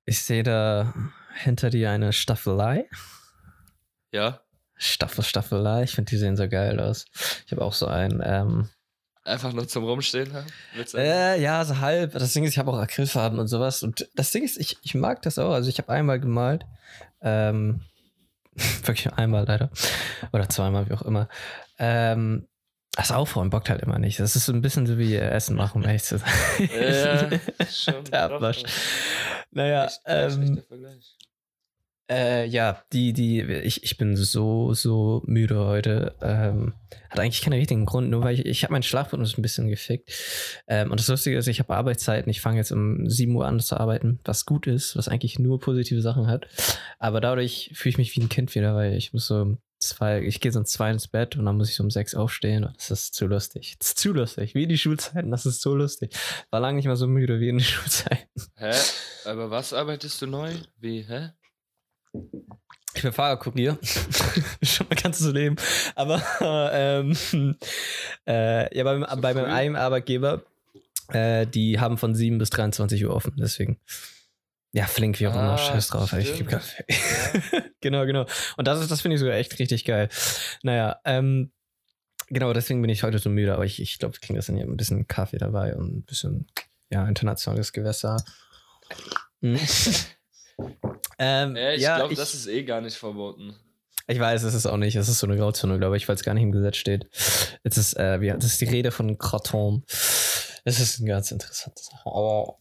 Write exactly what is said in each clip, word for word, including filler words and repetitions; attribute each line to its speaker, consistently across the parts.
Speaker 1: Ich sehe da hinter dir eine Staffelei.
Speaker 2: Ja.
Speaker 1: Staffel, Staffelei. Ich finde, die sehen so geil aus. Ich habe auch so einen. Ähm,
Speaker 2: Einfach nur zum Rumstehen haben?
Speaker 1: Äh, ja, so halb. Das Ding ist, ich habe auch Acrylfarben und sowas. Und das Ding ist, ich, ich mag das auch. Also ich habe einmal gemalt. Ähm, wirklich einmal leider. Oder zweimal, wie auch immer. Ähm, das Aufräumen bockt halt immer nicht. Das ist so ein bisschen so wie Essen machen, um ehrlich zu sein.
Speaker 2: Ja, schon.
Speaker 1: Der Abwasch. Naja,
Speaker 2: Echt,
Speaker 1: ähm,
Speaker 2: echt Vergleich.
Speaker 1: Äh, ja, die, die, ich, ich bin so, so müde heute. Ähm, hat eigentlich keinen richtigen Grund, nur weil ich, ich habe meinen Schlafrhythmus ein bisschen gefickt. Ähm, und das Lustige ist, ich habe Arbeitszeiten. Ich fange jetzt um sieben Uhr an zu arbeiten, was gut ist, was eigentlich nur positive Sachen hat. Aber dadurch fühle ich mich wie ein Kind wieder, weil ich muss so um zwei, ich gehe so um zwei ins Bett und dann muss ich so um sechs aufstehen. Und das ist zu lustig. Das ist zu lustig. Wie in die Schulzeiten, das ist so lustig. War lange nicht mal so müde wie in den Schulzeiten.
Speaker 2: Hä? Aber was arbeitest du neu? Wie, hä?
Speaker 1: Ich bin Fahrerkurier. Schon mein ganzes Leben. Aber ähm, äh, ja, bei,
Speaker 2: So
Speaker 1: bei meinem
Speaker 2: früh?
Speaker 1: einen Arbeitgeber, äh, die haben von sieben bis dreiundzwanzig Uhr offen. Deswegen. Ja, flink wie auch immer.
Speaker 2: Ah,
Speaker 1: Scheiß drauf. Ich geb
Speaker 2: stimmt.
Speaker 1: Kaffee. Genau, genau. Und das ist, das finde ich sogar echt richtig geil. Naja, ähm, genau, deswegen bin ich heute so müde. Aber ich, ich glaube, wir kriegen das dann hier ein bisschen Kaffee dabei und ein bisschen, ja, internationales Gewässer. Mhm. ähm,
Speaker 2: Ja, ich
Speaker 1: ja,
Speaker 2: glaube, das ist eh gar nicht verboten.
Speaker 1: Ich weiß, es ist auch nicht. Es ist so eine Grauzone, glaube ich, weil es gar nicht im Gesetz steht. Es ist, äh, wie, das ist die Rede von Kratom. Es ist eine ganz interessante Sache, aber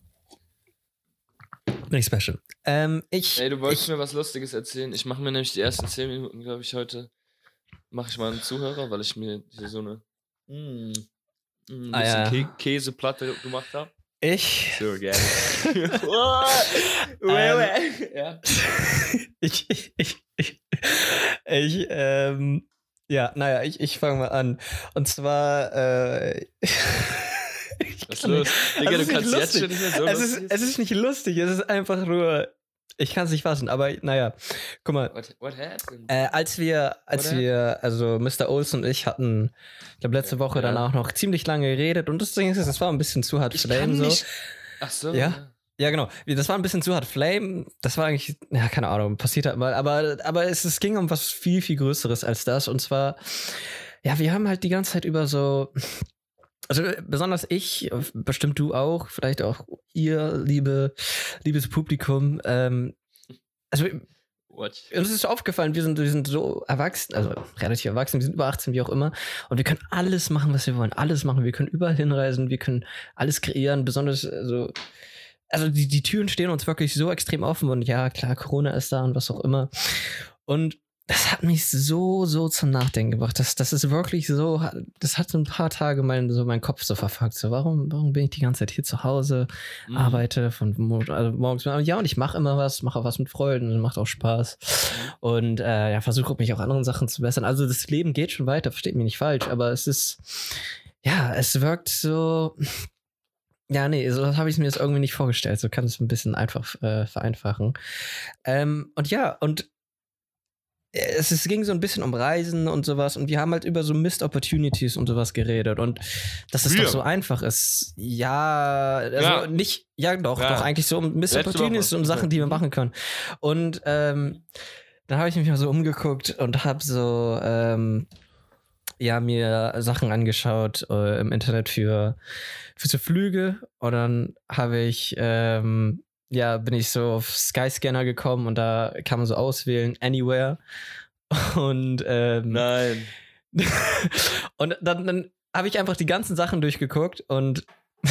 Speaker 1: nicht special. Ähm, ich,
Speaker 2: Ey, du wolltest
Speaker 1: ich,
Speaker 2: mir was Lustiges erzählen. Ich mache mir nämlich die ersten zehn Minuten, glaube ich, heute. Mache ich mal einen Zuhörer, weil ich mir hier so eine mm, mm, ein
Speaker 1: Ah,
Speaker 2: bisschen
Speaker 1: ja.
Speaker 2: Kä Käseplatte gemacht habe.
Speaker 1: ich,
Speaker 2: So gerne.
Speaker 1: Ähm,
Speaker 2: ja.
Speaker 1: ich, ich, ich, ich, ich, ähm, ja, naja, ich, ich fange mal an. Und zwar, äh, ich
Speaker 2: Was ist
Speaker 1: kann
Speaker 2: los?
Speaker 1: nicht-
Speaker 2: Digga,
Speaker 1: es
Speaker 2: du
Speaker 1: ist
Speaker 2: kannst
Speaker 1: nicht
Speaker 2: jetzt schon
Speaker 1: lustig.
Speaker 2: nicht mehr so
Speaker 1: es ist,
Speaker 2: lustig
Speaker 1: es ist nicht lustig, es ist einfach nur, ich kann es nicht fassen, aber naja, guck mal,
Speaker 2: What, what happened?
Speaker 1: äh, als wir, als
Speaker 2: Oder?
Speaker 1: wir, also Mister Olsen und ich hatten, ich glaube, letzte Woche
Speaker 2: Ja.
Speaker 1: danach noch ziemlich lange geredet und das Ding ist, das war ein bisschen zu hart
Speaker 2: Ich
Speaker 1: Flame
Speaker 2: kann
Speaker 1: so.
Speaker 2: nicht. Ach so.
Speaker 1: Ja? Ja, genau. Das war ein bisschen zu hart Flame. Das war eigentlich, ja, keine Ahnung, passiert halt mal. Aber, aber es, es ging um was viel, viel Größeres als das. Und zwar, ja, wir haben halt die ganze Zeit über so, also besonders ich, bestimmt du auch, vielleicht auch ihr, liebe, liebes Publikum, ähm, also
Speaker 2: What?
Speaker 1: uns ist aufgefallen, wir sind, wir sind so erwachsen, also relativ erwachsen, wir sind über achtzehn, wie auch immer. Und wir können alles machen, was wir wollen. Alles machen. Wir können überall hinreisen, wir können alles kreieren, besonders, also, also die, die Türen stehen uns wirklich so extrem offen. Und ja, klar, Corona ist da und was auch immer. Und das hat mich so, so zum Nachdenken gebracht. Das, das ist wirklich so, das hat so ein paar Tage mein, so meinen Kopf so verfuckt. So, warum, warum bin ich die ganze Zeit hier zu Hause,
Speaker 2: Mhm.
Speaker 1: arbeite von mo also morgens, ja, und ich mache immer was, mache auch was mit Freunden, macht auch Spaß. Und äh, ja, versuche mich auch anderen Sachen zu bessern. Also das Leben geht schon weiter, versteht mich nicht falsch, aber es ist, ja, es wirkt so, ja, nee, so habe ich mir das irgendwie nicht vorgestellt. So kann es ein bisschen einfach äh, vereinfachen. Ähm, und ja, und es, es ging so ein bisschen um Reisen und sowas und wir haben halt über so Missed Opportunities und sowas geredet und dass es
Speaker 2: Wir?
Speaker 1: doch so einfach ist. Ja, also
Speaker 2: Ja.
Speaker 1: nicht, ja doch,
Speaker 2: Ja.
Speaker 1: doch eigentlich so um Missed
Speaker 2: Letzte
Speaker 1: Opportunities
Speaker 2: Woche.
Speaker 1: und Sachen, die wir
Speaker 2: Mhm.
Speaker 1: machen können. Und ähm, dann habe ich mich mal so umgeguckt und habe so ähm, ja mir Sachen angeschaut äh, im Internet für für so Flüge und dann habe ich ähm, ja, bin ich so auf Skyscanner gekommen und da kann man so auswählen, anywhere. Und, ähm,
Speaker 2: Nein.
Speaker 1: und dann, dann habe ich einfach die ganzen Sachen durchgeguckt und,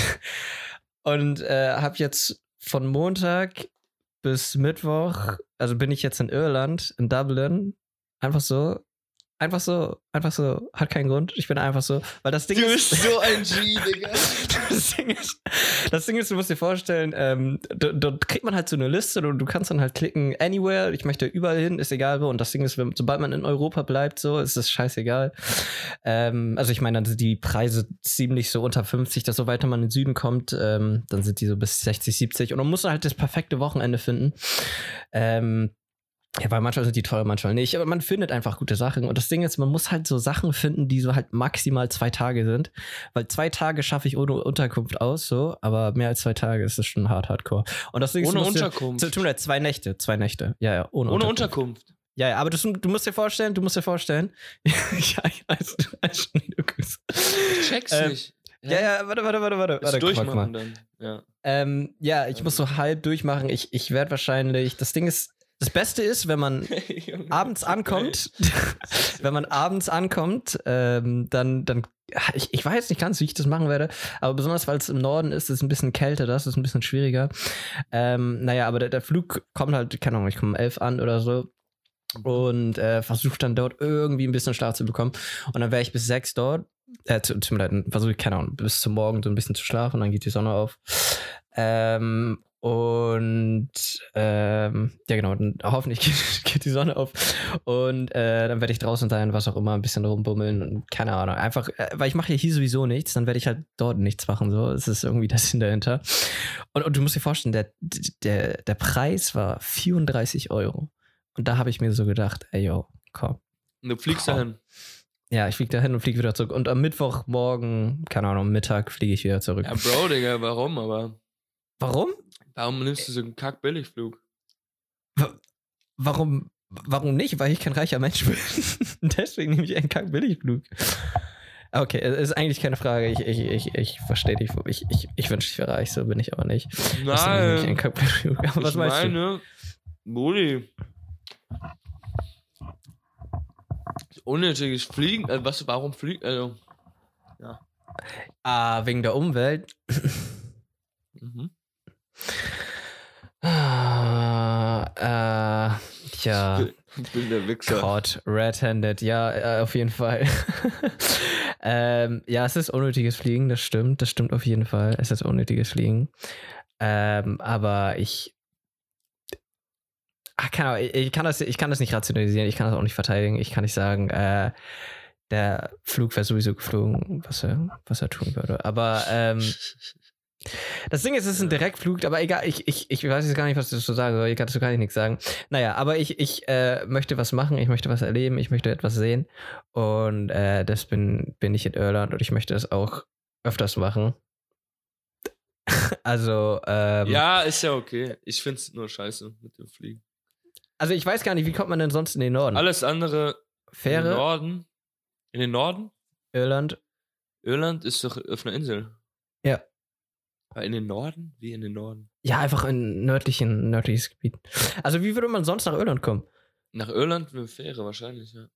Speaker 1: und äh, habe jetzt von Montag bis Mittwoch, also bin ich jetzt in Irland, in Dublin, einfach so, einfach so, einfach so, hat keinen Grund, ich bin einfach so, weil das Ding
Speaker 2: Du
Speaker 1: ist,
Speaker 2: bist so ein G, Digga.
Speaker 1: das Ding ist, das Ding ist, du musst dir vorstellen, ähm, dort, dort kriegt man halt so eine Liste und du kannst dann halt klicken, anywhere, ich möchte überall hin, ist egal wo. Und das Ding ist, wenn, sobald man in Europa bleibt, so, ist es scheißegal. Ähm, also ich meine, dann sind die Preise ziemlich so unter fünfzig, dass so weiter man in den Süden kommt, ähm, dann sind die so bis sechzig, siebzig und man muss halt das perfekte Wochenende finden. Ähm, Ja, weil manchmal sind die teuer, manchmal nicht. Aber man findet einfach gute Sachen. Und das Ding ist, man muss halt so Sachen finden, die so halt maximal zwei Tage sind. Weil zwei Tage schaffe ich ohne Unterkunft aus, so. Aber mehr als zwei Tage ist es schon hart hardcore. Und das Ding ist,
Speaker 2: Ohne
Speaker 1: du musst dir-
Speaker 2: Unterkunft.
Speaker 1: Tut mir leid, zwei Nächte, zwei Nächte. Ja, ja, ohne,
Speaker 2: Ohne
Speaker 1: Unterkunft.
Speaker 2: Unterkunft.
Speaker 1: Ja, ja, aber das, du musst dir vorstellen, du musst dir vorstellen. ja, ich weiß, du weißt schon, wie du guckst.
Speaker 2: Ich check's
Speaker 1: Ähm,
Speaker 2: nicht.
Speaker 1: Ja, ja, warte, warte, warte, warte.
Speaker 2: Ist
Speaker 1: warte guck mal, guck mal.
Speaker 2: durchmachen dann. Ja.
Speaker 1: Ähm, ja, ich muss so halb durchmachen. Ich, ich werde wahrscheinlich. Das Ding ist, das Beste ist, wenn man abends ankommt, wenn man abends ankommt, ähm, dann, dann, ich, ich weiß nicht ganz, wie ich das machen werde, aber besonders, weil es im Norden ist, ist es ein bisschen kälter, das ist ein bisschen schwieriger. Ähm, naja, aber der, der Flug kommt halt, keine Ahnung, ich komme um elf an oder so und äh, versuche dann dort irgendwie ein bisschen Schlaf zu bekommen und dann wäre ich bis sechs dort. Äh, zu, tut mir leid, versuche ich, keine Ahnung, bis zum Morgen so ein bisschen zu schlafen, dann geht die Sonne auf. Ähm, und ähm, ja genau, dann hoffentlich geht, geht die Sonne auf und äh, dann werde ich draußen sein, was auch immer, ein bisschen rumbummeln und keine Ahnung, einfach, äh, weil ich mache ja hier sowieso nichts, dann werde ich halt dort nichts machen, so, es ist irgendwie das Sinn dahinter. Und, und du musst dir vorstellen, der, der, der Preis war vierunddreißig Euro und da habe ich mir so gedacht, ey yo, komm.
Speaker 2: Und du fliegst
Speaker 1: Komm.
Speaker 2: dahin.
Speaker 1: Ja, ich fliege dahin und fliege wieder zurück. Und am Mittwochmorgen, keine Ahnung, Mittag fliege ich wieder zurück.
Speaker 2: Ja, Bro, Digga, warum aber?
Speaker 1: Warum?
Speaker 2: Warum nimmst du so einen Kack-Billigflug?
Speaker 1: Wa- Warum? Warum nicht? Weil ich kein reicher Mensch bin. Deswegen nehme ich einen Kack-Billigflug. Okay, es ist eigentlich keine Frage. Ich, ich, ich, ich verstehe dich. Ich, ich, ich wünsche, ich wäre reich, so bin ich aber nicht. Deswegen nehme ich einen
Speaker 2: Nein.
Speaker 1: Kack-Billigflug. Aber was
Speaker 2: Ich
Speaker 1: meinst du?
Speaker 2: meine, Brudi. Unnötiges Fliegen. Also was, warum fliegen? Also,
Speaker 1: Ah, wegen der Umwelt.
Speaker 2: mhm.
Speaker 1: Ah, äh, ja.
Speaker 2: Ich bin der Wichser.
Speaker 1: Gott, red-handed, ja, äh, auf jeden Fall. ähm, ja, es ist unnötiges Fliegen, das stimmt, das stimmt auf jeden Fall. Es ist unnötiges Fliegen. Ähm, aber ich. Ach, keine Ahnung, ich, ich, kann das, ich kann das nicht rationalisieren, ich kann das auch nicht verteidigen. Ich kann nicht sagen, äh, der Flug wäre sowieso geflogen, was er, was er tun würde. Aber ähm, das Ding ist, es ist ein Direktflug, aber egal, ich, ich, ich weiß jetzt gar nicht, was ich dazu sagen soll. Ich kann dazu gar nichts sagen. Naja, aber ich, ich äh, möchte was machen, ich möchte was erleben, ich möchte etwas sehen. Und äh, das bin, bin ich in Irland und ich möchte das auch öfters machen. also, ähm,
Speaker 2: Ja, ist ja okay. Ich find's nur scheiße mit dem Fliegen.
Speaker 1: also ich weiß gar nicht, wie kommt man denn sonst in den Norden?
Speaker 2: Alles andere in den
Speaker 1: Fähre,
Speaker 2: Norden. In den Norden?
Speaker 1: Irland.
Speaker 2: Irland ist doch auf einer Insel.
Speaker 1: Ja.
Speaker 2: Aber in den Norden? Wie in den Norden?
Speaker 1: Ja, einfach in nördlichen, nördliches Gebiet. Also wie würde man sonst nach Irland kommen?
Speaker 2: Nach Irland mit Fähre wahrscheinlich, ja.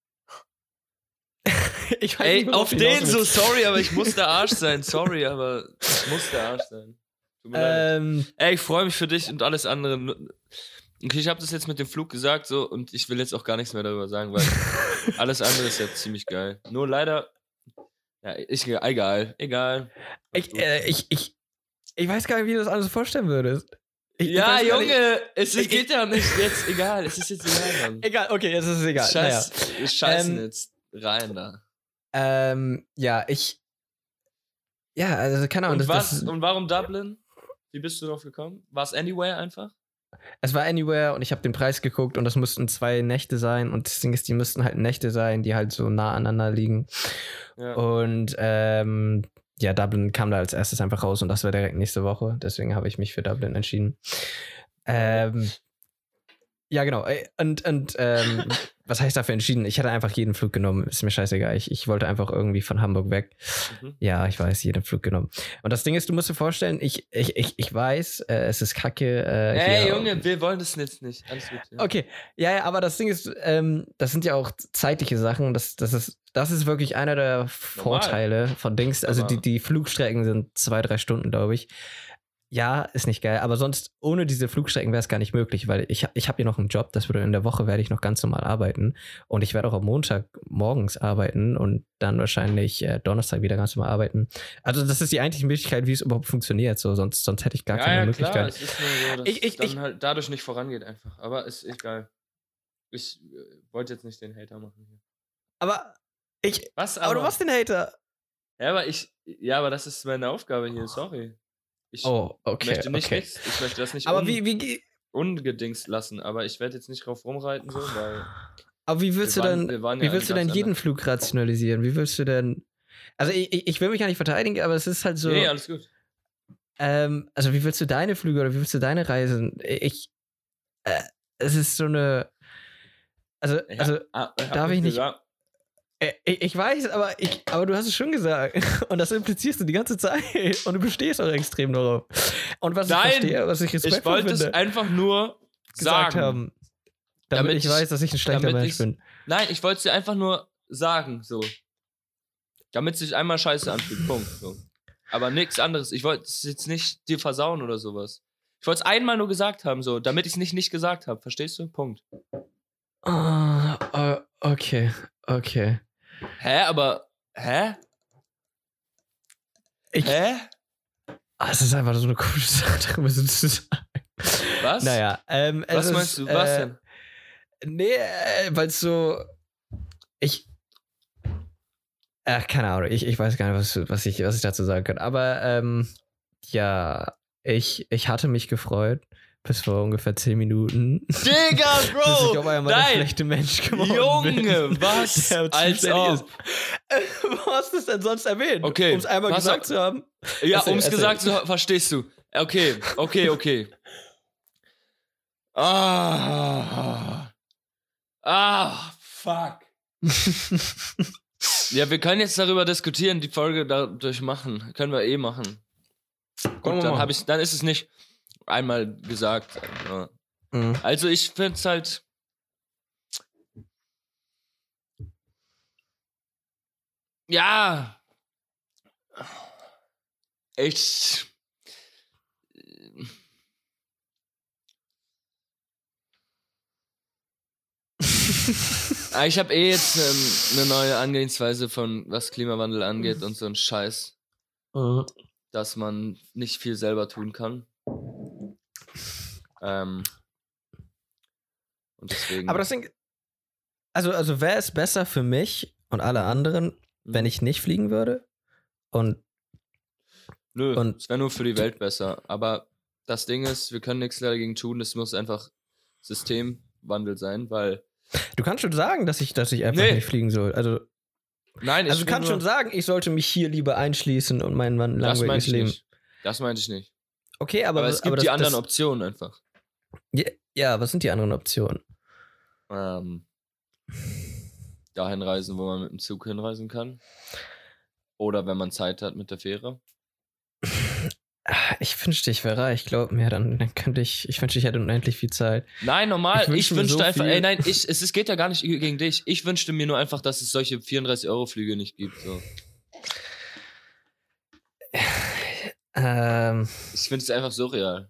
Speaker 1: ich weiß
Speaker 2: Ey,
Speaker 1: nicht, worauf
Speaker 2: auf
Speaker 1: du
Speaker 2: den
Speaker 1: hinaus
Speaker 2: so,
Speaker 1: willst.
Speaker 2: sorry, aber ich muss der Arsch sein. Sorry, aber ich muss der Arsch sein. Tut mir leid.
Speaker 1: Ähm,
Speaker 2: Ey, ich freue mich für dich und alles andere. Okay, ich habe das jetzt mit dem Flug gesagt so und ich will jetzt auch gar nichts mehr darüber sagen, weil alles andere ist ja ziemlich geil. Nur leider, ja, ich, egal, egal.
Speaker 1: ich, äh, ich, ich, ich weiß gar nicht, wie du das alles vorstellen würdest. Ich,
Speaker 2: Ja,
Speaker 1: ich weiß gar
Speaker 2: Junge,
Speaker 1: nicht-
Speaker 2: es
Speaker 1: Ich-
Speaker 2: geht ja nicht jetzt, egal, es ist jetzt egal, Mann.
Speaker 1: Egal, okay, jetzt ist es egal.
Speaker 2: Scheiß, wir scheißen
Speaker 1: Ähm,
Speaker 2: jetzt rein da.
Speaker 1: Naja. Ähm, ja, ich. Ja, also keine Ahnung.
Speaker 2: Und
Speaker 1: das,
Speaker 2: was,
Speaker 1: das,
Speaker 2: und warum Dublin? Wie bist du drauf gekommen? War es Anywhere einfach?
Speaker 1: es war Anywhere und ich habe den Preis geguckt und das mussten zwei Nächte sein und das Ding ist, die müssten halt Nächte sein, die halt so nah aneinander liegen.
Speaker 2: Ja.
Speaker 1: Und ähm, ja, Dublin kam da als erstes einfach raus und das war direkt nächste Woche. Deswegen habe ich mich für Dublin entschieden. Ähm, ja, genau. Ey, Und, und ähm, was heißt dafür entschieden? Ich hätte einfach jeden Flug genommen. Ist mir scheißegal. Ich, ich wollte einfach irgendwie von Hamburg weg.
Speaker 2: Mhm.
Speaker 1: Ja, ich weiß, jeden Flug genommen. Und das Ding ist, du musst dir vorstellen, ich, ich, ich, ich weiß, äh, es ist kacke. Äh,
Speaker 2: Ey,
Speaker 1: hier-
Speaker 2: Junge, wir wollen das jetzt nicht. Alles gut. Ja.
Speaker 1: Okay, ja, ja, aber das Ding ist, ähm, das sind ja auch zeitliche Sachen. Das, das, ist, das ist wirklich einer der Vorteile von Dings. Also die, die Flugstrecken sind zwei, drei Stunden, glaube ich. Ja, ist nicht geil, aber sonst ohne diese Flugstrecken wäre es gar nicht möglich, weil ich, ich habe hier noch einen Job, das würde in der Woche werde ich noch ganz normal arbeiten und ich werde auch am Montag morgens arbeiten und dann wahrscheinlich äh, Donnerstag wieder ganz normal arbeiten. Also das ist die einzige Möglichkeit, wie es überhaupt funktioniert, so sonst, sonst hätte ich gar
Speaker 2: ja,
Speaker 1: keine
Speaker 2: ja,
Speaker 1: Möglichkeit.
Speaker 2: klar, es ist nur so, dass
Speaker 1: Ich- ich-
Speaker 2: es dann
Speaker 1: ich-
Speaker 2: halt dadurch nicht vorangeht einfach. Aber ist egal. Ich äh, wollte jetzt nicht den Hater machen hier.
Speaker 1: Aber ich,
Speaker 2: Was
Speaker 1: aber
Speaker 2: aber?
Speaker 1: du warst den Hater.
Speaker 2: Ja, aber ich, ja, aber das ist meine Aufgabe hier, sorry. Ich
Speaker 1: Oh, okay,
Speaker 2: möchte nicht
Speaker 1: okay.
Speaker 2: nichts. Ich möchte das nicht
Speaker 1: Aber
Speaker 2: un-
Speaker 1: wie, wie, ge-
Speaker 2: ungedingst lassen, aber ich werde jetzt nicht drauf rumreiten, so, weil.
Speaker 1: Aber wie willst
Speaker 2: wir
Speaker 1: du
Speaker 2: waren,
Speaker 1: denn,
Speaker 2: wir waren
Speaker 1: wie
Speaker 2: ja
Speaker 1: willst du
Speaker 2: eine
Speaker 1: denn
Speaker 2: ganz
Speaker 1: jeden
Speaker 2: andere-
Speaker 1: Flug rationalisieren? Wie willst du denn, also ich, ich ich will mich gar nicht verteidigen, aber es ist halt so,
Speaker 2: Nee, alles gut.
Speaker 1: ähm, also wie willst du deine Flüge oder wie willst du deine Reisen? Ich, äh, es ist so eine, also,
Speaker 2: Ich
Speaker 1: also,
Speaker 2: hab, ah, ich hab
Speaker 1: darf ich nicht-
Speaker 2: gesagt,
Speaker 1: äh, ich, ich weiß, aber ich, aber du hast es schon gesagt und das implizierst du die ganze Zeit und du bestehst auch extrem darauf. Und was
Speaker 2: Nein,
Speaker 1: ich verstehe, was ich
Speaker 2: ich
Speaker 1: respektvoll
Speaker 2: wollte es
Speaker 1: finde,
Speaker 2: einfach nur
Speaker 1: gesagt
Speaker 2: sagen.
Speaker 1: haben, damit,
Speaker 2: Damit
Speaker 1: ich
Speaker 2: ich-
Speaker 1: weiß, dass ich ein schlechter
Speaker 2: damit
Speaker 1: Mensch
Speaker 2: ich-
Speaker 1: bin.
Speaker 2: Nein, ich wollte es dir einfach nur sagen, so. Damit es sich einmal scheiße anfühlt, Punkt. So. Aber nichts anderes. Ich wollte es jetzt nicht dir versauen oder sowas. Ich wollte es einmal nur gesagt haben, so, damit ich es nicht nicht gesagt habe. Verstehst du? Punkt.
Speaker 1: Ah, ah, okay, okay.
Speaker 2: Hä, aber, hä?
Speaker 1: Ich-
Speaker 2: Hä?
Speaker 1: Ah, es ist einfach so eine komische Sache, darüber so zu sagen.
Speaker 2: Was?
Speaker 1: Naja, ähm, es
Speaker 2: Was
Speaker 1: ist,
Speaker 2: meinst du? Was
Speaker 1: äh,
Speaker 2: denn?
Speaker 1: Nee, äh, weil es so. Ich. Ach, keine Ahnung, ich, ich weiß gar nicht, was, was, ich, was ich dazu sagen kann. Aber ähm, ja, ich, ich hatte mich gefreut, bis vor ungefähr zehn Minuten.
Speaker 2: Digga,
Speaker 1: bis
Speaker 2: Bro!
Speaker 1: ich auf einmal der
Speaker 2: nein!
Speaker 1: schlechte Mensch geworden bin.
Speaker 2: Junge, was?
Speaker 1: Der
Speaker 2: Als
Speaker 1: zuständig
Speaker 2: ob.
Speaker 1: ist. Wo hast du es denn sonst erwähnt?
Speaker 2: Okay,
Speaker 1: Um es einmal
Speaker 2: pass
Speaker 1: gesagt
Speaker 2: auf.
Speaker 1: zu haben.
Speaker 2: Ja,
Speaker 1: Erzähl,
Speaker 2: um es
Speaker 1: erzähl.
Speaker 2: gesagt zu haben, verstehst du. Okay, okay, okay. Ah. Ah, fuck. Ja, wir können jetzt darüber diskutieren, die Folge dadurch machen. Können wir eh machen.
Speaker 1: Können wir
Speaker 2: Gut, dann,
Speaker 1: machen.
Speaker 2: hab ich, dann ist es nicht einmal gesagt. Ja.
Speaker 1: Mhm.
Speaker 2: Also ich finde es halt... Ja. Ich... Ah, ich habe eh jetzt ähm, eine neue Angehensweise von was Klimawandel angeht und so ein Scheiß,
Speaker 1: Mhm.
Speaker 2: dass man nicht viel selber tun kann. Ähm, und deswegen.
Speaker 1: Aber das Ding. Also, also wäre es besser für mich und alle anderen, wenn ich nicht fliegen würde? Und
Speaker 2: Nö,
Speaker 1: und-
Speaker 2: es wäre nur für die Welt besser. Aber das Ding ist, wir können nichts dagegen tun. Es muss einfach Systemwandel sein, weil.
Speaker 1: du kannst schon sagen, dass ich, dass ich einfach
Speaker 2: Nee.
Speaker 1: nicht fliegen soll. Also,
Speaker 2: Nein, ich
Speaker 1: also du
Speaker 2: will
Speaker 1: kannst
Speaker 2: nur,
Speaker 1: schon sagen, ich sollte mich hier lieber einschließen und mein Mann
Speaker 2: das meinte
Speaker 1: langweiliges
Speaker 2: ich
Speaker 1: Leben.
Speaker 2: nicht. Das meinte ich nicht.
Speaker 1: Okay, aber,
Speaker 2: Aber, es gibt
Speaker 1: aber
Speaker 2: die
Speaker 1: das,
Speaker 2: anderen
Speaker 1: das,
Speaker 2: Optionen einfach.
Speaker 1: ja, ja, was sind die anderen Optionen?
Speaker 2: Ähm, dahin reisen, wo man mit dem Zug hinreisen kann. Oder wenn man Zeit hat mit der Fähre.
Speaker 1: Ah, Ich wünschte, ich wäre reich. Glaub mir, dann, dann könnte ich. Ich wünschte, ich hätte unendlich viel Zeit.
Speaker 2: Nein, normal.
Speaker 1: Ich
Speaker 2: Ich,
Speaker 1: wünsche mir
Speaker 2: wünschte
Speaker 1: so
Speaker 2: einfach,
Speaker 1: viel.
Speaker 2: ey, nein, ich, es, es geht ja gar nicht gegen dich. Ich wünschte mir nur einfach, dass es solche vierunddreißig-Euro-Flüge nicht gibt. So.
Speaker 1: Ähm,
Speaker 2: Ich finde es einfach surreal.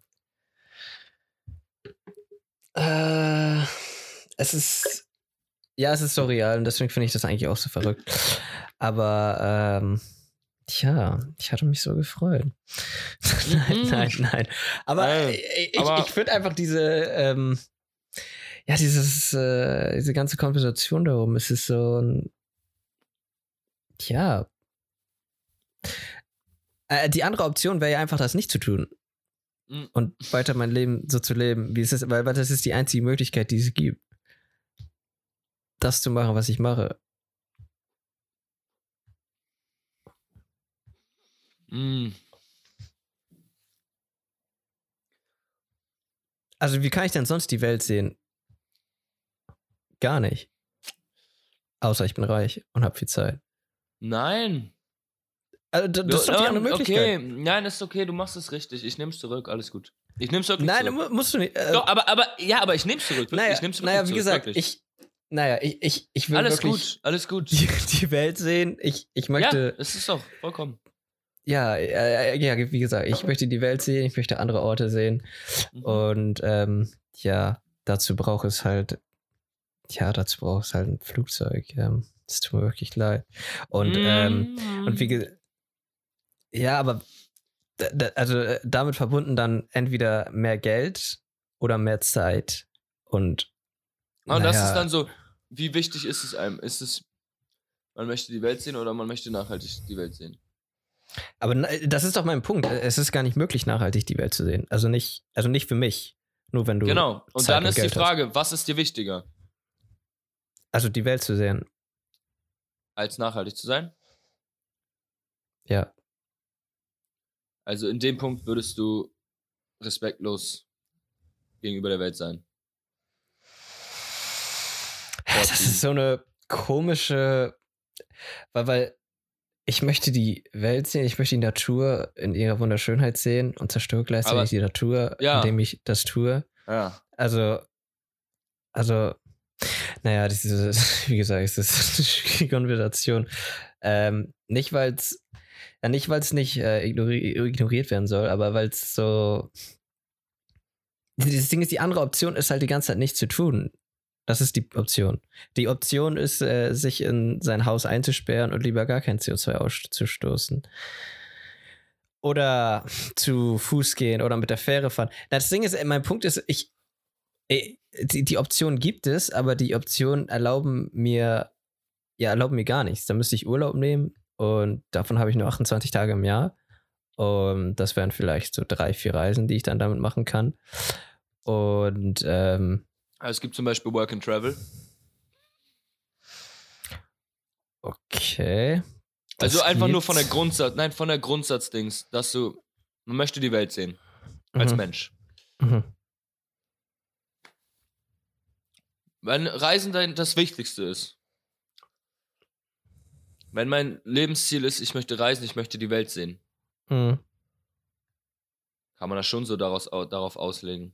Speaker 1: äh, es ist. Ja, es ist so real und deswegen finde ich das eigentlich auch so verrückt. Aber, ähm, tja, ich hatte mich so gefreut. nein,
Speaker 2: Mhm.
Speaker 1: nein, nein. Aber
Speaker 2: Nein,
Speaker 1: ich, ich,
Speaker 2: aber-
Speaker 1: ich finde einfach diese, ähm, ja, dieses, äh, diese ganze Konversation darum, es ist so ein, tja. Äh, die andere Option wäre ja einfach, das nicht zu tun
Speaker 2: Mhm.
Speaker 1: und weiter mein Leben so zu leben, wie es ist, weil, weil das ist die einzige Möglichkeit, die es gibt. Das zu machen, was ich mache.
Speaker 2: Mm.
Speaker 1: Also, wie kann ich denn sonst die Welt sehen? Gar nicht. Außer ich bin reich und habe viel Zeit.
Speaker 2: Nein.
Speaker 1: Also, d- das ist doch die andere Möglichkeit.
Speaker 2: Okay, nein, ist okay, du machst es richtig. Ich nehm's zurück, alles gut. Ich nehm's wirklich
Speaker 1: Nein,
Speaker 2: zurück.
Speaker 1: mu- musst du nicht. Äh,
Speaker 2: Doch, aber, aber, ja, aber ich nehm's zurück. Wirklich.
Speaker 1: naja,
Speaker 2: ich nehm's wirklich
Speaker 1: naja, wie
Speaker 2: zurück,
Speaker 1: gesagt,
Speaker 2: wirklich.
Speaker 1: ich, naja, ich, ich, ich will
Speaker 2: Alles
Speaker 1: wirklich
Speaker 2: gut, alles gut.
Speaker 1: die, die Welt sehen. Ich, ich
Speaker 2: Ja,
Speaker 1: möchte,
Speaker 2: es ist doch vollkommen.
Speaker 1: ja, äh, ja, wie gesagt, ich möchte die Welt sehen, ich möchte andere Orte sehen.
Speaker 2: Mhm.
Speaker 1: Und ähm, ja, dazu braucht es halt, ja, dazu braucht es halt ein Flugzeug. Ähm, es tut mir wirklich leid. Und, ähm,
Speaker 2: Mm.
Speaker 1: und wie gesagt, ja, aber d- d- also äh, damit verbunden dann entweder mehr Geld oder mehr Zeit. Und
Speaker 2: Und das
Speaker 1: naja,
Speaker 2: ist dann so, wie wichtig ist es einem? Ist es, man möchte die Welt sehen oder man möchte nachhaltig die Welt sehen?
Speaker 1: aber na- das ist doch mein Punkt. Es ist gar nicht möglich, nachhaltig die Welt zu sehen. Also nicht, also nicht für mich. Nur wenn du
Speaker 2: Genau. Und
Speaker 1: Zeit
Speaker 2: dann ist die
Speaker 1: Geld
Speaker 2: Frage, was ist dir wichtiger?
Speaker 1: hast. Also die Welt zu sehen.
Speaker 2: Als nachhaltig zu sein?
Speaker 1: Ja.
Speaker 2: Also in dem Punkt würdest du respektlos gegenüber der Welt sein.
Speaker 1: Das ist so eine komische, weil, weil ich möchte die Welt sehen, ich möchte die Natur in ihrer Wunderschönheit sehen und zerstöre gleichzeitig
Speaker 2: Aber-
Speaker 1: die Natur,
Speaker 2: ja.
Speaker 1: indem ich das tue.
Speaker 2: Ja.
Speaker 1: Also, also, naja, diese, wie gesagt, es ist eine schwierige Konversation. Ähm, nicht, weil es ja, nicht, weil es nicht äh, ignori ignoriert werden soll, aber weil es so. Das Ding ist, die andere Option ist halt die ganze Zeit nichts zu tun. Das ist die Option. Die Option ist, äh, sich in sein Haus einzusperren und lieber gar kein C O zwei auszustoßen. Oder zu Fuß gehen oder mit der Fähre fahren. Das Ding ist, mein Punkt ist, ich, ich die, die Option gibt es, aber die Optionen erlauben mir, ja, erlauben mir gar nichts. Da müsste ich Urlaub nehmen und davon habe ich nur achtundzwanzig Tage im Jahr. Und das wären vielleicht so drei, vier Reisen, die ich dann damit machen kann. Und, ähm,
Speaker 2: Also es gibt zum Beispiel Work and Travel.
Speaker 1: okay.
Speaker 2: Also
Speaker 1: Das
Speaker 2: einfach nur
Speaker 1: gibt's.
Speaker 2: von der Grundsatz, nein, von der Grundsatzdings, dass du, man möchte die Welt sehen. Als
Speaker 1: Mhm.
Speaker 2: Mensch.
Speaker 1: Mhm.
Speaker 2: Wenn Reisen dein, das Wichtigste ist. Wenn mein Lebensziel ist, ich möchte reisen, ich möchte die Welt sehen,
Speaker 1: Mhm.
Speaker 2: kann man das schon so daraus, au- darauf auslegen.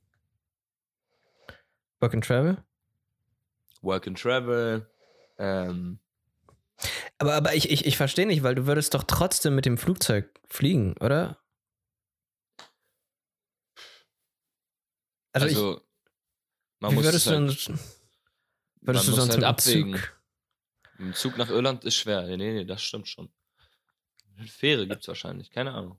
Speaker 1: Work and Travel?
Speaker 2: Work and Travel, ähm,
Speaker 1: Aber, aber ich, ich, ich verstehe nicht, weil du würdest doch trotzdem mit dem Flugzeug fliegen, oder? Also,
Speaker 2: also, man
Speaker 1: ich, wie
Speaker 2: muss
Speaker 1: würdest
Speaker 2: es
Speaker 1: du,
Speaker 2: halt,
Speaker 1: dann- würdest du
Speaker 2: man muss
Speaker 1: sonst
Speaker 2: halt
Speaker 1: mit dem
Speaker 2: abwägen.
Speaker 1: Zug?
Speaker 2: Ein Zug nach Irland ist schwer. Nee, nee, nee, das stimmt schon. Eine Fähre gibt's wahrscheinlich, keine Ahnung.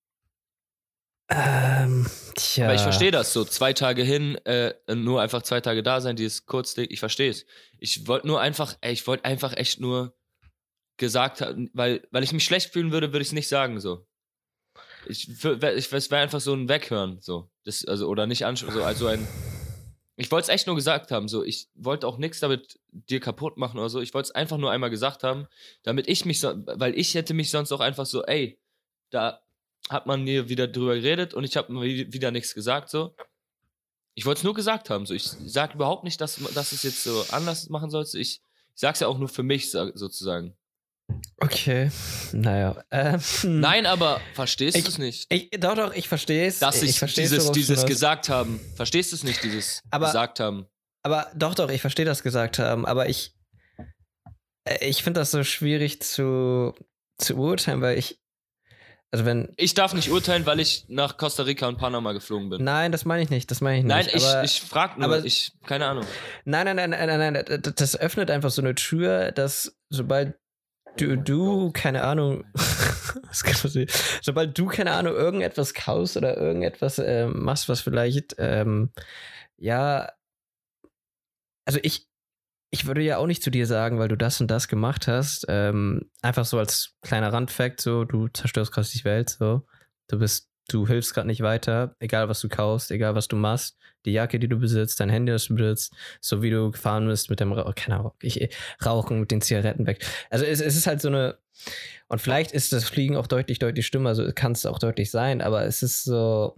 Speaker 1: Ähm, tja.
Speaker 2: Aber ich verstehe das so. Zwei Tage hin, äh, nur einfach zwei Tage da sein, dieses Kurzding. Ich verstehe es. Ich wollte nur einfach, ey, ich wollte einfach echt nur gesagt haben, weil, weil ich mich schlecht fühlen würde, würde ich es nicht sagen, so. Ich, wär- ich, es wäre einfach so ein Weghören, so. Das, also, oder nicht anschauen, so, also ein. Ich wollte es echt nur gesagt haben, so. Ich wollte auch nichts damit dir kaputt machen oder so. Ich wollte es einfach nur einmal gesagt haben, damit ich mich so, weil ich hätte mich sonst auch einfach so, ey, da hat man hier wieder drüber geredet und ich habe wieder nichts gesagt, so. Ich wollte es nur gesagt haben, so. Ich sage überhaupt nicht, dass, dass es jetzt so anders machen sollst. Ich, ich sag's ja auch nur für mich, so- sozusagen.
Speaker 1: Okay, naja. Ähm,
Speaker 2: Nein, aber verstehst
Speaker 1: Ich-
Speaker 2: du es nicht?
Speaker 1: Ich, doch, doch, ich verstehe es.
Speaker 2: Dass ich,
Speaker 1: verstehe es,
Speaker 2: dieses,
Speaker 1: worauf du
Speaker 2: dieses
Speaker 1: hinaus-
Speaker 2: gesagt haben. Verstehst du es nicht, dieses
Speaker 1: Aber-
Speaker 2: gesagt haben?
Speaker 1: Aber doch, doch, ich verstehe das gesagt haben, aber ich, äh, ich finde das so schwierig zu, zu urteilen, weil ich, also wenn,
Speaker 2: Ich darf nicht urteilen, weil ich nach Costa Rica und Panama geflogen bin.
Speaker 1: nein, das meine ich nicht, das meine ich
Speaker 2: Nein,
Speaker 1: nicht.
Speaker 2: ich,
Speaker 1: aber,
Speaker 2: ich frag nur,
Speaker 1: aber-
Speaker 2: ich, keine Ahnung.
Speaker 1: nein, nein, nein, nein, nein, nein, das, das öffnet einfach so eine Tür, dass sobald du, du, keine Ahnung, was kann passieren? Sobald du, keine Ahnung, irgendetwas kaufst oder irgendetwas ähm, machst, was vielleicht, ähm, ja, also ich, ich würde ja auch nicht zu dir sagen, weil du das und das gemacht hast, ähm, einfach so als kleiner Randfact, so, du zerstörst gerade die Welt, so, du bist, du hilfst gerade nicht weiter, egal was du kaufst, egal was du machst, die Jacke, die du besitzt, dein Handy, das du besitzt, so wie du gefahren bist mit dem, Ra keine Ahnung, ich, Rauchen, mit den Zigaretten weg. Also es, es ist halt so eine, und vielleicht ist das Fliegen auch deutlich, deutlich schlimmer, also kann es auch deutlich sein, aber es ist so,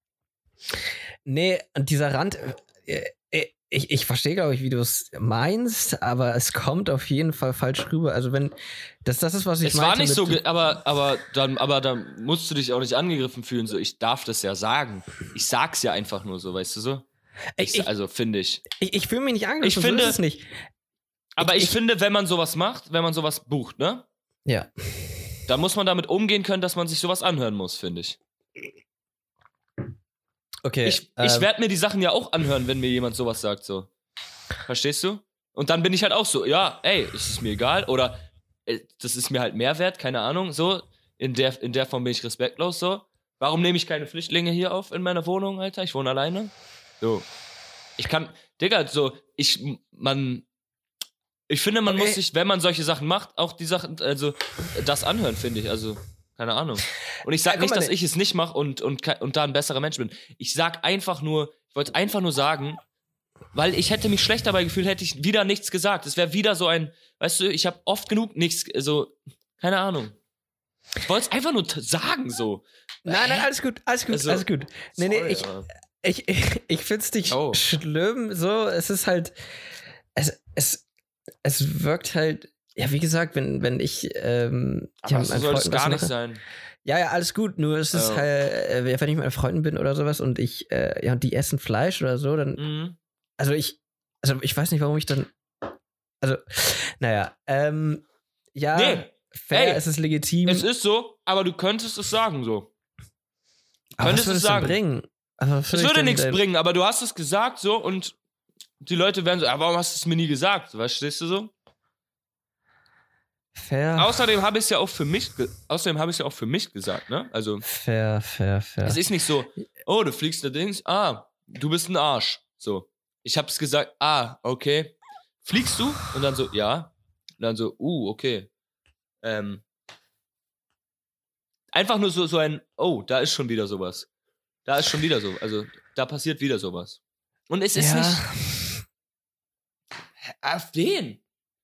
Speaker 1: nee, und dieser Rand, äh, äh, ich, ich verstehe, glaube ich, wie du es meinst, aber es kommt auf jeden Fall falsch rüber. Also wenn, das, das ist, was ich
Speaker 2: Es
Speaker 1: meinte.
Speaker 2: war nicht
Speaker 1: mit-
Speaker 2: so, ge- aber, aber, dann, aber dann musst du dich auch nicht angegriffen fühlen. So, ich darf das ja sagen. Ich sag's ja einfach nur so, weißt du so?
Speaker 1: Ich,
Speaker 2: Ich,
Speaker 1: ich,
Speaker 2: also finde ich.
Speaker 1: ich, ich fühle mich nicht angegriffen,
Speaker 2: Ich finde-
Speaker 1: so ist es nicht.
Speaker 2: Aber ich,
Speaker 1: ich-
Speaker 2: finde, wenn man sowas macht, wenn man sowas bucht, ne?
Speaker 1: Ja.
Speaker 2: Da muss man damit umgehen können, dass man sich sowas anhören muss, finde ich.
Speaker 1: Okay.
Speaker 2: Ich,
Speaker 1: ähm,
Speaker 2: ich werde mir die Sachen ja auch anhören, wenn mir jemand sowas sagt, so. Verstehst du? Und dann bin ich halt auch so, ja, ey, es ist mir egal. Oder äh, das ist mir halt mehr wert, keine Ahnung, so. In der, in der Form bin ich respektlos, so. Warum nehme ich keine Flüchtlinge hier auf in meiner Wohnung, Alter? Ich wohne alleine. So. Ich kann, Digga, so, ich, man, ich finde, man
Speaker 1: Okay.
Speaker 2: muss sich, wenn man solche Sachen macht, auch die Sachen, also, das anhören, finde ich, also. Keine Ahnung. Und ich sag
Speaker 1: Ja, guck
Speaker 2: nicht,
Speaker 1: mal,
Speaker 2: dass
Speaker 1: ne-
Speaker 2: ich es nicht mache und, und, und da ein besserer Mensch bin. Ich sag einfach nur, ich wollte einfach nur sagen, weil ich hätte mich schlecht dabei gefühlt, hätte ich wieder nichts gesagt. Es wäre wieder so ein, weißt du, ich habe oft genug nichts, so, keine Ahnung. Ich wollte es einfach nur t- sagen, so.
Speaker 1: Nein, nein, alles gut, alles gut,
Speaker 2: Also,
Speaker 1: alles gut. Nee, nee,
Speaker 2: sorry,
Speaker 1: ich,
Speaker 2: aber-
Speaker 1: ich, ich, ich find's nicht
Speaker 2: Oh.
Speaker 1: schlimm, so, es ist halt, es, es, es wirkt halt, ja, wie gesagt, wenn, wenn ich, ähm,
Speaker 2: Aber
Speaker 1: ja,
Speaker 2: so
Speaker 1: mit meinen
Speaker 2: soll es
Speaker 1: Freunden
Speaker 2: gar
Speaker 1: was
Speaker 2: nicht
Speaker 1: mache-
Speaker 2: sein.
Speaker 1: Ja, ja, alles gut, nur es ist
Speaker 2: Oh.
Speaker 1: halt, äh, wenn ich mit meinen Freunden bin oder sowas und ich, äh, ja, und die essen Fleisch oder so, dann,
Speaker 2: Mhm.
Speaker 1: also ich, also ich weiß nicht, warum ich dann, also, naja, ähm, ja,
Speaker 2: Nee,
Speaker 1: fair,
Speaker 2: ey,
Speaker 1: es ist legitim.
Speaker 2: es ist so, aber du könntest es sagen, so. Du
Speaker 1: aber was
Speaker 2: könntest
Speaker 1: würde
Speaker 2: es
Speaker 1: es denn
Speaker 2: sagen.
Speaker 1: bringen? Also, was
Speaker 2: Es
Speaker 1: würde ich
Speaker 2: würde
Speaker 1: denn
Speaker 2: nichts
Speaker 1: denn-
Speaker 2: bringen, aber du hast es gesagt, so, und die Leute werden so, ah, warum hast du es mir nie gesagt? So, verstehst du so?
Speaker 1: Fair,
Speaker 2: Außerdem habe ich es ja auch für mich, ge- außerdem habe ich es ja auch für mich gesagt, ne? Also,
Speaker 1: fair, fair, fair.
Speaker 2: es ist nicht so, oh, du fliegst da Dings, ah, du bist ein Arsch. So. Ich habe es gesagt, ah, okay. Fliegst du? Und dann so, ja. Und dann so, uh, okay. Ähm. Einfach nur so, so ein, oh, da ist schon wieder sowas. Da ist schon wieder so, also, da passiert wieder sowas. Und es ist
Speaker 1: ja.
Speaker 2: nicht, auf wen?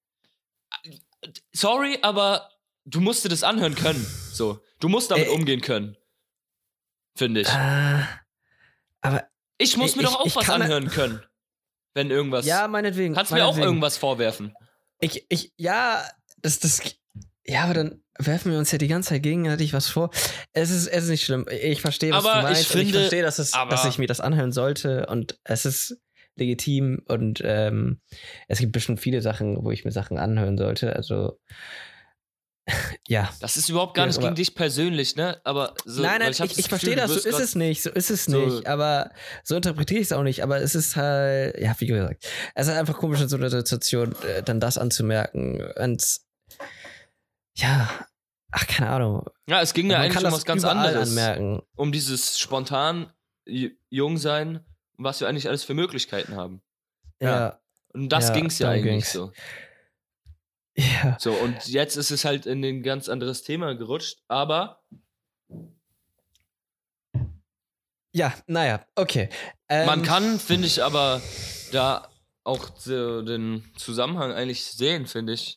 Speaker 2: Sorry, aber du musst dir das anhören können. So. Du musst damit
Speaker 1: Ey.
Speaker 2: umgehen können. Finde ich.
Speaker 1: Äh, aber
Speaker 2: Ich muss
Speaker 1: ich-
Speaker 2: mir doch auch
Speaker 1: ich
Speaker 2: was
Speaker 1: kann mir-
Speaker 2: anhören können. Wenn irgendwas.
Speaker 1: ja, meinetwegen.
Speaker 2: Kannst mir auch
Speaker 1: meinetwegen.
Speaker 2: irgendwas vorwerfen.
Speaker 1: Ich, ich, ja, das, das, ja, aber dann werfen wir uns ja die ganze Zeit gegenseitig was vor. Es ist, es ist nicht schlimm. Ich verstehe, was
Speaker 2: Aber
Speaker 1: du meinst.
Speaker 2: ich
Speaker 1: und ich
Speaker 2: finde-
Speaker 1: verstehe, dass, es,
Speaker 2: aber-
Speaker 1: dass ich mir das anhören sollte und es ist legitim und ähm, es gibt bestimmt viele Sachen, wo ich mir Sachen anhören sollte. Also, ja.
Speaker 2: Das ist überhaupt gar
Speaker 1: Ja,
Speaker 2: nicht
Speaker 1: aber-
Speaker 2: gegen dich persönlich, ne? Aber so.
Speaker 1: nein, nein,
Speaker 2: weil
Speaker 1: ich,
Speaker 2: hab
Speaker 1: ich,
Speaker 2: das
Speaker 1: verstehe
Speaker 2: Gefühl,
Speaker 1: das,
Speaker 2: du
Speaker 1: so
Speaker 2: wirst
Speaker 1: ist
Speaker 2: grad-
Speaker 1: es nicht, so ist es
Speaker 2: so-
Speaker 1: nicht, aber so interpretiere ich es auch nicht, aber es ist halt, ja, wie gesagt, es ist einfach komisch in so einer Situation, äh, dann das anzumerken und ja, ach, keine Ahnung.
Speaker 2: Ja, es ging ja
Speaker 1: Man
Speaker 2: eigentlich
Speaker 1: kann
Speaker 2: um
Speaker 1: das
Speaker 2: was ganz
Speaker 1: überall
Speaker 2: anderes.
Speaker 1: anmerken.
Speaker 2: Um dieses spontan J- Jungsein, was wir eigentlich alles für Möglichkeiten haben.
Speaker 1: Ja,
Speaker 2: Ja. Und das
Speaker 1: Ja,
Speaker 2: ging's ja
Speaker 1: darum
Speaker 2: eigentlich
Speaker 1: ging's.
Speaker 2: so.
Speaker 1: ja,
Speaker 2: So, und jetzt ist es halt in ein ganz anderes Thema gerutscht, aber
Speaker 1: ja, naja, okay. Ähm,
Speaker 2: man kann, finde ich, aber da auch so den Zusammenhang eigentlich sehen, finde ich.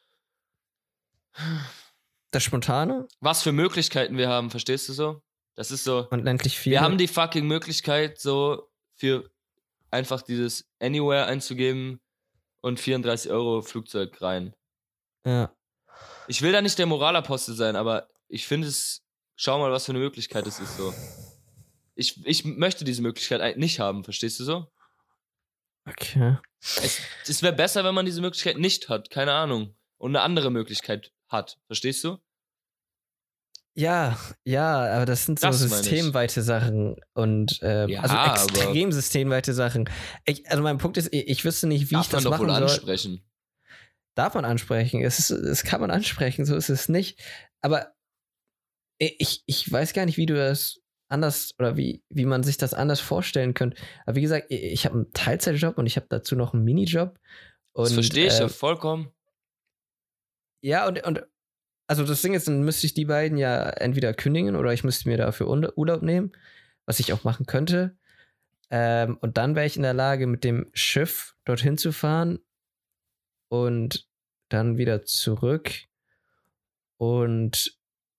Speaker 1: das Spontane
Speaker 2: Was für Möglichkeiten wir haben, verstehst du so? Das ist so,
Speaker 1: und endlich viel.
Speaker 2: wir haben die fucking Möglichkeit, so für einfach dieses Anywhere einzugeben und vierunddreißig Euro Flugzeug rein.
Speaker 1: Ja,
Speaker 2: Ich will da nicht der Moralapostel sein, aber ich finde es, schau mal, was für eine Möglichkeit es ist so. Ich, ich möchte diese Möglichkeit eigentlich nicht haben, verstehst du so?
Speaker 1: okay.
Speaker 2: Es, es wäre besser, wenn man diese Möglichkeit nicht hat, keine Ahnung. Und eine andere Möglichkeit hat, verstehst du?
Speaker 1: Ja, ja, aber das sind so
Speaker 2: Das meine ich.
Speaker 1: systemweite Sachen und ähm,
Speaker 2: Ja,
Speaker 1: also
Speaker 2: aber-
Speaker 1: extrem systemweite Sachen. Ich, also mein Punkt ist, ich, ich wüsste nicht, wie
Speaker 2: Darf
Speaker 1: ich das
Speaker 2: man doch wohl
Speaker 1: machen soll.
Speaker 2: ansprechen.
Speaker 1: Darf man ansprechen. Es, ist, es kann man ansprechen, so ist es nicht. Aber ich, ich weiß gar nicht, wie du das anders oder wie, wie man sich das anders vorstellen könnte. Aber wie gesagt, ich, ich habe einen Teilzeitjob und ich habe dazu noch einen Minijob. Und,
Speaker 2: Das verstehe ich
Speaker 1: äh,
Speaker 2: ja vollkommen.
Speaker 1: Ja, und, und also das Ding ist, dann müsste ich die beiden ja entweder kündigen oder ich müsste mir dafür Ur- Urlaub nehmen, was ich auch machen könnte. Ähm, und dann wäre ich in der Lage, mit dem Schiff dorthin zu fahren und dann wieder zurück. Und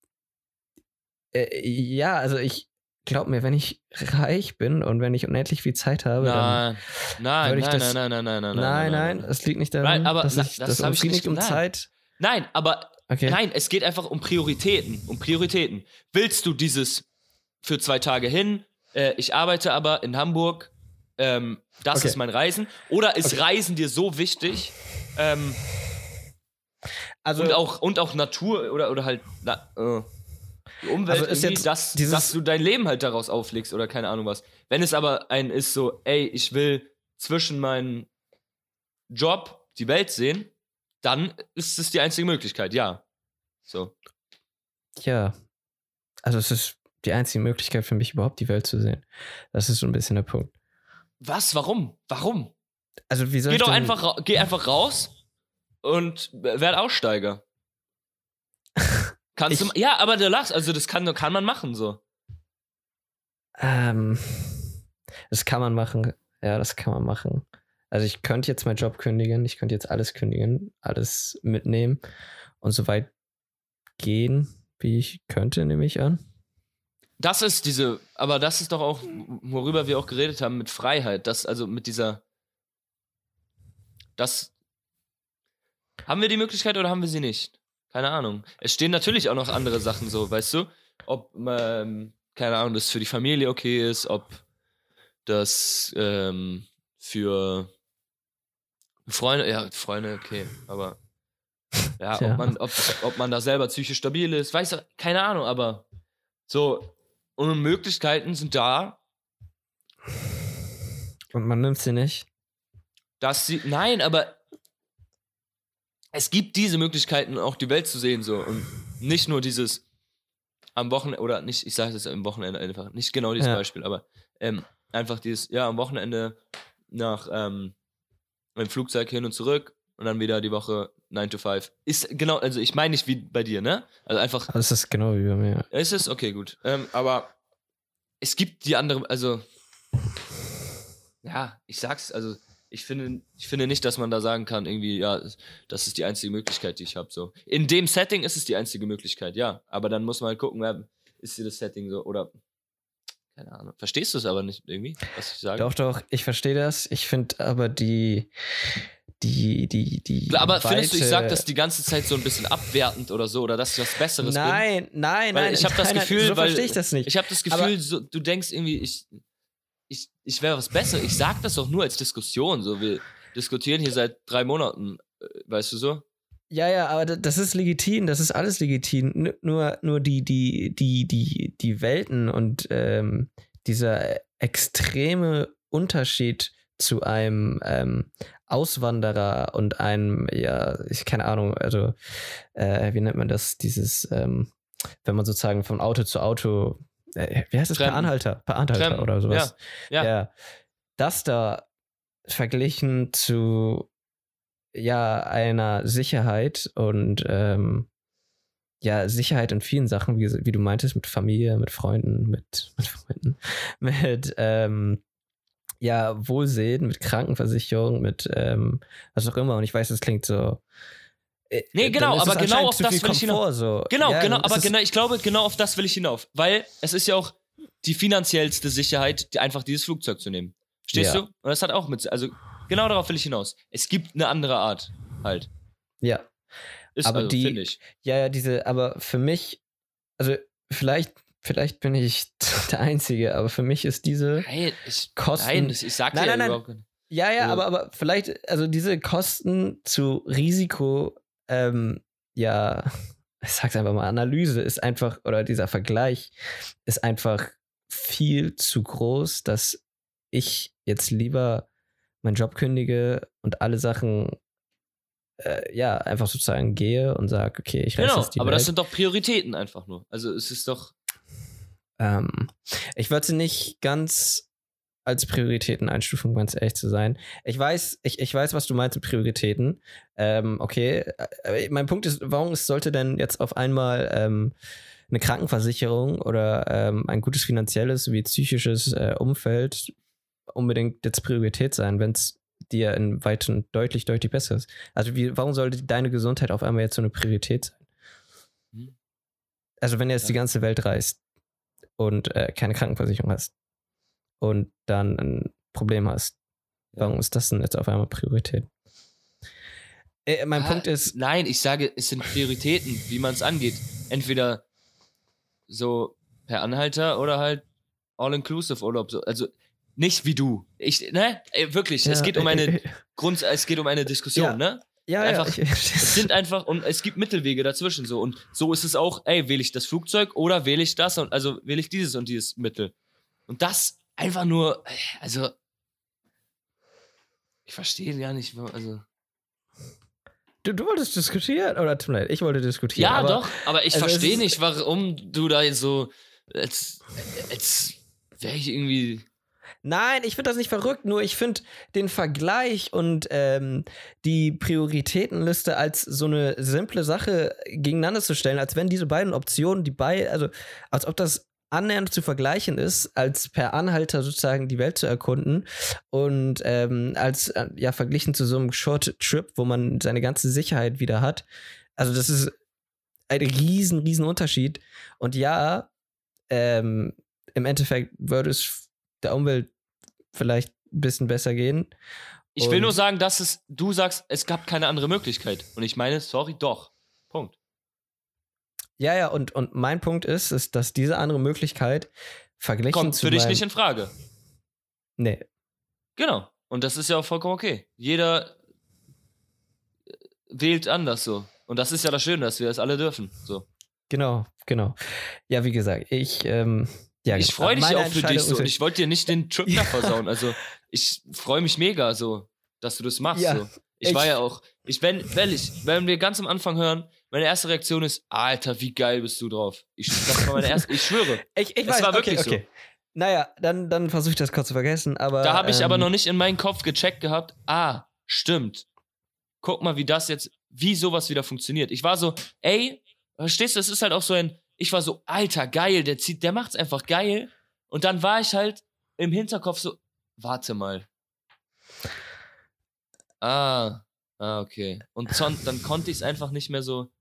Speaker 1: äh, ja, also ich glaube mir, wenn ich reich bin und wenn ich unendlich viel Zeit habe, dann
Speaker 2: Nein, nein,
Speaker 1: würde ich
Speaker 2: nein,
Speaker 1: das-
Speaker 2: nein, nein, nein, nein,
Speaker 1: Nein, nein, es liegt nicht daran,
Speaker 2: Nein, aber
Speaker 1: dass
Speaker 2: na,
Speaker 1: ich,
Speaker 2: das
Speaker 1: das,
Speaker 2: hab
Speaker 1: es
Speaker 2: ich
Speaker 1: geht
Speaker 2: nicht
Speaker 1: nicht um
Speaker 2: nein.
Speaker 1: Zeit.
Speaker 2: Nein, aber
Speaker 1: Okay.
Speaker 2: nein, es geht einfach um Prioritäten. Um Prioritäten. Willst du dieses für zwei Tage hin? Äh, ich arbeite aber in Hamburg. Ähm, das
Speaker 1: Okay.
Speaker 2: ist mein Reisen. Oder ist
Speaker 1: Okay.
Speaker 2: Reisen dir so wichtig? Ähm,
Speaker 1: Also
Speaker 2: und auch und auch Natur oder oder halt na, äh, die Umwelt
Speaker 1: Also ist
Speaker 2: irgendwie,
Speaker 1: jetzt
Speaker 2: dass,
Speaker 1: dieses-
Speaker 2: dass du dein Leben halt daraus auflegst oder keine Ahnung was. Wenn es aber ein ist so, ey, ich will zwischen meinem Job die Welt sehen, dann ist es die einzige Möglichkeit, ja. So.
Speaker 1: ja, also es ist die einzige Möglichkeit für mich überhaupt die Welt zu sehen. Das ist so ein bisschen der Punkt.
Speaker 2: Was? Warum? Warum?
Speaker 1: Also wie soll
Speaker 2: Geh
Speaker 1: ich
Speaker 2: doch
Speaker 1: denn,
Speaker 2: einfach, ra- geh einfach raus und werd Aussteiger. Kannst
Speaker 1: ich,
Speaker 2: du, ja, aber du lachst, also das kann, kann man machen, so.
Speaker 1: Ähm, das kann man machen. Ja, das kann man machen. Also ich könnte jetzt meinen Job kündigen, ich könnte jetzt alles kündigen, alles mitnehmen und so weit gehen, wie ich könnte, nehme ich an.
Speaker 2: Das ist diese, aber das ist doch auch, worüber wir auch geredet haben, mit Freiheit, das, also mit dieser, das, haben wir die Möglichkeit oder haben wir sie nicht? Keine Ahnung. Es stehen natürlich auch noch andere Sachen so, weißt du, ob, ähm, keine Ahnung, das für die Familie okay ist, ob das ähm, für Freunde, ja, Freunde, okay, aber ja,
Speaker 1: Tja.
Speaker 2: ob man, ob, ob man da selber psychisch stabil ist, weiß ich, keine Ahnung, aber so, und Möglichkeiten sind da.
Speaker 1: Und man nimmt sie nicht.
Speaker 2: Dass sie, nein, aber es gibt diese Möglichkeiten, auch die Welt zu sehen, so, und nicht nur dieses am Wochenende, oder nicht, ich sage es am Wochenende einfach, nicht genau dieses
Speaker 1: Ja.
Speaker 2: Beispiel, aber ähm, einfach dieses, ja, am Wochenende nach ähm, im Flugzeug hin und zurück und dann wieder die Woche nine to five. Ist genau, also ich meine nicht wie bei dir, ne? Also einfach.
Speaker 1: Aber es ist genau wie bei mir.
Speaker 2: Ist es? Okay, gut. Ähm, aber es gibt die andere, also ja, ich sag's, also ich finde, ich finde nicht, dass man da sagen kann, irgendwie, ja, das ist die einzige Möglichkeit, die ich habe. So. In dem Setting ist es die einzige Möglichkeit, ja. Aber dann muss man halt gucken, ja, ist dir das Setting so, oder keine Ahnung. Verstehst du es aber nicht irgendwie, was ich sage?
Speaker 1: Doch, doch, ich verstehe das. Ich finde aber die, die, die, die.
Speaker 2: Aber
Speaker 1: Weite...
Speaker 2: findest du, ich sag das die ganze Zeit so ein bisschen abwertend oder so, oder dass ich was Besseres
Speaker 1: nein,
Speaker 2: bin?
Speaker 1: Nein, nein,
Speaker 2: weil
Speaker 1: nein.
Speaker 2: ich habe das
Speaker 1: nein,
Speaker 2: Gefühl,
Speaker 1: so
Speaker 2: weil
Speaker 1: verstehe ich das nicht.
Speaker 2: Ich habe das Gefühl,
Speaker 1: aber
Speaker 2: so, du denkst irgendwie, ich, ich, ich wäre was Besseres. Ich sag das doch nur als Diskussion. So, wir diskutieren hier seit drei Monaten, weißt du so?
Speaker 1: Ja, ja, aber das ist legitim, das ist alles legitim. Nur, nur die, die, die, die, die Welten und ähm, dieser extreme Unterschied zu einem ähm, Auswanderer und einem, ja, ich keine Ahnung, also äh, wie nennt man das, dieses, ähm, wenn man sozusagen von Auto zu Auto, äh, wie heißt das, per Anhalter, per Anhalter
Speaker 2: Fremden.
Speaker 1: oder sowas.
Speaker 2: Ja. Ja.
Speaker 1: ja. Das da verglichen zu ja einer Sicherheit und ähm, ja, Sicherheit in vielen Sachen, wie, wie du meintest, mit Familie, mit Freunden, mit, mit Freunden, mit ähm, ja, Wohlsehen, mit Krankenversicherung, mit ähm, was auch immer. Und ich weiß, das klingt so. Äh,
Speaker 2: Nee, genau, aber genau auf das will ich hinauf.
Speaker 1: So.
Speaker 2: Genau,
Speaker 1: ja,
Speaker 2: genau, aber
Speaker 1: ist,
Speaker 2: genau, ich glaube, genau auf das will ich hinauf. Weil es ist ja auch die finanziellste Sicherheit, die, einfach dieses Flugzeug zu nehmen. Stehst
Speaker 1: ja.
Speaker 2: du? Und das hat auch mit, also genau darauf will ich hinaus. Es gibt eine andere Art halt.
Speaker 1: Ja.
Speaker 2: Ist
Speaker 1: aber
Speaker 2: also,
Speaker 1: die,
Speaker 2: finde ich.
Speaker 1: Ja, ja, diese, aber für mich, also vielleicht, vielleicht bin ich der Einzige, aber für mich ist diese
Speaker 2: nein, ich,
Speaker 1: Kosten.
Speaker 2: Nein, ich sag
Speaker 1: nein,
Speaker 2: dir
Speaker 1: nein,
Speaker 2: ja
Speaker 1: nein.
Speaker 2: überhaupt nicht.
Speaker 1: Ja, ja,
Speaker 2: also,
Speaker 1: aber, aber vielleicht, also diese Kosten zu Risiko, ähm, ja, ich sag's einfach mal, Analyse ist einfach, oder dieser Vergleich ist einfach viel zu groß, dass ich jetzt lieber meinen Job kündige und alle Sachen äh, ja, einfach sozusagen gehe und sage, okay, ich reise
Speaker 2: genau,
Speaker 1: jetzt die
Speaker 2: aber
Speaker 1: Welt.
Speaker 2: das sind doch Prioritäten einfach nur. Also es ist doch.
Speaker 1: Ähm, ich würde sie nicht ganz als Prioritäten einstufen, um ganz ehrlich zu sein. Ich weiß, ich, ich weiß, was du meinst mit Prioritäten. Ähm, okay, äh, mein Punkt ist, warum sollte denn jetzt auf einmal ähm, eine Krankenversicherung oder ähm, ein gutes finanzielles sowie psychisches äh, Umfeld unbedingt jetzt Priorität sein, wenn es dir in Weitem deutlich, deutlich besser ist. Also wie, warum sollte deine Gesundheit auf einmal jetzt so eine Priorität sein? Also wenn du jetzt ja. die ganze Welt reist und äh, keine Krankenversicherung hast und dann ein Problem hast, ja. warum ist das denn jetzt auf einmal Priorität? Äh, mein ah, Punkt ist...
Speaker 2: Nein, ich sage, es sind Prioritäten, wie man es angeht. Entweder so per Anhalter oder halt All-Inclusive-Urlaub. So. Also nicht wie du. Ich, ne? Ey, wirklich, ja, es geht um eine Grund, es geht um eine Diskussion,
Speaker 1: ja.
Speaker 2: ne?
Speaker 1: Ja,
Speaker 2: einfach,
Speaker 1: ja. Ich,
Speaker 2: es sind einfach, und es gibt Mittelwege dazwischen so. Und so ist es auch, ey, wähle ich das Flugzeug oder wähle ich das und also wähle ich dieses und dieses Mittel. Und das einfach nur, also ich verstehe gar nicht, also.
Speaker 1: Du, du wolltest diskutieren, oder tut mir leid, ich wollte diskutieren.
Speaker 2: Ja,
Speaker 1: aber,
Speaker 2: doch, aber ich
Speaker 1: also
Speaker 2: verstehe nicht, warum du da jetzt so, als, als wäre ich irgendwie.
Speaker 1: Nein, ich finde das nicht verrückt, nur ich finde den Vergleich und ähm, die Prioritätenliste als so eine simple Sache gegeneinander zu stellen, als wenn diese beiden Optionen, die beiden, also als ob das annähernd zu vergleichen ist, als per Anhalter sozusagen die Welt zu erkunden und ähm, als äh, ja verglichen zu so einem Short Trip, wo man seine ganze Sicherheit wieder hat. Also das ist ein riesen, riesen Unterschied. Und ja, ähm, im Endeffekt würde es der Umwelt vielleicht ein bisschen besser gehen.
Speaker 2: Ich will nur sagen, dass es, du sagst, es gab keine andere Möglichkeit. Und ich meine, sorry, doch. Punkt.
Speaker 1: Ja, ja, und, und mein Punkt ist, ist, dass diese andere Möglichkeit verglichen
Speaker 2: kommt
Speaker 1: zu
Speaker 2: für dich
Speaker 1: meinem-
Speaker 2: nicht in Frage.
Speaker 1: Nee.
Speaker 2: Genau. Und das ist ja auch vollkommen okay. Jeder äh, wählt anders so. Und das ist ja das Schöne, dass wir das alle dürfen. So.
Speaker 1: Genau, genau. Ja, wie gesagt, ich, ähm, ja,
Speaker 2: Ich freue dich
Speaker 1: meine
Speaker 2: auch für dich
Speaker 1: Entscheidung
Speaker 2: so.
Speaker 1: ist-
Speaker 2: Und ich wollte dir nicht den Trip da versauen. Also, ich freue mich mega so, dass du das machst.
Speaker 1: Ja,
Speaker 2: so. Ich,
Speaker 1: ich-
Speaker 2: war ja auch, ich, wenn, wenn ich, wenn wir ganz am Anfang hören, meine erste Reaktion ist, Alter, wie geil bist du drauf. Ich, das war meine erste, ich schwöre.
Speaker 1: Ich, ich
Speaker 2: Es
Speaker 1: weiß,
Speaker 2: war
Speaker 1: okay,
Speaker 2: wirklich so.
Speaker 1: okay. Naja, dann, dann versuche ich das kurz zu vergessen, aber.
Speaker 2: Da habe ich
Speaker 1: ähm,
Speaker 2: aber noch nicht in meinen Kopf gecheckt gehabt, ah, stimmt. Guck mal, wie das jetzt, wie sowas wieder funktioniert. Ich war so, ey, verstehst du, es ist halt auch so ein, ich war so, Alter, geil, der zieht, der macht's einfach geil. Und dann war ich halt im Hinterkopf so, warte mal. Ah, ah, okay. Und son, dann konnte ich es einfach nicht mehr so,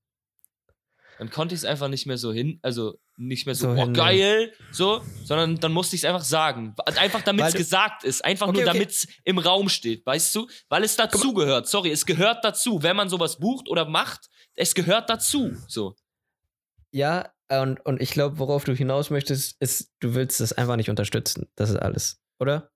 Speaker 2: dann konnte ich es einfach nicht mehr so hin, also nicht mehr so,
Speaker 1: So
Speaker 2: oh,
Speaker 1: hinnehmen.
Speaker 2: geil, so, sondern dann musste ich es einfach sagen. Einfach damit
Speaker 1: Weil
Speaker 2: es
Speaker 1: du-
Speaker 2: gesagt ist, einfach
Speaker 1: Okay,
Speaker 2: nur
Speaker 1: okay.
Speaker 2: damit es im Raum steht, weißt du? Weil es dazugehört, sorry, es gehört dazu. Wenn man sowas bucht oder macht, es gehört dazu, so.
Speaker 1: Ja, und, und ich glaube, worauf du hinaus möchtest, ist, du willst es einfach nicht unterstützen. Das ist alles, oder?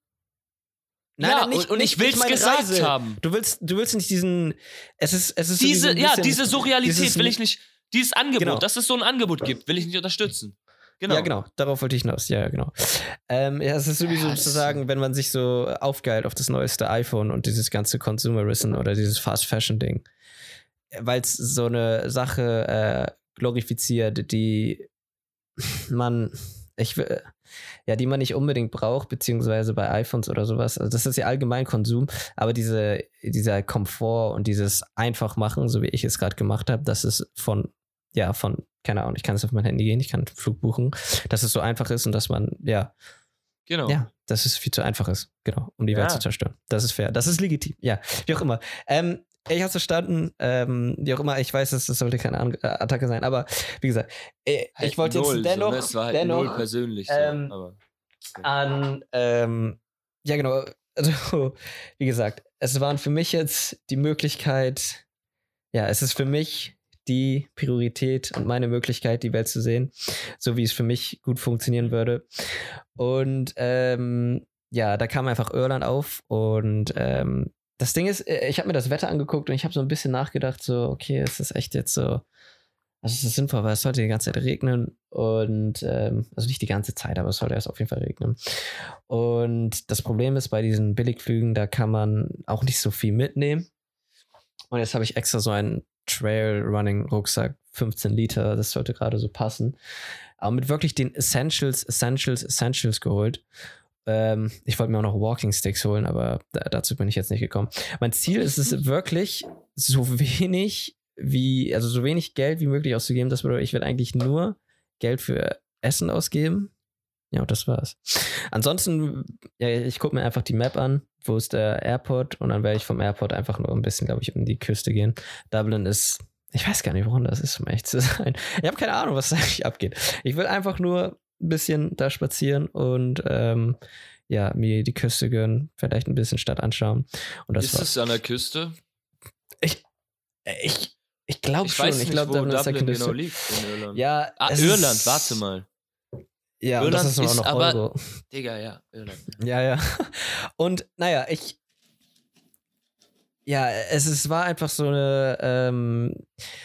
Speaker 2: Ja, und- und ich will's
Speaker 1: meine
Speaker 2: gesagt
Speaker 1: Reise.
Speaker 2: haben.
Speaker 1: Du willst, du willst nicht diesen. Es ist, es ist so wie so
Speaker 2: Diese,
Speaker 1: ein
Speaker 2: ja,
Speaker 1: bisschen-
Speaker 2: diese Surrealität
Speaker 1: dieses-
Speaker 2: will ich nicht, dieses Angebot,
Speaker 1: Genau.
Speaker 2: dass es so ein Angebot gibt, will ich nicht unterstützen. Genau.
Speaker 1: Ja, genau, darauf wollte ich hinaus. Ja, genau. Ähm, ja, es ist sowieso
Speaker 2: Ja,
Speaker 1: zu
Speaker 2: das-
Speaker 1: sagen, wenn man sich so aufgeilt auf das neueste iPhone und dieses ganze Consumerism oder dieses Fast-Fashion-Ding, weil es so eine Sache äh, glorifiziert, die man, ich will, ja, die man nicht unbedingt braucht, beziehungsweise bei iPhones oder sowas. Also das ist ja allgemein Konsum, aber diese, dieser Komfort und dieses Einfachmachen, so wie ich es gerade gemacht habe, das ist von, ja, von, keine Ahnung, ich kann jetzt auf mein Handy gehen, ich kann einen Flug buchen, dass es so einfach ist und dass man, ja,
Speaker 2: Genau.
Speaker 1: ja, dass es viel zu einfach ist, genau, um die Welt
Speaker 2: Ja.
Speaker 1: zu zerstören. Das ist fair, das ist legitim, ja, wie auch immer. Ähm, ich hab's verstanden, ähm, wie auch immer, ich weiß, dass das sollte keine An äh, Attacke sein, aber wie gesagt, äh,
Speaker 2: Halt
Speaker 1: ich wollte jetzt
Speaker 2: null,
Speaker 1: dennoch,
Speaker 2: So, ne? Es war halt
Speaker 1: dennoch
Speaker 2: null persönlich. So,
Speaker 1: ähm,
Speaker 2: aber,
Speaker 1: an, ähm, ja genau, also wie gesagt, es waren für mich jetzt die Möglichkeit, ja, es ist für mich die Priorität und meine Möglichkeit, die Welt zu sehen, so wie es für mich gut funktionieren würde. Und ähm, ja, da kam einfach Irland auf und ähm, das Ding ist, äh, ich habe mir das Wetter angeguckt und ich habe so ein bisschen nachgedacht, so, okay, ist das echt jetzt so, also es ist sinnvoll, weil es sollte die ganze Zeit regnen und, ähm, also nicht die ganze Zeit, aber es sollte erst auf jeden Fall regnen. Und das Problem ist, bei diesen Billigflügen, da kann man auch nicht so viel mitnehmen. Und jetzt habe ich extra so einen Trail-Running-Rucksack, fünfzehn Liter, das sollte gerade so passen. Aber mit wirklich den Essentials, Essentials, Essentials geholt. Ähm, ich wollte mir auch noch Walking Sticks holen, aber da, dazu bin ich jetzt nicht gekommen. Mein Ziel ist es wirklich, so wenig wie, also so wenig Geld wie möglich auszugeben. Das bedeutet, ich werde eigentlich nur Geld für Essen ausgeben. Ja, und das war's. Ansonsten, ja, ich gucke mir einfach die Map an, wo ist der Airport und dann werde ich vom Airport einfach nur ein bisschen, glaube ich, um die Küste gehen. Dublin ist, ich weiß gar nicht, woran das ist, um echt zu sein. Ich habe keine Ahnung, was da eigentlich abgeht. Ich will einfach nur ein bisschen da spazieren und ähm, ja, mir die Küste gönnen, vielleicht ein bisschen Stadt anschauen. Und das
Speaker 2: ist
Speaker 1: war's.
Speaker 2: es an der Küste?
Speaker 1: Ich, ich, ich glaube
Speaker 2: Ich
Speaker 1: schon.
Speaker 2: weiß
Speaker 1: ich
Speaker 2: nicht,
Speaker 1: glaube,
Speaker 2: wo
Speaker 1: Dublin ist der
Speaker 2: Dublin
Speaker 1: Küste.
Speaker 2: genau liegt in Irland.
Speaker 1: Ja,
Speaker 2: Ah,
Speaker 1: es
Speaker 2: Irland,
Speaker 1: ist,
Speaker 2: warte mal.
Speaker 1: Ja, und
Speaker 2: Irland
Speaker 1: das ist, auch
Speaker 2: ist
Speaker 1: noch
Speaker 2: aber-
Speaker 1: Euro.
Speaker 2: Digga, ja, Irland.
Speaker 1: Ja, ja. Und naja, ich. Ja, es, es war einfach so eine. Ähm,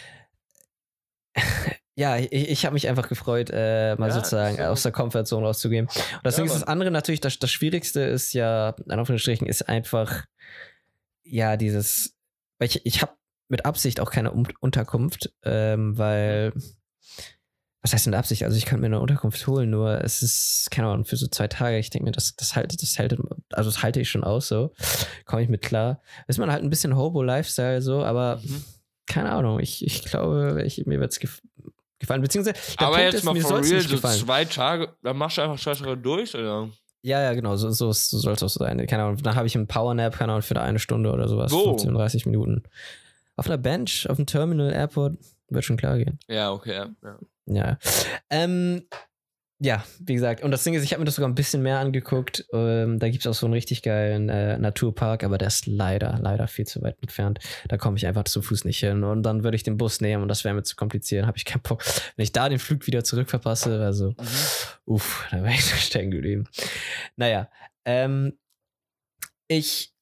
Speaker 1: ja, ich, ich habe mich einfach gefreut, äh, mal
Speaker 2: Ja,
Speaker 1: sozusagen
Speaker 2: so.
Speaker 1: aus der Comfortzone rauszugehen. Und das
Speaker 2: Ja,
Speaker 1: Ding ist, das
Speaker 2: Mann.
Speaker 1: andere natürlich, das, das Schwierigste ist ja, in Anführungsstrichen, ist einfach, ja, dieses. Weil ich, ich habe mit Absicht auch keine um Unterkunft, ähm, weil. was heißt in der Absicht? Also ich könnte mir eine Unterkunft holen, nur es ist, keine Ahnung, für so zwei Tage, ich denke mir, das, das halte, das halte, also das halte ich schon aus, so. Komme ich mit klar. Ist man halt ein bisschen Hobo-Lifestyle, so, aber
Speaker 2: Mhm.
Speaker 1: keine Ahnung, ich, ich glaube, ich, mir wird es gef- gefallen. Beziehungsweise, der
Speaker 2: Aber
Speaker 1: Punkt
Speaker 2: jetzt
Speaker 1: ist,
Speaker 2: mal
Speaker 1: mir
Speaker 2: for
Speaker 1: soll es
Speaker 2: real,
Speaker 1: nicht
Speaker 2: so
Speaker 1: gefallen.
Speaker 2: zwei Tage, dann machst du einfach zwei Tage durch, oder?
Speaker 1: Ja, ja, genau, so, so, so soll es auch sein. Keine Ahnung, dann habe ich einen Powernap, keine Ahnung, für eine Stunde oder sowas,
Speaker 2: Wo?
Speaker 1: fünfzehn, dreißig Minuten. Auf einer Bench, auf dem Terminal, Airport, wird schon klar gehen.
Speaker 2: Ja, okay, ja. ja.
Speaker 1: Ja. Ähm, ja, wie gesagt, und das Ding ist, ich habe mir das sogar ein bisschen mehr angeguckt. Ähm, da gibt es auch so einen richtig geilen äh, Naturpark, aber der ist leider, leider viel zu weit entfernt. Da komme ich einfach zu Fuß nicht hin. Und dann würde ich den Bus nehmen und das wäre mir zu kompliziert. Habe ich keinen Bock. Wenn ich da den Flug wieder zurück verpasse, also,
Speaker 2: Mhm.
Speaker 1: uff, da wäre ich so stecken geblieben. Naja, ähm, ich.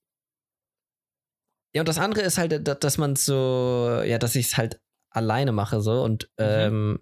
Speaker 1: Ja, und das andere ist halt, da- dass man so, ja, dass ich es halt alleine mache, so und, ähm,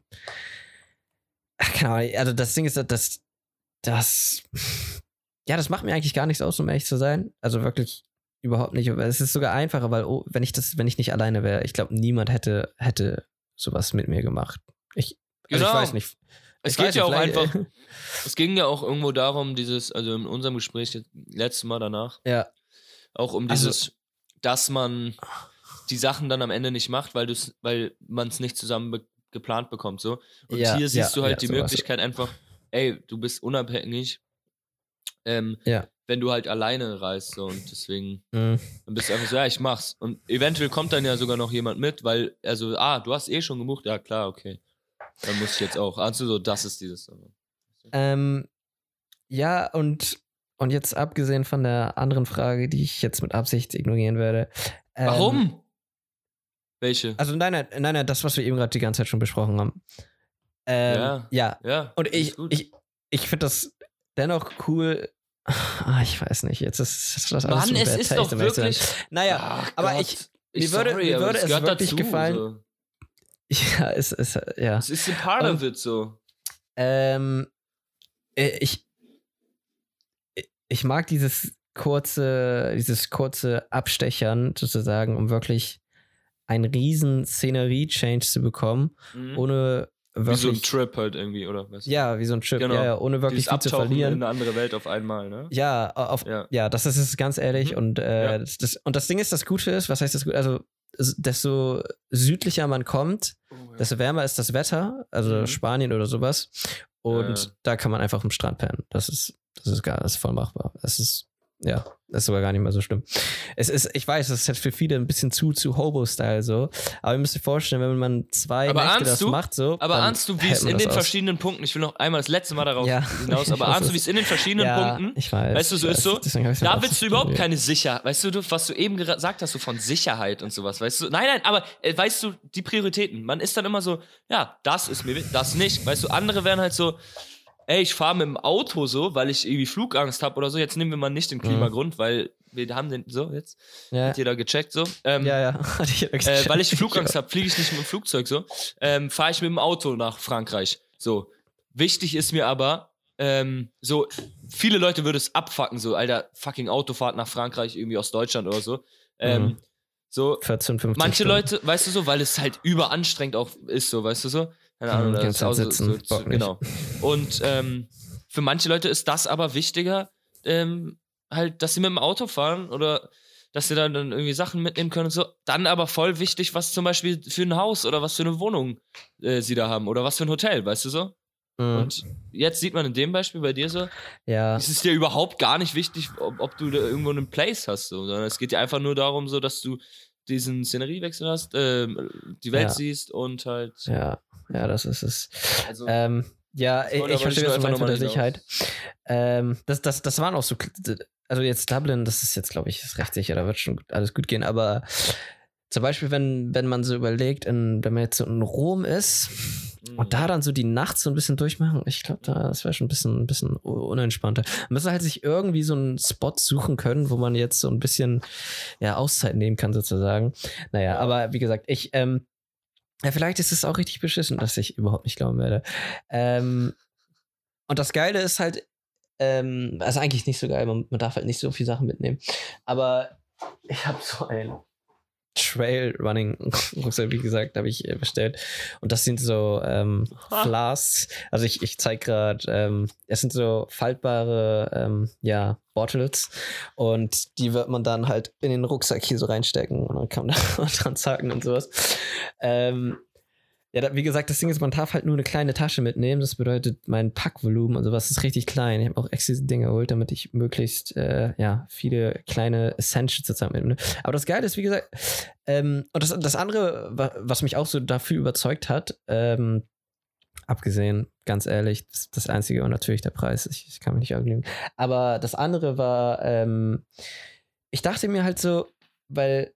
Speaker 1: ach, keine Ahnung, also das Ding ist, dass das, ja, das macht mir eigentlich gar nichts aus, um ehrlich zu sein. Also wirklich überhaupt nicht. Es ist sogar einfacher, weil, oh, wenn ich das, wenn ich nicht alleine wäre, ich glaube, niemand hätte, hätte sowas mit mir gemacht. Ich, also
Speaker 2: Genau.
Speaker 1: ich weiß nicht.
Speaker 2: Es
Speaker 1: Ich
Speaker 2: geht
Speaker 1: weiß
Speaker 2: ja
Speaker 1: nicht,
Speaker 2: auch
Speaker 1: vielleicht-
Speaker 2: einfach, es ging ja auch irgendwo darum, dieses, also in unserem Gespräch jetzt, letztes Mal danach,
Speaker 1: Ja,
Speaker 2: auch um
Speaker 1: Also-
Speaker 2: dieses, dass man die Sachen dann am Ende nicht macht, weil du's, weil man es nicht zusammen be- geplant bekommt, so. Und
Speaker 1: Ja,
Speaker 2: hier siehst
Speaker 1: ja,
Speaker 2: du halt
Speaker 1: ja,
Speaker 2: die
Speaker 1: sowas.
Speaker 2: Möglichkeit einfach, ey, du bist unabhängig, ähm,
Speaker 1: ja.
Speaker 2: wenn du halt alleine reist, so, und deswegen,
Speaker 1: Mhm.
Speaker 2: dann bist du einfach so, ja, ich mach's. Und eventuell kommt dann ja sogar noch jemand mit, weil, also, ah, du hast eh schon gebucht, ja, klar, okay. Dann muss ich jetzt auch. Also so, das ist dieses.
Speaker 1: Ähm, ja, und, und jetzt abgesehen von der anderen Frage, die ich jetzt mit Absicht ignorieren werde. Ähm,
Speaker 2: Warum? Welche?
Speaker 1: Also nein, nein, nein, nein, das, was wir eben gerade die ganze Zeit schon besprochen haben. Ähm,
Speaker 2: Ja.
Speaker 1: ja.
Speaker 2: Ja.
Speaker 1: Und
Speaker 2: ist
Speaker 1: ich,
Speaker 2: gut.
Speaker 1: ich, ich finde das dennoch cool. Ah, ich weiß nicht, jetzt ist, ist das alles
Speaker 2: Mann,
Speaker 1: so
Speaker 2: es
Speaker 1: bad
Speaker 2: ist
Speaker 1: taste,
Speaker 2: doch
Speaker 1: um ehrlich zu sein.
Speaker 2: wirklich.
Speaker 1: Naja,
Speaker 2: Ach
Speaker 1: aber
Speaker 2: Gott.
Speaker 1: ich, mir würde-
Speaker 2: sorry,
Speaker 1: mir
Speaker 2: aber
Speaker 1: würde
Speaker 2: das
Speaker 1: es
Speaker 2: gehört
Speaker 1: wirklich
Speaker 2: dazu,
Speaker 1: gefallen.
Speaker 2: So.
Speaker 1: ja, es ist, ja.
Speaker 2: Es ist ein part
Speaker 1: Und-
Speaker 2: of it so.
Speaker 1: Ähm, äh, ich, ich mag dieses kurze, dieses kurze Abstechern sozusagen, um wirklich einen riesen Szenerie-Change zu bekommen,
Speaker 2: Mhm.
Speaker 1: ohne
Speaker 2: Wie
Speaker 1: wirklich.
Speaker 2: so ein Trip halt irgendwie, oder? Weißt du?
Speaker 1: Ja, wie so ein Trip,
Speaker 2: Genau.
Speaker 1: ja, ja, ohne wirklich
Speaker 2: Dieses
Speaker 1: viel zu
Speaker 2: Abtauchen
Speaker 1: verlieren.
Speaker 2: in eine andere Welt auf einmal, ne?
Speaker 1: Ja, auf, ja.
Speaker 2: Ja.
Speaker 1: das ist es ganz ehrlich.
Speaker 2: Mhm.
Speaker 1: Und, äh,
Speaker 2: Ja.
Speaker 1: das, das, und das Ding ist, das Gute ist, was heißt das Gute? Also, es- desto südlicher man kommt,
Speaker 2: Oh, ja.
Speaker 1: desto wärmer ist das Wetter, also
Speaker 2: Mhm.
Speaker 1: Spanien oder sowas. Und
Speaker 2: Ja.
Speaker 1: da kann man einfach am Strand pennen. Das ist, das ist gar, das ist voll machbar. Das ist, ja, das ist sogar gar nicht mehr so schlimm. Es ist, ich weiß, das ist jetzt für viele ein bisschen zu, zu Hobo-Style so. Aber ihr müsst euch vorstellen, wenn man zwei
Speaker 2: Aber
Speaker 1: Nächte
Speaker 2: ahnst
Speaker 1: das
Speaker 2: du-
Speaker 1: macht so.
Speaker 2: Aber
Speaker 1: dann
Speaker 2: ahnst du, wie
Speaker 1: hält
Speaker 2: es
Speaker 1: man
Speaker 2: in
Speaker 1: das
Speaker 2: den
Speaker 1: aus.
Speaker 2: verschiedenen Punkten, ich will noch einmal das letzte Mal darauf
Speaker 1: Ja.
Speaker 2: hinaus, aber
Speaker 1: Ich weiß
Speaker 2: ahnst du,
Speaker 1: es.
Speaker 2: wie es in den verschiedenen
Speaker 1: Ja,
Speaker 2: Punkten,
Speaker 1: ich weiß.
Speaker 2: weißt du, so
Speaker 1: ich
Speaker 2: ist
Speaker 1: weiß.
Speaker 2: so,
Speaker 1: Deswegen hab ich's mit
Speaker 2: da
Speaker 1: Absicht
Speaker 2: willst du überhaupt
Speaker 1: ignoriert.
Speaker 2: keine Sicherheit, weißt du, du, was du eben gesagt hast, so von Sicherheit und sowas, weißt du, nein, nein, aber äh, weißt du, die Prioritäten, man ist dann immer so, ja, das ist mir, wichtig, das nicht, weißt du, andere wären halt so, ey, ich fahre mit dem Auto so, weil ich irgendwie Flugangst habe oder so, jetzt nehmen wir mal nicht den Klimagrund, weil wir haben den, so, jetzt,
Speaker 1: Ja,
Speaker 2: hat jeder gecheckt, so, ähm,
Speaker 1: ja, ja. Hatte ich ja
Speaker 2: äh,
Speaker 1: gesagt.
Speaker 2: weil ich Flugangst habe, fliege ich nicht mit dem Flugzeug so, ähm, fahre ich mit dem Auto nach Frankreich. So. Wichtig ist mir aber, ähm, so, viele Leute würden es abfucken, so, Alter, fucking Autofahrt nach Frankreich, irgendwie aus Deutschland oder so. Ähm,
Speaker 1: Mhm.
Speaker 2: so,
Speaker 1: vierzehn, fünfzehn
Speaker 2: manche
Speaker 1: Stunden.
Speaker 2: Leute, weißt du so, weil es halt überanstrengend auch ist, so, weißt du so? Keine Ahnung,
Speaker 1: Mhm,
Speaker 2: das
Speaker 1: kannst
Speaker 2: ist
Speaker 1: halt
Speaker 2: auch so,
Speaker 1: sitzen,
Speaker 2: so,
Speaker 1: Bock
Speaker 2: so
Speaker 1: nicht.
Speaker 2: genau. Und ähm, für manche Leute ist das aber wichtiger, ähm, halt, dass sie mit dem Auto fahren oder dass sie dann, dann irgendwie Sachen mitnehmen können und so. Dann aber voll wichtig, was zum Beispiel für ein Haus oder was für eine Wohnung äh, sie da haben oder was für ein Hotel, weißt du so?
Speaker 1: Mhm.
Speaker 2: Und jetzt sieht man in dem Beispiel bei dir so,
Speaker 1: Ja,
Speaker 2: es ist dir überhaupt gar nicht wichtig, ob, ob du da irgendwo einen Place hast, so, sondern es geht dir einfach nur darum, so, dass du diesen Szeneriewechsel hast, ähm, die Welt
Speaker 1: Ja.
Speaker 2: siehst und halt.
Speaker 1: ja, ja, das ist es.
Speaker 2: Also,
Speaker 1: Ähm, ja, ich,
Speaker 2: wollte
Speaker 1: ich
Speaker 2: aber
Speaker 1: verstehe,
Speaker 2: nicht
Speaker 1: was du
Speaker 2: nur
Speaker 1: meinst mit
Speaker 2: einfach
Speaker 1: der
Speaker 2: nochmal
Speaker 1: Sicherheit. Ähm, das, das, das waren auch so, also jetzt Dublin, das ist jetzt, glaube ich, ist recht sicher, da wird schon alles gut gehen, aber zum Beispiel, wenn, wenn man so überlegt, in, wenn man jetzt so in Rom ist
Speaker 2: Mhm.
Speaker 1: und da dann so die Nacht so ein bisschen durchmachen, ich glaube, da, das wäre schon ein bisschen, ein bisschen unentspannter. Man müsste halt sich irgendwie so einen Spot suchen können, wo man jetzt so ein bisschen, ja, Auszeit nehmen kann, sozusagen. Naja,
Speaker 2: Ja.
Speaker 1: aber wie gesagt, ich, ähm, ja, vielleicht ist es auch richtig beschissen, dass ich überhaupt nicht glauben werde. Ähm, und das Geile ist halt, ähm, also eigentlich nicht so geil, man, man darf halt nicht so viele Sachen mitnehmen. Aber ich habe so ein, Trail-Running-Rucksack, wie gesagt, habe ich äh, bestellt. Und das sind so ähm, Flasks. Also ich, ich zeige gerade, ähm, es sind so faltbare ähm, ja, Bottles. Und die wird man dann halt in den Rucksack hier so reinstecken. Und dann kann man da dran zacken und sowas. Ähm, Ja, da, wie gesagt, das Ding ist, man darf halt nur eine kleine Tasche mitnehmen. Das bedeutet, mein Packvolumen und sowas ist richtig klein. Ich habe auch extra diese Dinge geholt, damit ich möglichst äh, ja, viele kleine Essentials sozusagen mitnehme. Aber das Geile ist, wie gesagt, ähm, und das, das andere, was mich auch so dafür überzeugt hat, ähm, abgesehen, ganz ehrlich, das, das Einzige und natürlich der Preis. Ich, ich kann mich nicht anlügen. Aber das andere war, ähm, ich dachte mir halt so, weil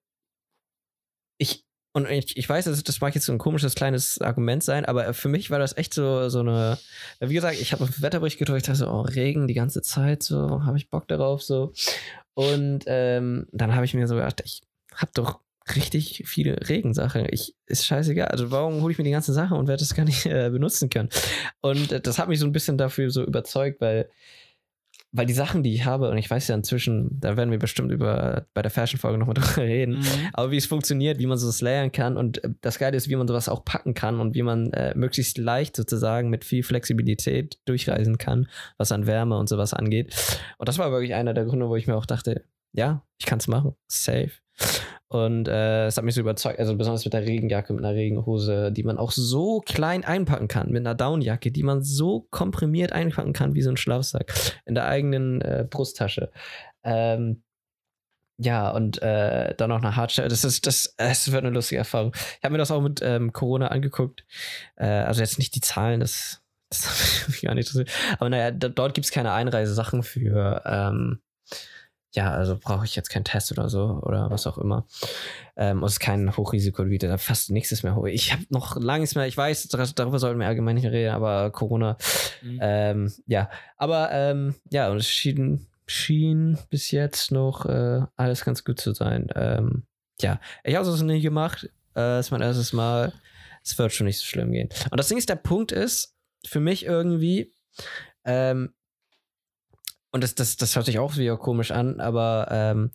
Speaker 1: ich Und ich, ich weiß, das, das mag jetzt so ein komisches kleines Argument sein, aber für mich war das echt so, so eine, wie gesagt, ich habe auf den Wetterbericht gedrückt, ich dachte so, oh, Regen die ganze Zeit, so, habe ich Bock darauf, so. Und ähm, dann habe ich mir so gedacht, ich habe doch richtig viele Regensachen. Ich, ist scheißegal. Also warum hole ich mir die ganze Sache und werde das gar nicht äh, benutzen können? Und äh, das hat mich so ein bisschen dafür so überzeugt, weil Weil die Sachen, die ich habe, und ich weiß ja inzwischen, da werden wir bestimmt über bei der Fashion-Folge nochmal drüber reden, mhm. aber wie es funktioniert, wie man sowas layern kann und das Geile ist, wie man sowas auch packen kann und wie man äh, möglichst leicht sozusagen mit viel Flexibilität durchreisen kann, was an Wärme und sowas angeht. Und das war wirklich einer der Gründe, wo ich mir auch dachte, ja, ich kann es machen, safe. Und äh, es hat mich so überzeugt, also besonders mit der Regenjacke, mit einer Regenhose, die man auch so klein einpacken kann, mit einer Downjacke, die man so komprimiert einpacken kann wie so ein Schlafsack in der eigenen äh, Brusttasche. Ähm, ja, und äh, dann noch eine Hardshell. Das ist, das, das wird eine lustige Erfahrung. Ich habe mir das auch mit ähm, Corona angeguckt. Äh, also jetzt nicht die Zahlen, das, das habe ich gar nicht interessiert. Aber naja, da, dort gibt es keine Einreisesachen für. Ähm, Ja, also brauche ich jetzt keinen Test oder so oder was auch immer. Ähm, es ist kein Hochrisikogebiet, da fast nichts ist mehr hoch. Ich habe noch lange nichts mehr, ich weiß, darüber sollten wir allgemein nicht reden, aber Corona, mhm. ähm, ja. Aber ähm, ja, und es schien, schien bis jetzt noch äh, alles ganz gut zu sein. Ähm, ja, ich habe es noch nie gemacht. Äh, das ist mein erstes Mal. Es wird schon nicht so schlimm gehen. Und das Ding ist, der Punkt ist, für mich irgendwie, ähm, und das, das, das hört sich auch wieder komisch an, aber ähm,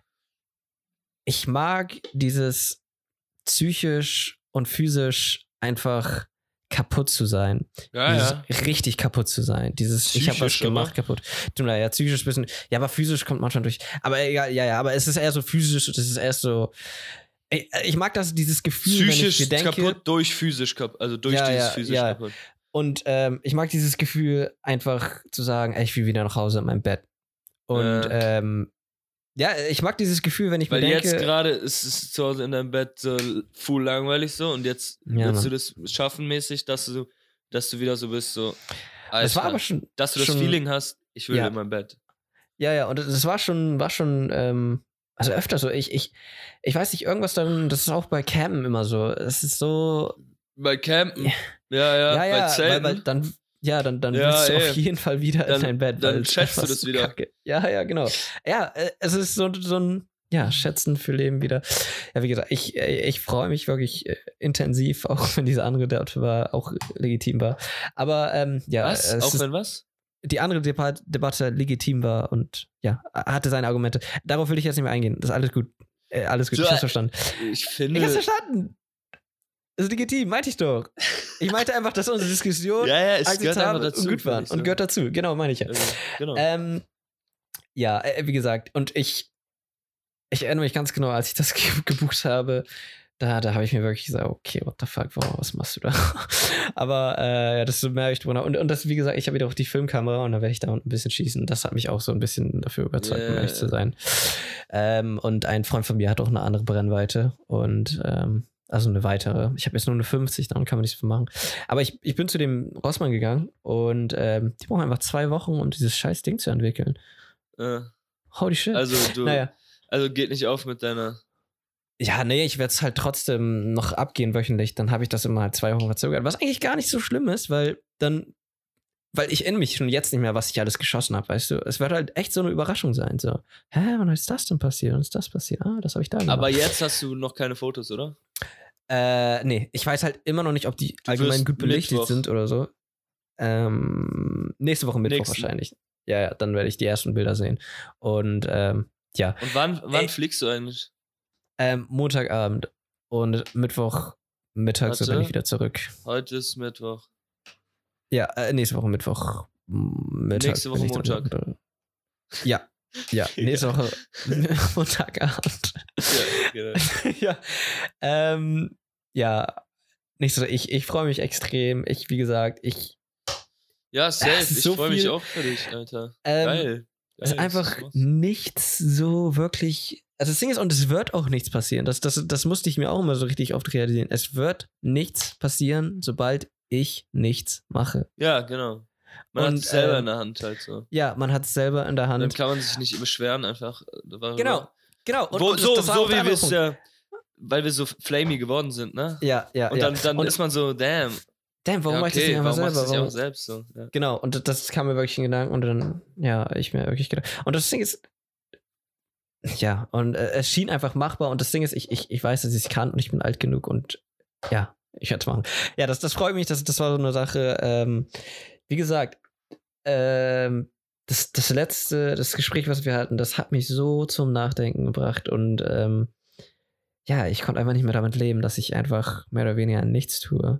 Speaker 1: ich mag dieses psychisch und physisch einfach kaputt zu sein.
Speaker 2: Ja,
Speaker 1: dieses
Speaker 2: ja.
Speaker 1: richtig kaputt zu sein. Dieses, psychisch, ich habe was gemacht, oder? Kaputt. Naja, psychisch ein bisschen, ja, aber physisch kommt man schon durch. Aber egal, ja, ja, aber es ist eher so physisch, das ist eher so, ich, ich mag das, dieses Gefühl,
Speaker 2: psychisch
Speaker 1: wenn ich mir denke,
Speaker 2: kaputt durch physisch kaputt, also durch
Speaker 1: ja,
Speaker 2: dieses
Speaker 1: ja,
Speaker 2: physisch
Speaker 1: ja.
Speaker 2: kaputt.
Speaker 1: Und ähm, ich mag dieses Gefühl, einfach zu sagen, ey, ich will wieder nach Hause in mein Bett. Und äh. ähm, ja, ich mag dieses Gefühl, wenn ich
Speaker 2: Weil
Speaker 1: mir denke...
Speaker 2: Weil jetzt gerade ist es zu Hause in deinem Bett so full langweilig so und jetzt
Speaker 1: ja,
Speaker 2: willst
Speaker 1: Mann.
Speaker 2: du das schaffen mäßig, dass du, dass du wieder so bist, so...
Speaker 1: Das war aber schon...
Speaker 2: Dass du das
Speaker 1: schon,
Speaker 2: Feeling hast, ich will
Speaker 1: ja.
Speaker 2: in mein Bett.
Speaker 1: Ja, ja, und das war schon, war schon, ähm, also öfter so. Ich, ich, ich weiß nicht, irgendwas darin, das ist auch bei Campen immer so. Es ist so...
Speaker 2: Bei Campen? Ja, ja, ja,
Speaker 1: ja, ja
Speaker 2: bei Zelten.
Speaker 1: Weil, weil dann... Ja, dann, dann
Speaker 2: ja,
Speaker 1: willst du
Speaker 2: ey.
Speaker 1: auf jeden Fall wieder
Speaker 2: dann,
Speaker 1: in dein Bett.
Speaker 2: Dann schätzt du das wieder.
Speaker 1: Kacke. Ja, ja, genau. Ja, es ist so, so ein, ja, Schätzen für Leben wieder. Ja, wie gesagt, ich, ich freue mich wirklich äh, intensiv, auch wenn diese andere Debatte war, auch legitim war. Aber, ähm, ja.
Speaker 2: Was?
Speaker 1: Es
Speaker 2: auch
Speaker 1: ist,
Speaker 2: wenn was?
Speaker 1: Die andere Debatte, Debatte legitim war und, ja, hatte seine Argumente. Darauf will ich jetzt nicht mehr eingehen. Das ist alles gut. Äh, alles gut,
Speaker 2: so,
Speaker 1: ich hab's verstanden.
Speaker 2: Ich finde...
Speaker 1: Ich hab's verstanden. Das ist legitim, meinte ich doch. Ich meinte einfach, dass unsere Diskussion
Speaker 2: ja, ja, es gehört einfach dazu,
Speaker 1: und gut waren. So. Und gehört dazu, genau, meine ich ja.
Speaker 2: Also, genau.
Speaker 1: Ähm, ja, äh, wie gesagt, und ich, ich erinnere mich ganz genau, als ich das ge- gebucht habe, da, da habe ich mir wirklich gesagt, okay, what the fuck, warum, was machst du da? Aber äh, ja, das so merke ich drunter. Und, und das, wie gesagt, ich habe wieder auch die Filmkamera und da werde ich da ein bisschen schießen. Das hat mich auch so ein bisschen dafür überzeugt, yeah. um ehrlich zu sein. Ähm, und ein Freund von mir hat auch eine andere Brennweite und ähm, also eine weitere. Ich habe jetzt nur eine fünfzig, daran kann man nichts mehr machen. Aber ich, ich bin zu dem Rossmann gegangen und ähm, die brauchen einfach zwei Wochen, um dieses scheiß Ding zu entwickeln.
Speaker 2: Äh,
Speaker 1: Holy shit.
Speaker 2: Also du,
Speaker 1: naja.
Speaker 2: also geht nicht auf mit deiner...
Speaker 1: Ja, nee, ich werde es halt trotzdem noch abgehen wöchentlich. Dann habe ich das immer halt zwei Wochen verzögert. Was eigentlich gar nicht so schlimm ist, weil dann... Weil ich erinnere mich schon jetzt nicht mehr, was ich alles geschossen habe, weißt du? Es wird halt echt so eine Überraschung sein. So, hä, wann ist das denn passiert? Wann ist das passiert? Ah, das habe ich da gemacht.
Speaker 2: Aber jetzt hast du noch keine Fotos, oder?
Speaker 1: Äh, nee. Ich weiß halt immer noch nicht, ob die du allgemein gut belichtet Mittwoch. sind oder so. Ähm, nächste Woche Mittwoch Nächsten. wahrscheinlich. Ja, ja, dann werde ich die ersten Bilder sehen. Und, ähm, ja.
Speaker 2: Und wann, wann fliegst du eigentlich?
Speaker 1: Ähm, Montagabend und Mittwoch Mittag, so bin ich wieder zurück.
Speaker 2: Heute ist Mittwoch.
Speaker 1: Ja, äh, nächste Woche Mittwoch. Mittag
Speaker 2: nächste Woche Montag.
Speaker 1: Dann, ja, ja, nächste Woche Montagabend.
Speaker 2: Ja, genau.
Speaker 1: ja, ähm, ja, nicht so, ich, ich freue mich extrem. Ich, wie gesagt, ich.
Speaker 2: Ja, safe. Ich
Speaker 1: so
Speaker 2: freue mich auch für dich, Alter.
Speaker 1: Ähm,
Speaker 2: Geil.
Speaker 1: Es ist einfach nichts so wirklich. Also das Ding ist, und es wird auch nichts passieren. Das, das, das musste ich mir auch immer so richtig oft realisieren. Es wird nichts passieren, sobald ich nichts mache.
Speaker 2: Ja, genau. Man hat es selber äh, in der Hand halt so.
Speaker 1: Ja, man hat es selber in der Hand.
Speaker 2: Dann kann man sich nicht beschweren einfach.
Speaker 1: Genau, genau.
Speaker 2: Und, Wo, und so, das, das so wie wir es ja, weil wir so flamey geworden sind, ne?
Speaker 1: Ja, ja,
Speaker 2: Und dann,
Speaker 1: ja.
Speaker 2: dann
Speaker 1: und
Speaker 2: ist man so, damn.
Speaker 1: Damn, warum
Speaker 2: ja,
Speaker 1: mach ich das nicht einfach selber?
Speaker 2: Warum auch selbst so? Ja.
Speaker 1: Genau, und das kam mir wirklich in Gedanken und dann, ja, ich mir wirklich gedacht. Und das Ding ist, ja, und äh, es schien einfach machbar und das Ding ist, ich, ich, ich weiß, dass ich es kann und ich bin alt genug und ja, ich werde es machen. Ja, das, das freut mich, das, das war so eine Sache, ähm, wie gesagt, ähm, das, das letzte, das Gespräch, was wir hatten, das hat mich so zum Nachdenken gebracht und ähm, ja, ich konnte einfach nicht mehr damit leben, dass ich einfach mehr oder weniger nichts tue.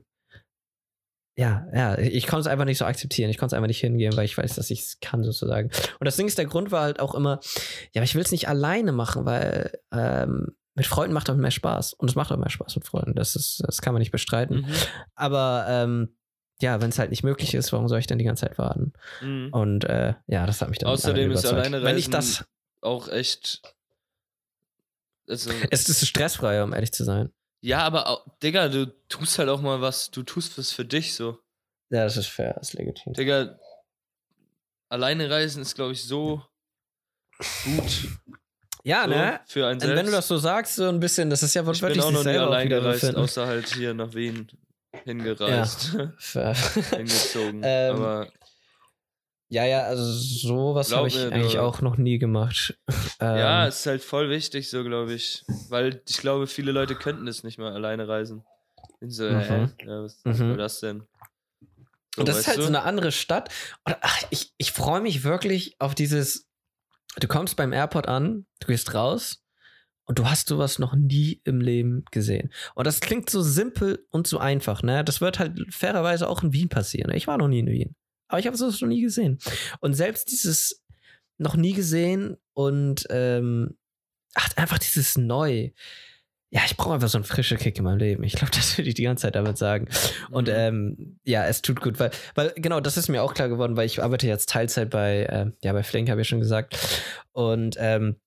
Speaker 1: Ja, ja, ich konnte es einfach nicht so akzeptieren. Ich konnte es einfach nicht hingehen, weil ich weiß, dass ich es kann, sozusagen. Und das Ding ist, der Grund war halt auch immer, ja, aber ich will es nicht alleine machen, weil ähm, mit Freunden macht auch mehr Spaß. Und es macht auch mehr Spaß mit Freunden. Das ist, das kann man nicht bestreiten.
Speaker 2: Mhm.
Speaker 1: Aber ähm, ja, wenn es halt nicht möglich ist, warum soll ich denn die ganze Zeit warten?
Speaker 2: Mhm.
Speaker 1: Und äh, ja, das hat mich dann
Speaker 2: Außerdem ist alleine
Speaker 1: wenn ich das
Speaker 2: auch echt. Also,
Speaker 1: es ist stressfreier, um ehrlich zu sein.
Speaker 2: Ja, aber, auch, Digga, du tust halt auch mal was, du tust was für dich so.
Speaker 1: Ja, das ist fair, das ist legitim.
Speaker 2: Digga, alleine reisen ist, glaube ich, so gut.
Speaker 1: Ja,
Speaker 2: so,
Speaker 1: ne?
Speaker 2: Für einen
Speaker 1: selbst. Und wenn du das so sagst, so ein bisschen, das ist ja
Speaker 2: wortwörtlich ich bin auch noch nie allein gereist,
Speaker 1: finden.
Speaker 2: außer halt hier nach Wien hingereist.
Speaker 1: Ja, fair.
Speaker 2: Hingezogen,
Speaker 1: ähm,
Speaker 2: aber...
Speaker 1: Ja, ja, also sowas habe ich
Speaker 2: mir,
Speaker 1: eigentlich
Speaker 2: du,
Speaker 1: auch noch nie gemacht. ähm,
Speaker 2: ja, es ist halt voll wichtig, so glaube ich. Weil ich glaube, viele Leute könnten das nicht mal alleine reisen. Ich so,
Speaker 1: mhm.
Speaker 2: hä? Ja, was
Speaker 1: mhm.
Speaker 2: soll das denn? So,
Speaker 1: und das ist halt
Speaker 2: du?
Speaker 1: so eine andere Stadt. Und, ach, ich ich freue mich wirklich auf dieses. Du kommst beim Airport an, du gehst raus und du hast sowas noch nie im Leben gesehen. Und das klingt so simpel und so einfach, ne? Das wird halt fairerweise auch in Wien passieren. Ich war noch nie in Wien. Aber ich habe sowas noch nie gesehen. Und selbst dieses noch nie gesehen und ähm, ach, einfach dieses Neu. Ja, ich brauche einfach so einen frischen Kick in meinem Leben. Ich glaube, das würde ich die ganze Zeit damit sagen. Und ähm, ja, es tut gut, weil, weil genau, das ist mir auch klar geworden, weil ich arbeite jetzt Teilzeit bei, äh, ja, bei Flink, habe ich schon gesagt. Und ähm,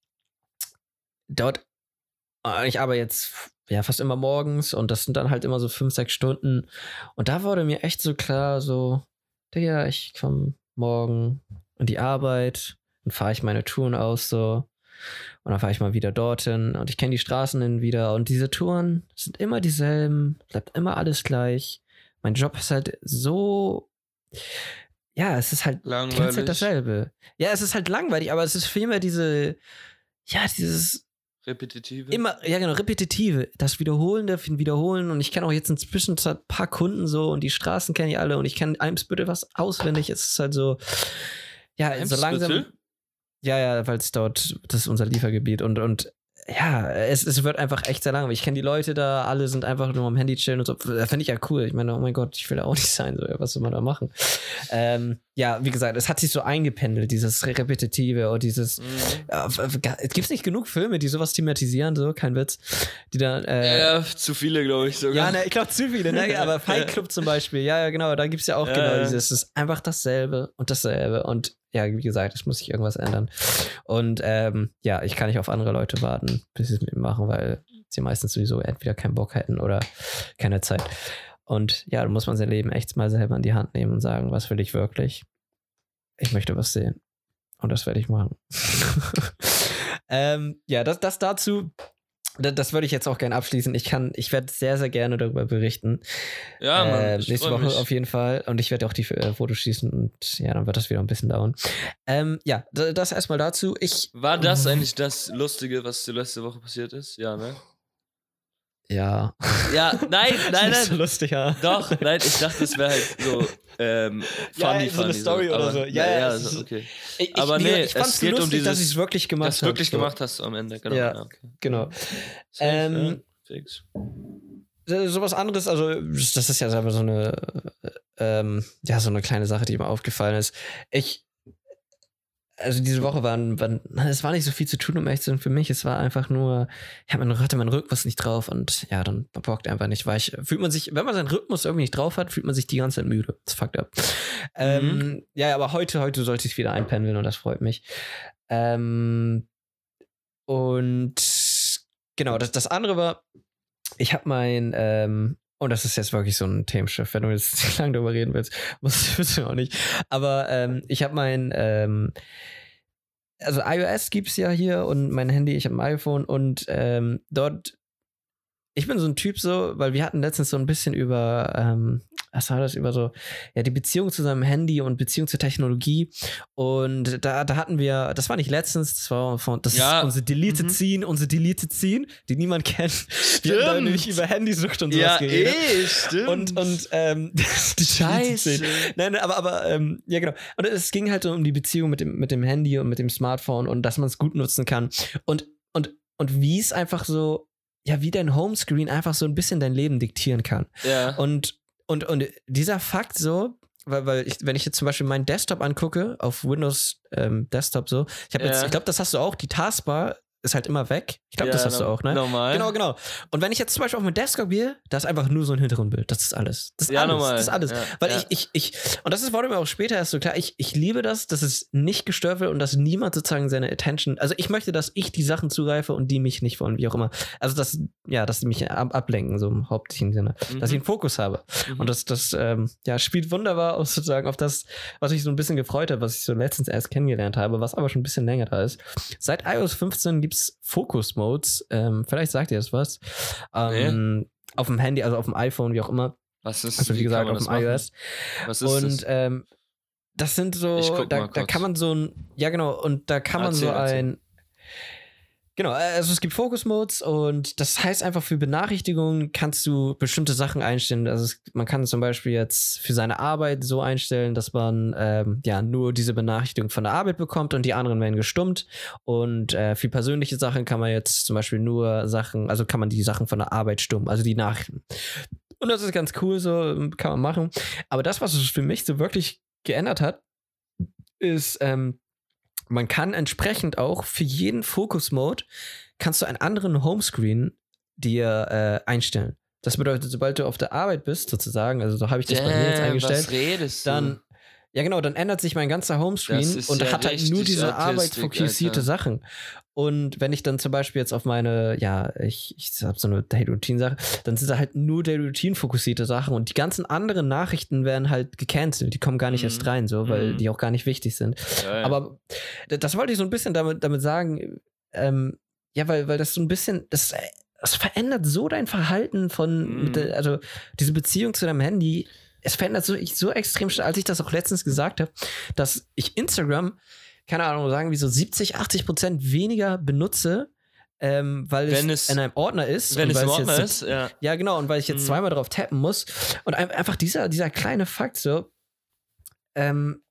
Speaker 1: dort, ich arbeite jetzt ja fast immer morgens und das sind dann halt immer so fünf, sechs Stunden. Und da wurde mir echt so klar, so, Digga, ich komme morgen in die Arbeit und fahre ich meine Touren aus, so. Und dann fahre ich mal wieder dorthin und ich kenne die Straßen hin wieder. Und diese Touren sind immer dieselben, bleibt immer alles gleich. Mein Job ist halt so, ja, es ist halt
Speaker 2: langweilig.
Speaker 1: Die ganze Zeit dasselbe. Ja, es ist halt langweilig, aber es ist vielmehr diese, ja, dieses
Speaker 2: Repetitive.
Speaker 1: Immer, ja genau, repetitive. Das Wiederholende, Wiederholen. Und ich kenne auch jetzt inzwischen ein paar Kunden so und die Straßen kenne ich alle und ich kenne Eimsbüttel was auswendig. Es ist halt so, ja, so langsam. Ja, ja, weil es dort, das ist unser Liefergebiet und, und ja, es, es wird einfach echt sehr langweilig. Ich kenne die Leute da, alle sind einfach nur am Handy chillen und so. Das finde ich ja cool. Ich meine, oh mein Gott, ich will da auch nicht sein. So, was soll man da machen? Ähm, ja, wie gesagt, es hat sich so eingependelt, dieses Repetitive und dieses. Mhm. Äh, Gibt es nicht genug Filme, die sowas thematisieren, so, kein Witz? Die dann. Äh,
Speaker 2: ja, zu viele, glaube ich sogar.
Speaker 1: Ja, ne, ich glaube zu viele, ne? Aber Fight Club zum Beispiel, ja, ja, genau, da gibt es ja auch ja, genau dieses. Es ist einfach dasselbe und dasselbe und ja, wie gesagt, es muss sich irgendwas ändern. Und ähm, ja, ich kann nicht auf andere Leute warten, bis sie es mit mir machen, weil sie meistens sowieso entweder keinen Bock hätten oder keine Zeit. Und ja, da muss man sein Leben echt mal selber in die Hand nehmen und sagen, was will ich wirklich? Ich möchte was sehen. Und das werde ich machen. ähm, ja, das, das dazu. Das würde ich jetzt auch gerne abschließen. Ich kann, ich werde sehr, sehr gerne darüber berichten.
Speaker 2: Ja, Mann.
Speaker 1: Äh, nächste Woche
Speaker 2: mich.
Speaker 1: auf jeden Fall. Und ich werde auch die äh, Fotos schießen und ja, dann wird das wieder ein bisschen dauern. Ähm, ja, das erstmal dazu. Ich,
Speaker 2: War das eigentlich das Lustige, was die letzte Woche passiert ist? Ja, ne?
Speaker 1: Ja.
Speaker 2: Ja, nein, nein,
Speaker 1: Nicht so
Speaker 2: nein.
Speaker 1: lustig, ja.
Speaker 2: Doch, nein, ich dachte, es wäre halt so ähm, funny,
Speaker 1: ja, so eine
Speaker 2: funny,
Speaker 1: Story
Speaker 2: so.
Speaker 1: oder
Speaker 2: aber,
Speaker 1: so. Ja, ja,
Speaker 2: ja,
Speaker 1: es
Speaker 2: so,
Speaker 1: ist-
Speaker 2: okay.
Speaker 1: Ich,
Speaker 2: Aber
Speaker 1: ich,
Speaker 2: nee,
Speaker 1: ich fand's
Speaker 2: es geht
Speaker 1: lustig,
Speaker 2: um dieses,
Speaker 1: dass ich es wirklich gemacht habe.
Speaker 2: das wirklich
Speaker 1: so.
Speaker 2: gemacht hast du am Ende, genau.
Speaker 1: Ja,
Speaker 2: Ja, okay.
Speaker 1: Genau.
Speaker 2: Safe,
Speaker 1: Ähm,
Speaker 2: ja, fix.
Speaker 1: Äh, Sowas anderes, also das ist ja selber so eine, äh, ähm, ja, so eine kleine Sache, die mir aufgefallen ist. Ich, also diese Woche waren, waren, es war nicht so viel zu tun, um echt zu sein für mich. Es war einfach nur, ich hab mein, hatte meinen Rhythmus nicht drauf und ja, dann bockt einfach nicht, weil ich, fühlt man sich, wenn man seinen Rhythmus irgendwie nicht drauf hat, fühlt man sich die ganze Zeit müde. Das fuckt up. Ähm, ja, aber heute, heute sollte ich wieder einpendeln und das freut mich. Ähm, und genau, das, das andere war, ich habe mein, ähm, und das ist jetzt wirklich so ein Themenschiff, wenn du jetzt nicht lange darüber reden willst, musst du auch nicht. Aber ähm, ich habe mein, ähm, also iOS gibt's ja hier und mein Handy, ich habe ein iPhone und ähm, dort, ich bin so ein Typ so, weil wir hatten letztens so ein bisschen über, ähm, was war das, über so, ja, die Beziehung zu seinem Handy und Beziehung zur Technologie. Und da, da hatten wir, das war nicht letztens, das war von, das
Speaker 2: Ja.
Speaker 1: ist unsere Deleted
Speaker 2: Mhm.
Speaker 1: Scene, unsere Deleted Scene, die niemand kennt. Wir haben da
Speaker 2: Stimmt.
Speaker 1: nämlich über Handysucht und sowas
Speaker 2: Ja,
Speaker 1: geredet.
Speaker 2: eh, stimmt.
Speaker 1: Und, und, ähm, die Deleted
Speaker 2: Scheiße.
Speaker 1: Scene. Nein, nein, aber, aber, ähm, ja, genau. Und es ging halt so um die Beziehung mit dem, mit dem Handy und mit dem Smartphone und dass man es gut nutzen kann. Und, und, und wie es einfach so, ja, wie dein Homescreen einfach so ein bisschen dein Leben diktieren kann.
Speaker 2: Ja.
Speaker 1: Und, und, und dieser Fakt so, weil, weil ich, wenn ich jetzt zum Beispiel meinen Desktop angucke, auf Windows ähm, Desktop so, ich habe jetzt,
Speaker 2: Ja.
Speaker 1: ich glaube, das hast du auch, die Taskbar ist halt immer weg. Ich glaube,
Speaker 2: Ja,
Speaker 1: das hast du
Speaker 2: no-
Speaker 1: auch, ne?
Speaker 2: Normal.
Speaker 1: Genau, genau. Und wenn ich jetzt zum Beispiel auf mein Desktop gehe, da ist einfach nur so ein Hintergrundbild. Das ist alles. Das ist
Speaker 2: Ja,
Speaker 1: alles.
Speaker 2: normal.
Speaker 1: Das ist alles.
Speaker 2: Ja,
Speaker 1: Weil
Speaker 2: ja.
Speaker 1: ich, ich, ich, und das ist, wurde mir auch später erst so klar, ich, ich liebe das, dass es nicht gestört wird und dass niemand sozusagen seine Attention, also ich möchte, dass ich die Sachen zugreife und die mich nicht von, wie auch immer. Also, dass, ja, dass die mich ab, ablenken, so im hauptsächlichen Sinne.
Speaker 2: Mhm.
Speaker 1: Dass ich einen Fokus habe.
Speaker 2: Mhm.
Speaker 1: Und das, das, ähm, ja, spielt wunderbar aus sozusagen auf das, was mich so ein bisschen gefreut hat, was ich so letztens erst kennengelernt habe, was aber schon ein bisschen länger da ist. Seit iOS fünfzehn gibt's Focus-Modes, ähm, vielleicht sagt ihr das was. Ähm, Auf dem Handy, also auf dem iPhone, wie auch immer.
Speaker 2: Was ist,
Speaker 1: Also wie
Speaker 2: kann
Speaker 1: gesagt,
Speaker 2: man
Speaker 1: auf
Speaker 2: das
Speaker 1: dem
Speaker 2: machen?
Speaker 1: iOS.
Speaker 2: Was ist
Speaker 1: Und
Speaker 2: das?
Speaker 1: ähm, das sind
Speaker 2: Ich
Speaker 1: so,
Speaker 2: guck
Speaker 1: da,
Speaker 2: mal
Speaker 1: da
Speaker 2: kurz.
Speaker 1: kann man so ein, ja genau, und da kann man
Speaker 2: Erzähl,
Speaker 1: so
Speaker 2: erzähl.
Speaker 1: ein, genau, also es gibt Focus-Modes und das heißt einfach, für Benachrichtigungen kannst du bestimmte Sachen einstellen. Also es, man kann zum Beispiel jetzt für seine Arbeit so einstellen, dass man ähm, ja nur diese Benachrichtigung von der Arbeit bekommt und die anderen werden gestummt. Und äh, für persönliche Sachen kann man jetzt zum Beispiel nur Sachen, also kann man die Sachen von der Arbeit stummen, also die Nachrichten. Und das ist ganz cool, so kann man machen. Aber das, was es für mich so wirklich geändert hat, ist, ähm, man kann entsprechend auch für jeden Focus-Mode kannst du einen anderen Homescreen dir äh, einstellen. Das bedeutet, sobald du auf der Arbeit bist, sozusagen, also so habe ich das bei mir jetzt
Speaker 2: Damn,
Speaker 1: eingestellt,
Speaker 2: was redest du?
Speaker 1: dann, ja genau, dann ändert sich mein ganzer
Speaker 2: Das
Speaker 1: Homescreen
Speaker 2: ist
Speaker 1: und
Speaker 2: ja
Speaker 1: hat halt nur
Speaker 2: richtig
Speaker 1: diese
Speaker 2: Autistik,
Speaker 1: arbeitsfokussierte
Speaker 2: Alter.
Speaker 1: Sachen. Und wenn ich dann zum Beispiel jetzt auf meine, ja, ich, ich habe so eine Daily Routine-Sache, dann sind da halt nur Daily Routine-fokussierte Sachen und die ganzen anderen Nachrichten werden halt gecancelt. Die kommen gar nicht
Speaker 2: Mhm.
Speaker 1: erst rein, so, weil
Speaker 2: Mhm.
Speaker 1: die auch gar nicht wichtig sind.
Speaker 2: Ja, ja.
Speaker 1: Aber d- das wollte ich so ein bisschen damit, damit sagen, ähm, ja, weil, weil das so ein bisschen, das, das verändert so dein Verhalten von,
Speaker 2: Mhm.
Speaker 1: mit der, also diese Beziehung zu deinem Handy, es verändert so, ich, so extrem schnell, als ich das auch letztens gesagt habe, dass ich Instagram, keine Ahnung, sagen wie so siebzig, achtzig Prozent weniger benutze, ähm, weil
Speaker 2: Wenn
Speaker 1: es,
Speaker 2: es-
Speaker 1: in einem Ordner ist.
Speaker 2: Wenn
Speaker 1: und
Speaker 2: es
Speaker 1: weil
Speaker 2: im
Speaker 1: jetzt
Speaker 2: Ordner
Speaker 1: so-
Speaker 2: ist, ja.
Speaker 1: Ja, genau, und weil ich jetzt
Speaker 2: Mhm.
Speaker 1: zweimal drauf tappen muss. Und ein- einfach dieser, dieser kleine Fakt so, ähm,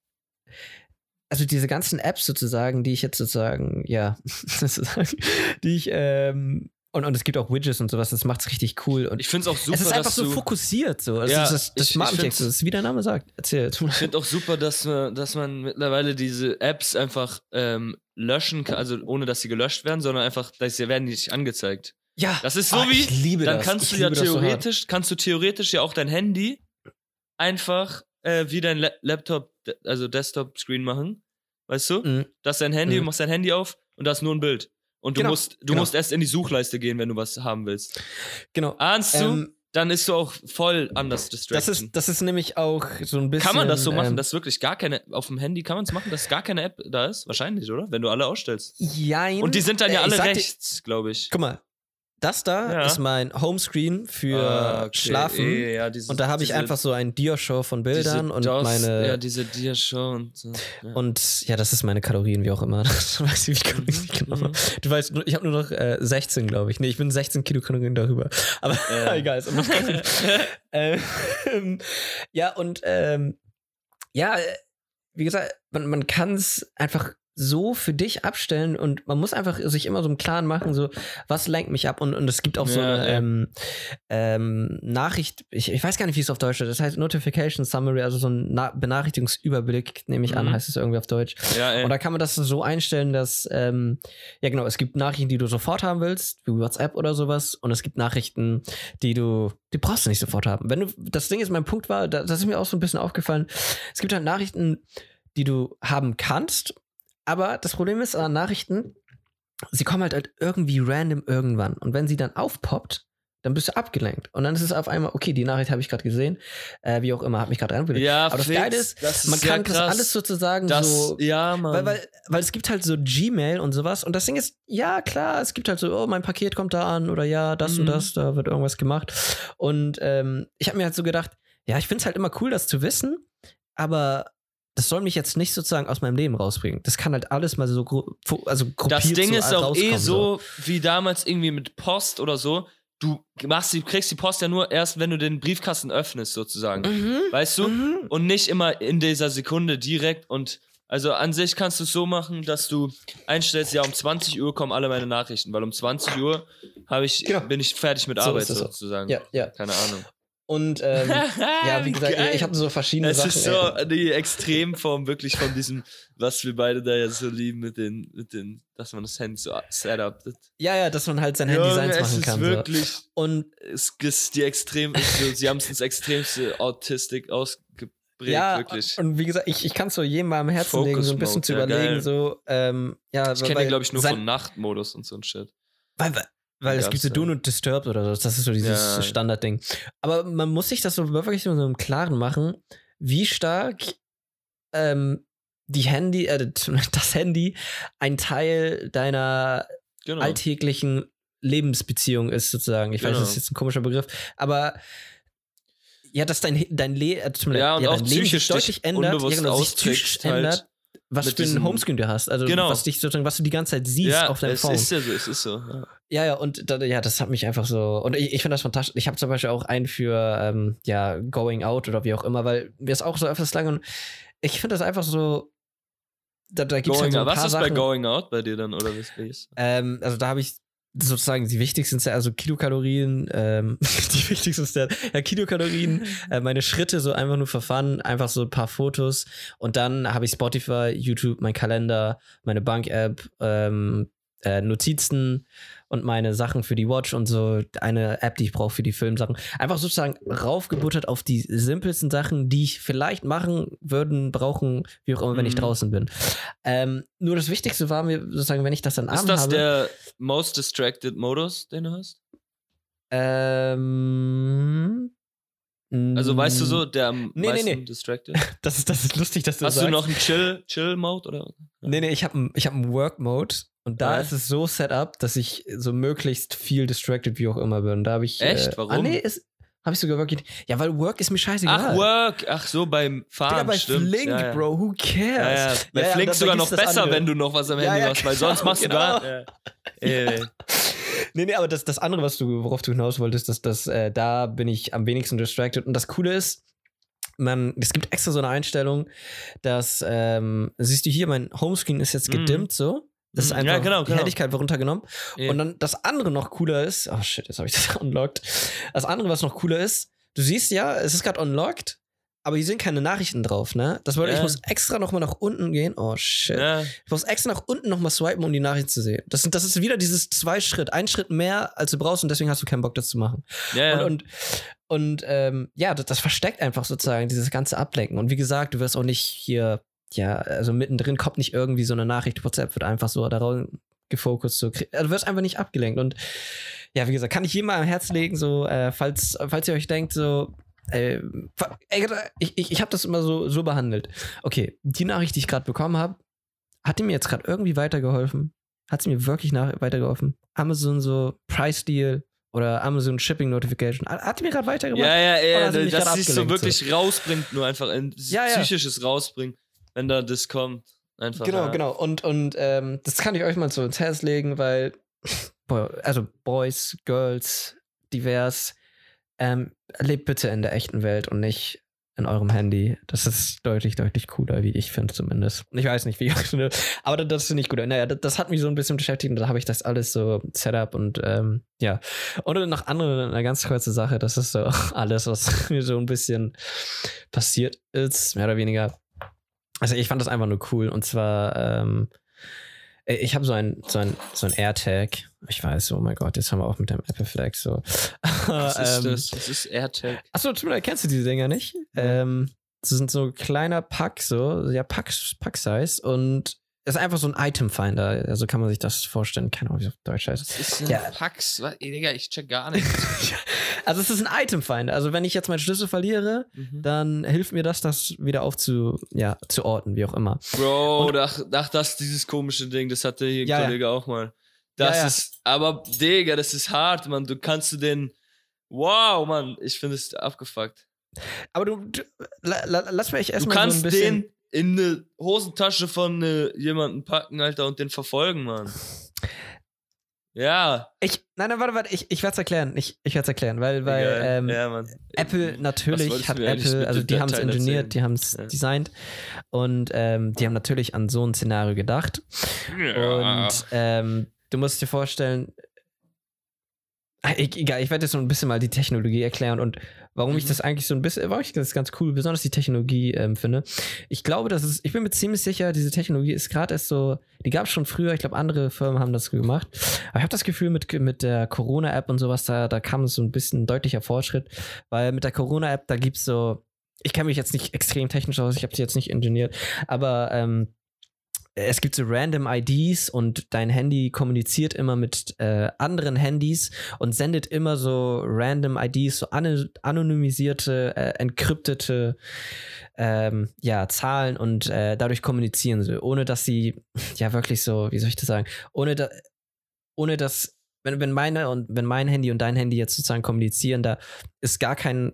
Speaker 1: also diese ganzen Apps sozusagen, die ich jetzt sozusagen, ja, sozusagen, die ich, ähm, und, und es gibt auch Widgets und sowas, das macht's richtig cool. Und
Speaker 2: Ich finde es auch super,
Speaker 1: es ist einfach
Speaker 2: dass
Speaker 1: so
Speaker 2: du...
Speaker 1: fokussiert, so. Also
Speaker 2: Ja,
Speaker 1: das das, das
Speaker 2: ich- ich
Speaker 1: Smart
Speaker 2: find's-
Speaker 1: das ist, wie der Name sagt. Erzähl.
Speaker 2: Ich finde auch super, dass man, dass man mittlerweile diese Apps einfach ähm, löschen kann, also ohne dass sie gelöscht werden, sondern einfach, dass sie werden nicht angezeigt.
Speaker 1: Ja,
Speaker 2: Das ist so
Speaker 1: ah,
Speaker 2: wie,
Speaker 1: ich liebe
Speaker 2: dann
Speaker 1: das.
Speaker 2: kannst
Speaker 1: ich
Speaker 2: du ja
Speaker 1: liebe das so hart.
Speaker 2: theoretisch, kannst du theoretisch ja auch dein Handy einfach äh, wie dein La- Laptop, de- also Desktop-Screen machen, weißt du?
Speaker 1: Mhm.
Speaker 2: Das ist dein Handy,
Speaker 1: Mhm.
Speaker 2: du machst dein Handy auf und da ist nur ein Bild. Und du
Speaker 1: Genau,
Speaker 2: musst, du
Speaker 1: genau.
Speaker 2: musst erst in die Suchleiste gehen, wenn du was haben willst.
Speaker 1: Genau.
Speaker 2: Ahnst du?
Speaker 1: Ähm,
Speaker 2: Dann ist du auch voll anders distracted.
Speaker 1: das ist, das ist nämlich auch so ein bisschen.
Speaker 2: Kann man das so machen,
Speaker 1: ähm,
Speaker 2: dass wirklich gar keine, auf dem Handy kann man es machen, dass gar keine App da ist? Wahrscheinlich, oder? Wenn du alle ausstellst.
Speaker 1: Jein.
Speaker 2: Und die sind dann ja
Speaker 1: Äh, ich
Speaker 2: alle
Speaker 1: sag dir-
Speaker 2: rechts, glaube ich.
Speaker 1: Guck mal, Das da
Speaker 2: Ja.
Speaker 1: ist mein Homescreen für
Speaker 2: Ah, okay.
Speaker 1: Schlafen.
Speaker 2: Eh, ja, diese,
Speaker 1: Und da habe ich
Speaker 2: diese-
Speaker 1: einfach so ein Dia-Show von Bildern
Speaker 2: diese
Speaker 1: und
Speaker 2: DOS,
Speaker 1: meine.
Speaker 2: Ja, diese Dia-Show und so. Ja.
Speaker 1: Und ja, das ist meine Kalorien, wie auch immer. Das weiß ich, wie Kalorien genau.
Speaker 2: mhm.
Speaker 1: Du weißt, nur- ich habe nur noch äh, sechzehn, glaube ich. Nee, ich bin sechzehn Kilokalorien darüber. Aber
Speaker 2: Ja.
Speaker 1: egal, ist immer noch ähm, Ja, und ähm, ja, äh, wie gesagt, man, man kann es einfach so für dich abstellen und man muss einfach sich immer so im Klaren machen, so, was lenkt mich ab? Und, und es gibt auch so
Speaker 2: Ja,
Speaker 1: eine
Speaker 2: ja.
Speaker 1: ähm, ähm, Nachricht, ich, ich weiß gar nicht, wie es auf Deutsch ist, das heißt Notification Summary, also so ein Na- Benachrichtigungsüberblick, nehme ich an,
Speaker 2: Mhm.
Speaker 1: heißt es irgendwie auf Deutsch.
Speaker 2: Ja, ey.
Speaker 1: Und da kann man das so einstellen, dass, ähm, ja genau, es gibt Nachrichten, die du sofort haben willst, wie WhatsApp oder sowas, und es gibt Nachrichten, die du, die brauchst du nicht sofort haben. Wenn du, das Ding ist, mein Punkt war, da- das ist mir auch so ein bisschen aufgefallen, es gibt halt Nachrichten, die du haben kannst, aber das Problem ist an Nachrichten, sie kommen halt, halt irgendwie random irgendwann. Und wenn sie dann aufpoppt, dann bist du abgelenkt. Und dann ist es auf einmal, okay, die Nachricht habe ich gerade gesehen, äh, wie auch immer, hat mich gerade reingelegt.
Speaker 2: Ja,
Speaker 1: aber das
Speaker 2: fix,
Speaker 1: Geile ist,
Speaker 2: das ist
Speaker 1: man
Speaker 2: sehr
Speaker 1: kann das
Speaker 2: krass.
Speaker 1: alles sozusagen
Speaker 2: das,
Speaker 1: so.
Speaker 2: ja, Mann.
Speaker 1: Weil, weil, weil es gibt halt so Gmail und sowas. Und das Ding ist, ja, klar, es gibt halt so, oh, mein Paket kommt da an oder ja, das
Speaker 2: Mhm.
Speaker 1: und das, da wird irgendwas gemacht. Und ähm, ich habe mir halt so gedacht, ja, ich finde es halt immer cool, das zu wissen, aber das soll mich jetzt nicht sozusagen aus meinem Leben rausbringen. Das kann halt alles mal so, gru- fu- also gruppiert
Speaker 2: Das Ding
Speaker 1: so
Speaker 2: ist auch eh
Speaker 1: rauskommen,
Speaker 2: so, wie damals irgendwie mit Post oder so. Du machst, die, kriegst die Post ja nur erst, wenn du den Briefkasten öffnest, sozusagen.
Speaker 1: Mhm.
Speaker 2: Weißt du?
Speaker 1: Mhm.
Speaker 2: Und nicht immer in dieser Sekunde direkt. Und also an sich kannst du es so machen, dass du einstellst, ja, um zwanzig Uhr kommen alle meine Nachrichten, weil um zwanzig Uhr hab ich,
Speaker 1: Genau.
Speaker 2: bin ich fertig mit
Speaker 1: So
Speaker 2: Arbeit,
Speaker 1: ist es auch.
Speaker 2: sozusagen.
Speaker 1: Ja, ja.
Speaker 2: Keine Ahnung.
Speaker 1: Und ähm, ja, wie gesagt,
Speaker 2: Geil.
Speaker 1: ich habe so verschiedene
Speaker 2: Es
Speaker 1: Sachen.
Speaker 2: ist so
Speaker 1: ey.
Speaker 2: die Extremform wirklich von diesem, was wir beide da jetzt so lieben, mit den, mit den, dass man das Handy so setup.
Speaker 1: Ja, ja, dass man halt sein Handy seins
Speaker 2: es
Speaker 1: machen
Speaker 2: ist
Speaker 1: kann.
Speaker 2: wirklich,
Speaker 1: So. Und
Speaker 2: es ist die Extrem, ist so, sie haben es ins Extremste Autistik ausgeprägt,
Speaker 1: ja,
Speaker 2: wirklich.
Speaker 1: und wie gesagt, ich, ich kann es so jedem mal am Herzen legen, so ein bisschen
Speaker 2: Focus-Mode,
Speaker 1: zu
Speaker 2: ja,
Speaker 1: überlegen,
Speaker 2: geil.
Speaker 1: so, ähm, ja,
Speaker 2: Ich kenne
Speaker 1: weil-
Speaker 2: den, glaube ich, nur
Speaker 1: sein-
Speaker 2: von Nachtmodus und so ein Shit.
Speaker 1: Weil, weil, weil es
Speaker 2: Ja,
Speaker 1: gibt so
Speaker 2: so.
Speaker 1: Do Not Disturb oder so, das ist so dieses
Speaker 2: Ja.
Speaker 1: Standardding. Aber man muss sich das so wirklich so im Klaren machen, wie stark ähm, die Handy, äh, das Handy ein Teil deiner
Speaker 2: Genau.
Speaker 1: alltäglichen Lebensbeziehung ist, sozusagen. Ich weiß,
Speaker 2: Genau.
Speaker 1: das ist jetzt ein komischer Begriff, aber ja, dass dein, dein, Le äh, tut mir
Speaker 2: Ja,
Speaker 1: leid,
Speaker 2: und auch
Speaker 1: dein Leben sich
Speaker 2: psychisch
Speaker 1: deutlich
Speaker 2: dich
Speaker 1: ändert,
Speaker 2: unbewusst
Speaker 1: ja, genau, sich psychisch
Speaker 2: ausprägst halt
Speaker 1: ändert, was
Speaker 2: mit
Speaker 1: für ein
Speaker 2: diesem-
Speaker 1: Homescreen du hast. Also
Speaker 2: Genau.
Speaker 1: was dich sozusagen, was du die ganze Zeit siehst
Speaker 2: ja,
Speaker 1: auf deinem
Speaker 2: es
Speaker 1: Phone.
Speaker 2: ist ja so, es ist so. Ja.
Speaker 1: Ja, ja, und da, ja, das hat mich einfach so. Und ich, ich finde das fantastisch. Ich habe zum Beispiel auch einen für ähm, ja, Going Out oder wie auch immer, weil wir es auch so öfters lang und ich finde das einfach so. Da, da gibt es halt
Speaker 2: Going
Speaker 1: so ein
Speaker 2: out. Was
Speaker 1: paar
Speaker 2: ist
Speaker 1: Sachen.
Speaker 2: bei Going Out bei dir dann, oder was ist?
Speaker 1: Ähm, also da habe ich sozusagen die wichtigsten, also Kilokalorien, ähm, die wichtigsten Stats, ja, Kilokalorien, äh, meine Schritte so einfach nur for fun, einfach so ein paar Fotos und dann habe ich Spotify, YouTube, mein Kalender, meine Bank-App, ähm, äh, Notizen und meine Sachen für die Watch und so eine App, die ich brauche für die Filmsachen. Einfach sozusagen raufgebuttert auf die simpelsten Sachen, die ich vielleicht machen würden, brauchen, wie auch immer, wenn ich
Speaker 2: Mhm.
Speaker 1: draußen bin. Ähm, nur das Wichtigste war mir sozusagen, wenn ich das dann
Speaker 2: Ist
Speaker 1: abends
Speaker 2: das
Speaker 1: habe.
Speaker 2: der Most Distracted Modus, den du hast?
Speaker 1: Ähm,
Speaker 2: Also weißt du so, der am
Speaker 1: Nee, nee,
Speaker 2: meisten
Speaker 1: nee.
Speaker 2: Distracted?
Speaker 1: Das ist, das ist lustig, dass du
Speaker 2: Hast
Speaker 1: das
Speaker 2: du
Speaker 1: sagst.
Speaker 2: noch einen Chill, Chill-Mode oder?
Speaker 1: Nee, nee, ich habe einen ich hab einen Work-Mode und da
Speaker 2: Ja.
Speaker 1: ist es so set up, dass ich so möglichst viel distracted wie auch immer bin. Da habe ich.
Speaker 2: Echt?
Speaker 1: Äh,
Speaker 2: Warum?
Speaker 1: Ah, nee, ist. Habe ich sogar wirklich. Ja, weil Work ist mir scheißegal.
Speaker 2: Ach, Work. Ach so, beim Fahren,
Speaker 1: Digga, bei
Speaker 2: stimmt.
Speaker 1: Flink,
Speaker 2: ja, ja.
Speaker 1: Bro, who cares?
Speaker 2: Ja, ja. Bei
Speaker 1: Ja, ja,
Speaker 2: Flink
Speaker 1: da- da
Speaker 2: sogar noch
Speaker 1: gibt's das
Speaker 2: besser,
Speaker 1: andere.
Speaker 2: wenn du noch was am
Speaker 1: Ja,
Speaker 2: Handy
Speaker 1: ja,
Speaker 2: hast, weil
Speaker 1: genau,
Speaker 2: sonst machst du
Speaker 1: genau.
Speaker 2: da. Ja. Ey.
Speaker 1: Nee, nee, aber das, das andere, was du, worauf du hinaus wolltest, das, das, äh, da bin ich am wenigsten distracted. Und das Coole ist, man, es gibt extra so eine Einstellung, dass, ähm, siehst du hier, mein Homescreen ist jetzt
Speaker 2: Mhm.
Speaker 1: gedimmt so. Das ist
Speaker 2: Mhm.
Speaker 1: einfach,
Speaker 2: Ja, genau,
Speaker 1: die
Speaker 2: genau.
Speaker 1: Helligkeit wird runtergenommen.
Speaker 2: Ja.
Speaker 1: Und dann das andere noch cooler ist, oh shit, jetzt habe ich das unlocked. Das andere, was noch cooler ist, du siehst ja, es ist gerade unlocked, aber hier sind keine Nachrichten drauf, ne? Das bedeutet,
Speaker 2: Ja.
Speaker 1: ich muss extra nochmal nach unten gehen. Oh shit.
Speaker 2: Ja.
Speaker 1: Ich muss extra nach unten nochmal swipen, um die Nachricht zu sehen. Das, sind, das ist wieder dieses zwei Schritt. Ein Schritt mehr, als du brauchst und deswegen hast du keinen Bock, das zu machen.
Speaker 2: Ja, ja.
Speaker 1: Und, und, und ähm, ja, das, das versteckt einfach sozusagen dieses ganze Ablenken. Und wie gesagt, du wirst auch nicht hier, ja, also mittendrin kommt nicht irgendwie so eine Nachricht, WhatsApp wird einfach so darauf gefokust. So, also du wirst einfach nicht abgelenkt. Und ja, wie gesagt, kann ich jedem mal am Herz legen, so, äh, falls, falls ihr euch denkt, so, äh, ey, ich, ich, ich habe das immer so, so behandelt. Okay, die Nachricht, die ich gerade bekommen habe, hat die mir jetzt gerade irgendwie weitergeholfen? hat sie mir wirklich nach, weitergeholfen. Amazon so Price Deal oder Amazon Shipping Notification. Hat die mir gerade weitergebracht?
Speaker 2: Ja, ja, ja,
Speaker 1: dass
Speaker 2: das sich so wirklich
Speaker 1: so?
Speaker 2: rausbringt, nur einfach ein
Speaker 1: ja, ja.
Speaker 2: psychisches rausbringt, wenn da das kommt. Einfach,
Speaker 1: genau,
Speaker 2: ja.
Speaker 1: genau. Und, und ähm, das kann ich euch mal so ins Herz legen, weil, also Boys, Girls, divers, ähm, lebt bitte in der echten Welt und nicht in eurem Handy. Das ist deutlich, deutlich cooler, wie ich finde zumindest. Ich weiß nicht, wie ich finde, aber das finde ich gut. Naja, das, das hat mich so ein bisschen beschäftigt und da habe ich das alles so Setup und ähm, ja. Und noch andere, eine ganz kurze Sache, das ist so alles, was mir so ein bisschen passiert ist, mehr oder weniger. Also ich fand das einfach nur cool und zwar ähm, ich habe so ein, so ein, so ein AirTag. Ich weiß, oh mein Gott, jetzt haben wir auch mit dem Apple Flag so.
Speaker 2: Was ist
Speaker 1: ähm,
Speaker 2: das? Was ist AirTag?
Speaker 1: Achso, kennst du diese Dinger nicht? Ja. Ähm, das sind so kleiner Pack, so, ja, Pack, Pack-Size und das ist einfach so ein Item-Finder. Also kann man sich das vorstellen. Keine Ahnung, wie es auf Deutsch heißt.
Speaker 2: Das ist ein
Speaker 1: ja.
Speaker 2: Packs. Was? Digga, ich check gar nichts.
Speaker 1: Also es ist ein Item-Finder. Also wenn ich jetzt meinen Schlüssel verliere, mhm. dann hilft mir das, das wieder aufzu, ja, zu orten, wie auch immer.
Speaker 2: Bro, ach, ach, das dieses komische Ding, das hatte hier ein ja, Kollege ja. auch mal. Das ja, ja. ist, aber Digga, das ist hart, Mann. Du kannst du den, wow, Mann, ich finde es abgefuckt.
Speaker 1: Aber du, du la, la, lass mich erstmal
Speaker 2: so ein bisschen...
Speaker 1: Du kannst den
Speaker 2: in eine Hosentasche von äh, jemandem packen, Alter, und den verfolgen, Mann. Ja.
Speaker 1: Ich, nein, nein, warte, warte, ich, ich werde es erklären. Ich, ich werde es erklären, weil, weil ja, ähm, ja, Apple natürlich hat Apple, also die haben es engineert, die haben es ja. designt und ähm, die haben natürlich an so ein Szenario gedacht. Ja. Und ähm, du musst dir vorstellen, ich, egal, ich werde jetzt so ein bisschen mal die Technologie erklären und warum mhm. ich das eigentlich so ein bisschen, warum ich das ganz cool, besonders die Technologie ähm, finde. Ich glaube, dass es, ich bin mir ziemlich sicher, diese Technologie ist gerade erst so, die gab es schon früher, ich glaube, andere Firmen haben das gemacht. Aber ich habe das Gefühl, mit, mit der Corona-App und sowas, da, da kam so ein bisschen deutlicher Fortschritt, weil mit der Corona-App, da gibt es so, ich kenne mich jetzt nicht extrem technisch aus, ich habe sie jetzt nicht ingeniert, aber ähm, es gibt so random I Ds und dein Handy kommuniziert immer mit äh, anderen Handys und sendet immer so random I Ds, so an- anonymisierte, äh, entkryptete ähm, ja, Zahlen und äh, dadurch kommunizieren sie, ohne dass sie, ja wirklich so, wie soll ich das sagen, ohne, da, ohne dass, wenn, wenn meine und wenn mein Handy und dein Handy jetzt sozusagen kommunizieren, da ist gar kein,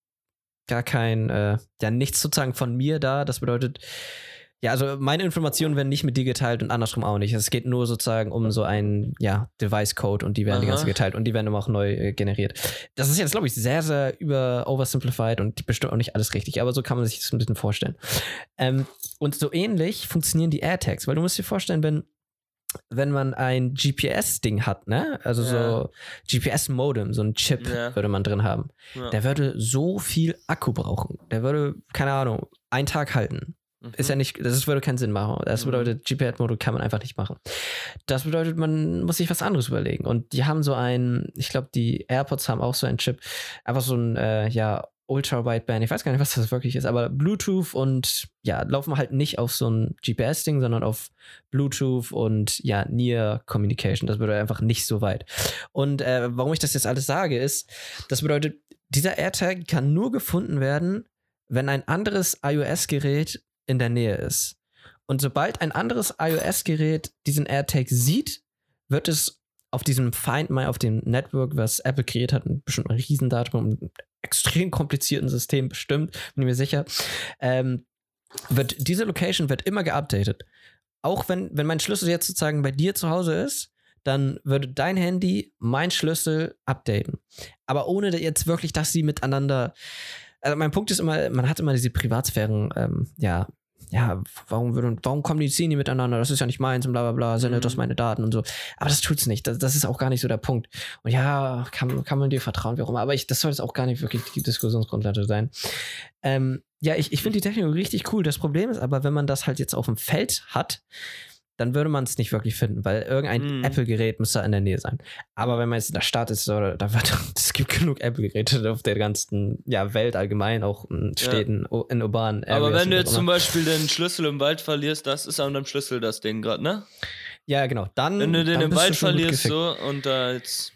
Speaker 1: gar kein, äh, ja nichts sozusagen von mir da, das bedeutet, ja, also meine Informationen werden nicht mit dir geteilt und andersrum auch nicht. Es geht nur sozusagen um so einen, ja, Device-Code und die werden Aha. die ganze geteilt und die werden immer auch neu äh, generiert. Das ist jetzt, glaube ich, sehr, sehr über oversimplified und bestimmt auch nicht alles richtig, aber so kann man sich das ein bisschen vorstellen. Ähm, und so ähnlich funktionieren die AirTags, weil du musst dir vorstellen, wenn wenn man ein G P S-Ding hat, ne? Also ja. so G P S-Modem, so ein Chip ja. würde man drin haben. Ja. Der würde so viel Akku brauchen. Der würde, keine Ahnung, einen Tag halten. Ist ja nicht, das würde keinen Sinn machen. Das bedeutet, G P S-Mode kann man einfach nicht machen. Das bedeutet, man muss sich was anderes überlegen. Und die haben so einen, ich glaube, die AirPods haben auch so einen Chip, einfach so ein, äh, ja, Ultra-Wideband, ich weiß gar nicht, was das wirklich ist, aber Bluetooth und, ja, laufen halt nicht auf so ein G P S-Ding, sondern auf Bluetooth und, ja, Near Communication. Das bedeutet einfach nicht so weit. Und äh, warum ich das jetzt alles sage, ist, das bedeutet, dieser AirTag kann nur gefunden werden, wenn ein anderes iOS-Gerät in der Nähe ist. Und sobald ein anderes iOS-Gerät diesen AirTag sieht, wird es auf diesem Find My, auf dem Network, was Apple kreiert hat, ein bestimmt ein Riesendatum, ein extrem komplizierten System bestimmt, bin ich mir sicher, ähm, wird diese Location wird immer geupdatet. Auch wenn, wenn mein Schlüssel jetzt sozusagen bei dir zu Hause ist, dann würde dein Handy mein Schlüssel updaten. Aber ohne jetzt wirklich, dass sie miteinander. Also mein Punkt ist immer, man hat immer diese Privatsphären, ähm, ja, ja, warum würde, warum kommunizieren die miteinander? Das ist ja nicht meins und bla bla bla, sendet mhm. das meine Daten und so. Aber das tut's nicht. Das, das ist auch gar nicht so der Punkt. Und ja, kann, kann man dir vertrauen, wie auch immer. Aber ich, das soll jetzt auch gar nicht wirklich die Diskussionsgrundlage sein. Ähm, ja, ich, ich finde die Technologie richtig cool. Das Problem ist aber, wenn man das halt jetzt auf dem Feld hat, dann würde man es nicht wirklich finden, weil irgendein mm. Apple-Gerät müsste in der Nähe sein. Aber wenn man jetzt in der Stadt ist, oder da wird, es gibt genug Apple-Geräte auf der ganzen ja, Welt allgemein, auch in Städten, ja. in urbanen Areas.
Speaker 2: Aber wenn du jetzt zum Beispiel den Schlüssel im Wald verlierst, das ist an deinem Schlüssel das Ding gerade, ne?
Speaker 1: Ja, genau. Dann,
Speaker 2: wenn du den
Speaker 1: dann
Speaker 2: im Wald verlierst so und da jetzt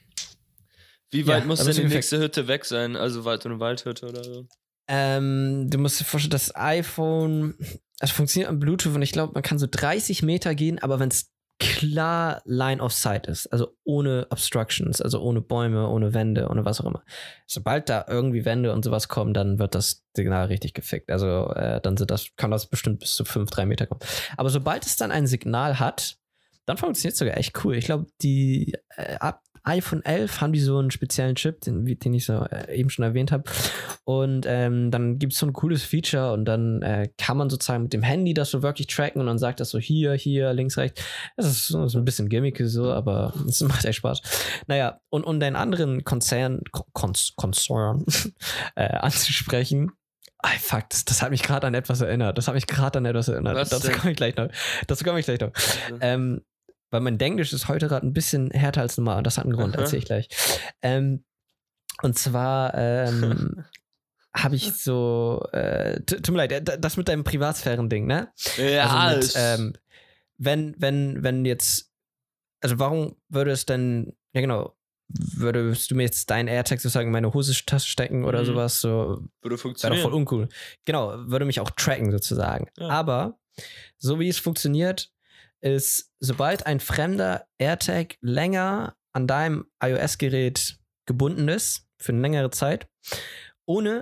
Speaker 2: wie weit ja, muss denn die nächste Hütte weg sein? Also weit eine Waldhütte oder so?
Speaker 1: Ähm, du musst dir vorstellen, das iPhone, es funktioniert am Bluetooth und ich glaube, man kann so dreißig Meter gehen, aber wenn es klar Line of Sight ist, also ohne Obstructions, also ohne Bäume, ohne Wände, ohne was auch immer. Sobald da irgendwie Wände und sowas kommen, dann wird das Signal richtig gefickt. Also äh, dann sind das, kann das bestimmt bis zu fünf, drei Meter kommen. Aber sobald es dann ein Signal hat, dann funktioniert es sogar echt cool. Ich glaube, die äh, ab iPhone elf haben die so einen speziellen Chip, den, den ich so äh, eben schon erwähnt habe. Und ähm, dann gibt es so ein cooles Feature und dann äh, kann man sozusagen mit dem Handy das so wirklich tracken und dann sagt das so hier, hier, links, rechts. Das ist so, so ein bisschen gimmicky so, aber es macht echt Spaß. Naja, und um den anderen Konzern, Kon Konzern äh, anzusprechen, Ah, fuck, das, das hat mich gerade an etwas erinnert. Das hat mich gerade an etwas erinnert.
Speaker 2: Was
Speaker 1: Dazu komme ich gleich noch. Dazu komme ich gleich noch.
Speaker 2: Ja.
Speaker 1: Ähm, weil mein Denglisch ist heute gerade ein bisschen härter als normal und das hat einen Grund, erzähle ich gleich. Ähm, und zwar ähm, habe ich so, äh, tut mir leid, das mit deinem Privatsphären-Ding, ne?
Speaker 2: Ja,
Speaker 1: also mit, ähm, wenn, wenn, wenn jetzt, also warum würde es denn, ja genau, würdest du mir jetzt deinen AirTag sozusagen in meine Hosentasche stecken oder
Speaker 2: mhm.
Speaker 1: sowas, so
Speaker 2: würde
Speaker 1: wäre
Speaker 2: funktionieren.
Speaker 1: doch voll uncool. Genau, würde mich auch tracken sozusagen.
Speaker 2: Ja.
Speaker 1: Aber so wie es funktioniert, ist, sobald ein fremder AirTag länger an deinem iOS-Gerät gebunden ist, für eine längere Zeit, ohne,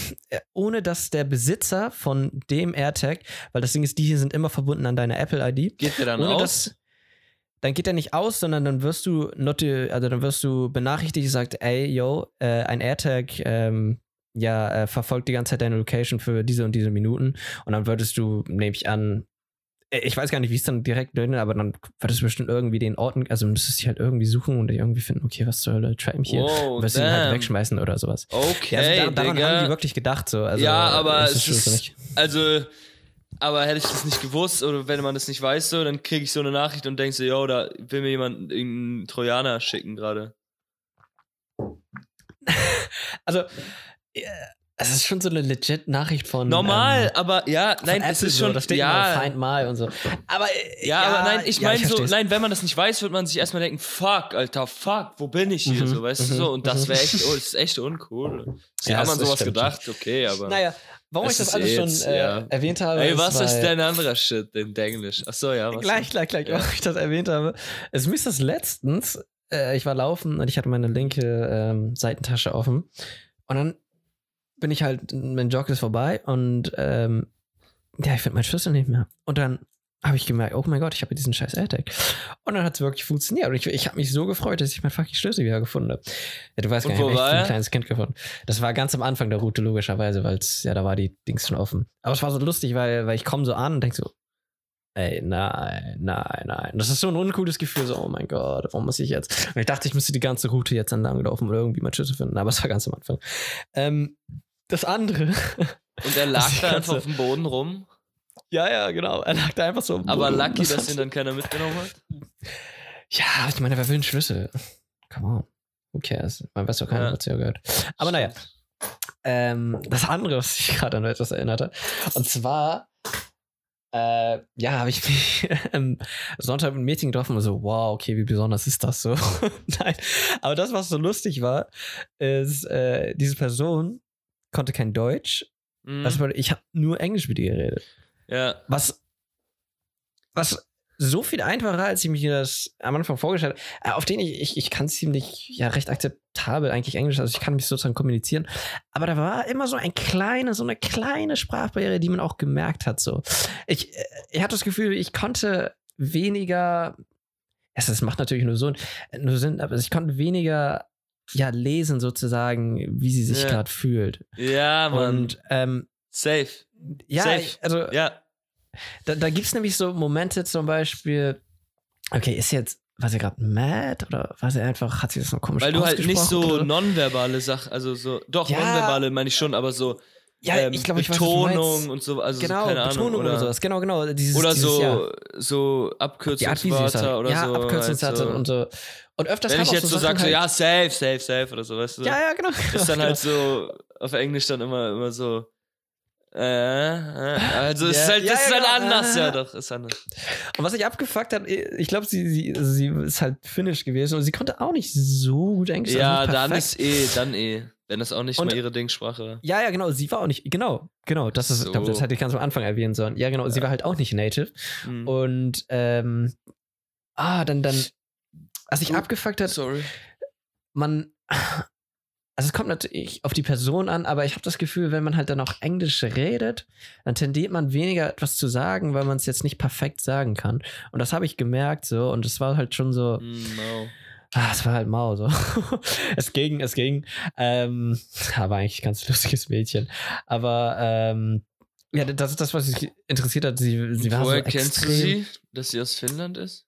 Speaker 1: ohne dass der Besitzer von dem AirTag, weil das Ding ist, die hier sind immer verbunden an deine Apple-I D.
Speaker 2: Geht der dann
Speaker 1: ohne
Speaker 2: aus?
Speaker 1: Dass, dann geht der nicht aus, sondern dann wirst du noti- also dann wirst du benachrichtigt, sagt, ey, yo, äh, ein AirTag ähm, ja, äh, verfolgt die ganze Zeit deine Location für diese und diese Minuten und dann würdest du, nehme ich an, ich weiß gar nicht, wie es dann direkt drin ist, aber dann würdest du bestimmt irgendwie den Orten, also müsstest du dich halt irgendwie suchen und irgendwie finden, okay, was soll der track mich hier?
Speaker 2: Wow,
Speaker 1: und wirst ihn halt wegschmeißen oder sowas.
Speaker 2: Okay,
Speaker 1: ja, also da, daran
Speaker 2: Digga.
Speaker 1: haben die wirklich gedacht, so. Also,
Speaker 2: ja, aber
Speaker 1: es
Speaker 2: es
Speaker 1: ist,
Speaker 2: ist,
Speaker 1: so nicht.
Speaker 2: also, aber hätte ich das nicht gewusst oder wenn man das nicht weiß, so, dann kriege ich so eine Nachricht und denke so, yo, da will mir jemand irgendeinen Trojaner schicken gerade.
Speaker 1: Also, ja, es ist schon so eine legit Nachricht von
Speaker 2: Normal,
Speaker 1: ähm,
Speaker 2: aber ja,
Speaker 1: von
Speaker 2: nein,
Speaker 1: Apple
Speaker 2: es ist
Speaker 1: so,
Speaker 2: schon,
Speaker 1: da steht
Speaker 2: ja,
Speaker 1: immer Find My und so. Aber äh,
Speaker 2: ja, aber nein, ich
Speaker 1: ja,
Speaker 2: meine so,
Speaker 1: versteh's.
Speaker 2: nein, wenn man das nicht weiß, wird man sich erstmal denken, fuck, Alter, fuck, wo bin ich hier,
Speaker 1: Mhm,
Speaker 2: so, weißt du
Speaker 1: mhm,
Speaker 2: so, und das
Speaker 1: mhm.
Speaker 2: wäre echt, oh, das ist echt uncool. Sie
Speaker 1: Ja,
Speaker 2: haben
Speaker 1: das
Speaker 2: an sowas
Speaker 1: stimmt
Speaker 2: gedacht, okay, aber.
Speaker 1: Naja, warum
Speaker 2: Es
Speaker 1: ich das
Speaker 2: ist
Speaker 1: alles
Speaker 2: eh
Speaker 1: schon
Speaker 2: jetzt,
Speaker 1: äh,
Speaker 2: ja.
Speaker 1: erwähnt habe.
Speaker 2: Ey, was ist
Speaker 1: weil-
Speaker 2: denn anderer Shit in Englisch? Achso, ja, was?
Speaker 1: Gleich, gleich, gleich,
Speaker 2: Ja.
Speaker 1: warum ich das erwähnt habe. Es mir ist das letztens, äh, ich war laufen und ich hatte meine linke ähm, Seitentasche offen. Und dann bin ich halt, mein Jog ist vorbei und ähm, ja, ich finde meinen Schlüssel nicht mehr. Und dann habe ich gemerkt, oh mein Gott, ich habe diesen scheiß AirTag. Und dann hat es wirklich funktioniert. Und ich, ich habe mich so gefreut, dass ich meinen fucking Schlüssel wieder gefunden habe. Ja, du weißt
Speaker 2: Und
Speaker 1: gar nicht,
Speaker 2: wo
Speaker 1: ich hab
Speaker 2: war
Speaker 1: echt
Speaker 2: er?
Speaker 1: ein kleines Kind gefunden. Das war ganz am Anfang der Route, logischerweise, weil es, ja, da war die Dings schon offen. Aber es war so lustig, weil, weil ich komme so an und denke so, ey, nein, nein, nein. Das ist so ein uncooles Gefühl, so, oh mein Gott, warum muss ich jetzt? Und ich dachte, ich müsste die ganze Route jetzt entlang laufen oder irgendwie meinen Schlüssel finden, aber es war ganz am Anfang. Ähm, das andere.
Speaker 2: Und er lag
Speaker 1: Also die
Speaker 2: da
Speaker 1: ganze-
Speaker 2: einfach auf dem Boden rum.
Speaker 1: Ja, ja, genau. Er lag da einfach so. am
Speaker 2: Aber
Speaker 1: Boden.
Speaker 2: lucky,
Speaker 1: Das
Speaker 2: dass
Speaker 1: hat-
Speaker 2: ihn dann keiner mitgenommen hat.
Speaker 1: Ja, ich meine, wer will einen Schlüssel? Come on. Who cares? Man weiß doch keiner,
Speaker 2: Ja.
Speaker 1: was hier gehört. Aber naja. Ähm, das andere, was ich gerade an etwas erinnerte. Und zwar, äh, ja, habe ich mich am Sonntag mit einem Mädchen getroffen und so, wow, okay, wie besonders ist das so? Nein. Aber das, was so lustig war, ist, äh, diese Person konnte kein Deutsch.
Speaker 2: Mhm.
Speaker 1: Das bedeutet, ich habe nur Englisch mit ihr geredet.
Speaker 2: Ja.
Speaker 1: Was, was so viel einfacher, als ich mir das am Anfang vorgestellt habe, äh, auf den ich, ich, ich kann ziemlich, ja, recht akzeptabel eigentlich Englisch, also ich kann mich sozusagen kommunizieren, aber da war immer so ein kleine, so eine kleine Sprachbarriere, die man auch gemerkt hat, so. Ich, äh, ich hatte das Gefühl, ich konnte weniger, ja, das macht natürlich nur so, nur Sinn, aber ich konnte weniger, ja, lesen sozusagen, wie sie sich
Speaker 2: Ja.
Speaker 1: gerade fühlt.
Speaker 2: Ja, Mann.
Speaker 1: Und, ähm,
Speaker 2: Safe.
Speaker 1: ja,
Speaker 2: Safe.
Speaker 1: ich- also,
Speaker 2: Ja.
Speaker 1: Da, da gibt es nämlich so Momente zum Beispiel, okay, ist sie jetzt, war sie gerade mad oder war sie einfach, hat sie das noch komisch
Speaker 2: Weil du halt nicht
Speaker 1: ausgesprochen
Speaker 2: so
Speaker 1: oder?
Speaker 2: nonverbale Sachen, also so, doch,
Speaker 1: Ja.
Speaker 2: nonverbale meine ich schon, aber so
Speaker 1: Ja,
Speaker 2: ähm,
Speaker 1: ich glaube, ich weiß, was du
Speaker 2: Betonung
Speaker 1: meinst.
Speaker 2: und so, also
Speaker 1: Genau,
Speaker 2: so, keine
Speaker 1: Betonung
Speaker 2: Ahnung.
Speaker 1: oder,
Speaker 2: Oder,
Speaker 1: sowas, genau, genau. Dieses,
Speaker 2: oder
Speaker 1: dieses, ja,
Speaker 2: so, so
Speaker 1: die Art, wie sie es
Speaker 2: Abkürzungswörter
Speaker 1: sagt.
Speaker 2: oder
Speaker 1: ja,
Speaker 2: so.
Speaker 1: Abkürzungswörter
Speaker 2: halt so.
Speaker 1: und so. Und öfters
Speaker 2: Wenn
Speaker 1: haben
Speaker 2: ich
Speaker 1: auch
Speaker 2: jetzt so
Speaker 1: Sachen
Speaker 2: sag, so,
Speaker 1: halt,
Speaker 2: ja, safe, safe, safe oder so, weißt du?
Speaker 1: ja, ja, genau.
Speaker 2: Ist dann
Speaker 1: genau.
Speaker 2: halt so auf Englisch dann immer, immer so. Äh, äh, also es
Speaker 1: Ja,
Speaker 2: ist halt,
Speaker 1: ja,
Speaker 2: das
Speaker 1: ja,
Speaker 2: ist halt
Speaker 1: genau.
Speaker 2: anders,
Speaker 1: Ah.
Speaker 2: ja doch, ist anders.
Speaker 1: Und was ich abgefuckt hat, ich glaube, sie, sie, also sie ist halt Finnisch gewesen und sie konnte auch nicht so gut Englisch.
Speaker 2: Ja,
Speaker 1: also nicht
Speaker 2: dann
Speaker 1: perfekt.
Speaker 2: ist eh, dann eh. Wenn das auch nicht
Speaker 1: Und-
Speaker 2: mal ihre Dingssprache war.
Speaker 1: Ja, ja, genau, sie war auch nicht, genau, genau, das ist,
Speaker 2: So.
Speaker 1: ich glaube, das hätte ich ganz am Anfang erwähnen sollen. Ja, genau, sie war halt auch nicht native.
Speaker 2: Mhm.
Speaker 1: Und ähm, ah, dann, dann, was ich
Speaker 2: Oh,
Speaker 1: abgefuckt hat,
Speaker 2: Sorry.
Speaker 1: man, also es kommt natürlich auf die Person an, aber ich habe das Gefühl, wenn man halt dann auch Englisch redet, dann tendiert man weniger etwas zu sagen, weil man es jetzt nicht perfekt sagen kann. Und das habe ich gemerkt so und es war halt schon so,
Speaker 2: Mm, no.
Speaker 1: ah, es war halt mau so. es ging, es ging. Ähm, aber eigentlich ein ganz lustiges Mädchen. Aber ähm, ja, das ist das, was mich interessiert hat. Sie, sie war so
Speaker 2: Woher
Speaker 1: extrem.
Speaker 2: kennst du sie, dass sie aus Finnland ist?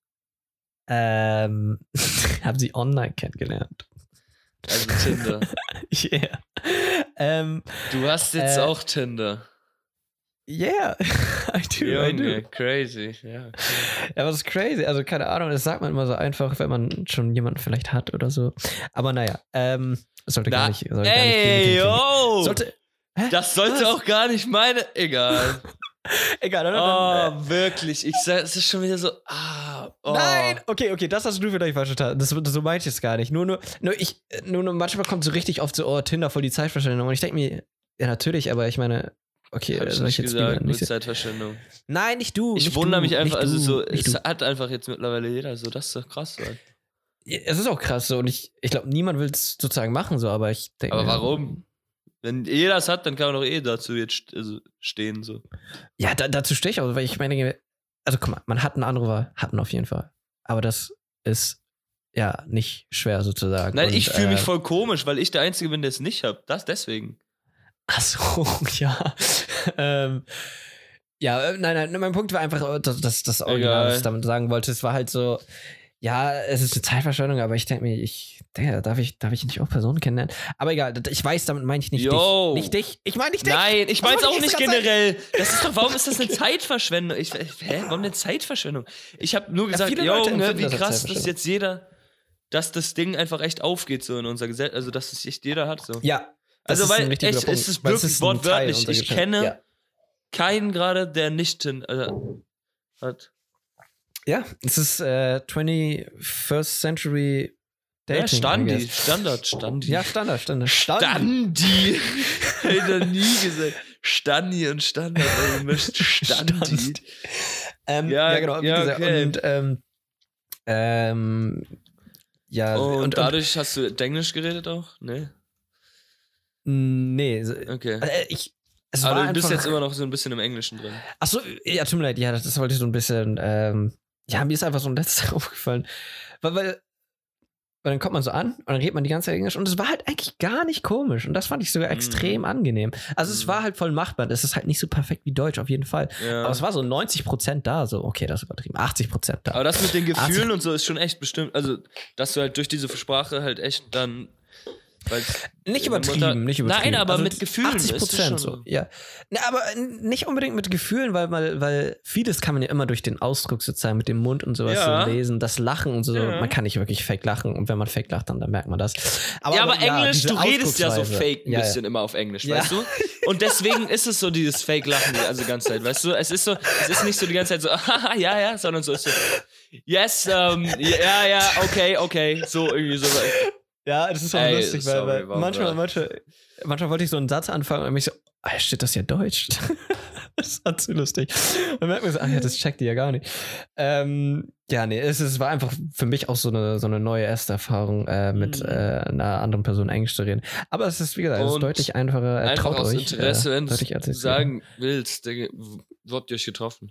Speaker 1: Ähm, habe sie online kennengelernt.
Speaker 2: Also Tinder.
Speaker 1: Yeah. Ähm,
Speaker 2: Du hast jetzt
Speaker 1: Äh,
Speaker 2: auch Tinder.
Speaker 1: yeah, I do, I
Speaker 2: Junge,
Speaker 1: do.
Speaker 2: crazy. Ja, okay.
Speaker 1: Ja, aber das ist crazy. Also, keine Ahnung, das sagt man immer so einfach, wenn man schon jemanden vielleicht hat oder so. Aber naja, ähm, sollte gar
Speaker 2: Na,
Speaker 1: nicht. Sollte
Speaker 2: ey,
Speaker 1: gar nicht
Speaker 2: yo!
Speaker 1: sollte. Hä?
Speaker 2: Das sollte
Speaker 1: Was?
Speaker 2: auch gar nicht meine. Egal.
Speaker 1: Egal, dann,
Speaker 2: Oh,
Speaker 1: dann,
Speaker 2: wirklich. Ich sag, es ist schon wieder so. Ah, oh.
Speaker 1: Nein! Okay, okay, das hast du vielleicht falsch verstanden. Das, das, so meinte ich es gar nicht. Nur, nur, nur ich, nur, nur manchmal kommt so richtig oft so, oh, Tinder voll die Zeitverschwendung. Und ich denke mir, ja, natürlich, aber ich meine, okay,
Speaker 2: Hab ich
Speaker 1: soll
Speaker 2: nicht
Speaker 1: ich jetzt
Speaker 2: gesagt,
Speaker 1: lieber
Speaker 2: mit
Speaker 1: nicht.
Speaker 2: Zeitverschwendung.
Speaker 1: Nein, nicht du.
Speaker 2: Ich
Speaker 1: nicht
Speaker 2: wundere
Speaker 1: du,
Speaker 2: mich einfach,
Speaker 1: nicht
Speaker 2: also
Speaker 1: du,
Speaker 2: so,
Speaker 1: nicht
Speaker 2: es
Speaker 1: du.
Speaker 2: hat einfach jetzt mittlerweile jeder so, das ist doch krass. Mann.
Speaker 1: Es ist auch krass so und ich, ich glaube, niemand will es sozusagen machen, so, aber ich denke.
Speaker 2: Aber
Speaker 1: mir,
Speaker 2: warum? Wenn jeder das hat, dann kann man doch eh dazu jetzt also stehen, so.
Speaker 1: Ja, da, dazu stehe ich auch, weil ich meine, also guck mal, man hat eine andere Wahl, hat man auf jeden Fall. Aber das ist ja nicht schwer sozusagen.
Speaker 2: Nein,
Speaker 1: und,
Speaker 2: ich fühle mich
Speaker 1: äh,
Speaker 2: voll komisch, weil ich der Einzige bin, der es nicht hat. Das deswegen.
Speaker 1: Ach so, ja. ähm, ja, äh, nein, nein, mein Punkt war einfach, äh, das, das, das Original,
Speaker 2: Egal.
Speaker 1: was ich damit sagen wollte. Es war halt so, ja, es ist eine Zeitverschwendung, aber ich denke mir, ich, denke, darf ich, darf ich nicht auch Personen kennenlernen? Aber egal, ich weiß, damit meine ich nicht
Speaker 2: Yo.
Speaker 1: dich. Nicht dich. Ich meine nicht dich.
Speaker 2: Nein, ich
Speaker 1: Was
Speaker 2: meine es
Speaker 1: wollte
Speaker 2: auch
Speaker 1: ich
Speaker 2: nicht
Speaker 1: jetzt grad
Speaker 2: generell. Das ist doch, warum ist das eine Zeitverschwendung? Ich, hä, warum eine Zeitverschwendung? Ich habe nur gesagt,
Speaker 1: viele Leute
Speaker 2: Junge,
Speaker 1: empfinden
Speaker 2: wie
Speaker 1: das als
Speaker 2: krass, dass
Speaker 1: Zeitverschwendung.
Speaker 2: jetzt jeder, dass das Ding einfach echt aufgeht so in unserer Gesellschaft, also dass es echt jeder hat so.
Speaker 1: Ja. das
Speaker 2: Also
Speaker 1: ist ein
Speaker 2: weil
Speaker 1: richtig
Speaker 2: echt,
Speaker 1: guter Punkt,
Speaker 2: es ist
Speaker 1: weil
Speaker 2: wirklich
Speaker 1: ein Teil
Speaker 2: wortwörtlich,
Speaker 1: unserer
Speaker 2: ich
Speaker 1: Gesellschaft.
Speaker 2: kenne
Speaker 1: Ja.
Speaker 2: keinen gerade, der nicht Tinder äh, hat.
Speaker 1: Ja, es ist äh, twenty-first Century Dating.
Speaker 2: Ja,
Speaker 1: I
Speaker 2: Standi,
Speaker 1: guess.
Speaker 2: Standard, Standi.
Speaker 1: Ja, Standard, Standard.
Speaker 2: Standi. Hätte ich noch nie gesagt. Standi und Standard, also mischt Standi.
Speaker 1: Ähm,
Speaker 2: Ja,
Speaker 1: ja, genau. Wie
Speaker 2: ja,
Speaker 1: gesagt,
Speaker 2: okay.
Speaker 1: und ähm, ähm, ja,
Speaker 2: Und,
Speaker 1: und, und
Speaker 2: dadurch hast du Englisch geredet auch? Ne?
Speaker 1: nee, so-
Speaker 2: Okay.
Speaker 1: äh, ich es
Speaker 2: Aber
Speaker 1: war
Speaker 2: du bist
Speaker 1: einfach,
Speaker 2: jetzt immer noch so ein bisschen im Englischen drin.
Speaker 1: Achso, ja, tut mir leid, ja, das, das wollte ich so ein bisschen, ähm, ja, mir ist einfach so ein letztes aufgefallen, weil, weil weil dann kommt man so an und dann redet man die ganze Zeit Englisch und es war halt eigentlich gar nicht komisch und das fand ich sogar extrem
Speaker 2: Mhm.
Speaker 1: angenehm. Also es
Speaker 2: Mhm.
Speaker 1: war halt voll machbar, es ist halt nicht so perfekt wie Deutsch, auf jeden Fall.
Speaker 2: Ja.
Speaker 1: Aber es war so neunzig Prozent da, so, okay, das ist übertrieben, achtzig Prozent da.
Speaker 2: Aber das mit den
Speaker 1: achtzig
Speaker 2: Gefühlen und so ist schon echt bestimmt, also, dass du halt durch diese Sprache halt echt dann. weil's-
Speaker 1: Nicht
Speaker 2: deine
Speaker 1: übertrieben,
Speaker 2: Mutter-
Speaker 1: nicht übertrieben.
Speaker 2: Nein, aber
Speaker 1: Also
Speaker 2: mit Gefühlen.
Speaker 1: achtzig
Speaker 2: ist es
Speaker 1: Prozent
Speaker 2: schon
Speaker 1: so, ja. Na, aber nicht unbedingt mit Gefühlen, weil, weil, weil vieles kann man ja immer durch den Ausdruck sozusagen mit dem Mund und sowas
Speaker 2: Ja.
Speaker 1: so lesen, das Lachen und so.
Speaker 2: Ja.
Speaker 1: Man kann nicht wirklich fake lachen und wenn man fake lacht, dann, dann merkt man das.
Speaker 2: ja, aber Englisch,
Speaker 1: diese
Speaker 2: du redest ja so
Speaker 1: Ausdrucksweise.
Speaker 2: fake ein
Speaker 1: Ja,
Speaker 2: bisschen immer auf Englisch,
Speaker 1: Ja.
Speaker 2: weißt du? Und deswegen ist es so dieses Fake-Lachen, also die ganze Zeit, weißt du? Es ist so, es ist nicht so die ganze Zeit so, haha, ja, ja, sondern so ist so, yes, ähm, ja, ja, okay, okay, so irgendwie so.
Speaker 1: Ja, das ist auch
Speaker 2: Ey,
Speaker 1: lustig, weil,
Speaker 2: sorry,
Speaker 1: weil
Speaker 2: war
Speaker 1: manchmal,
Speaker 2: bra.
Speaker 1: manchmal, manchmal wollte ich so einen Satz anfangen und mich so, ah, steht das ja Deutsch? Das war zu lustig. Und dann merkt man so, ach ja, das checkt die ja gar nicht. Ähm, ja, nee, es, es war einfach für mich auch so eine, so eine neue erste Erfahrung, äh, mit
Speaker 2: Mhm.
Speaker 1: äh, einer anderen Person Englisch zu reden. Aber es ist, wie gesagt, es ist
Speaker 2: Und
Speaker 1: deutlich einfacher. Äh,
Speaker 2: Einfach
Speaker 1: traut
Speaker 2: aus
Speaker 1: euch.
Speaker 2: Interesse,
Speaker 1: äh,
Speaker 2: wenn
Speaker 1: deutlich
Speaker 2: du
Speaker 1: als ich
Speaker 2: sagen willst, Digga, wo habt ihr euch getroffen?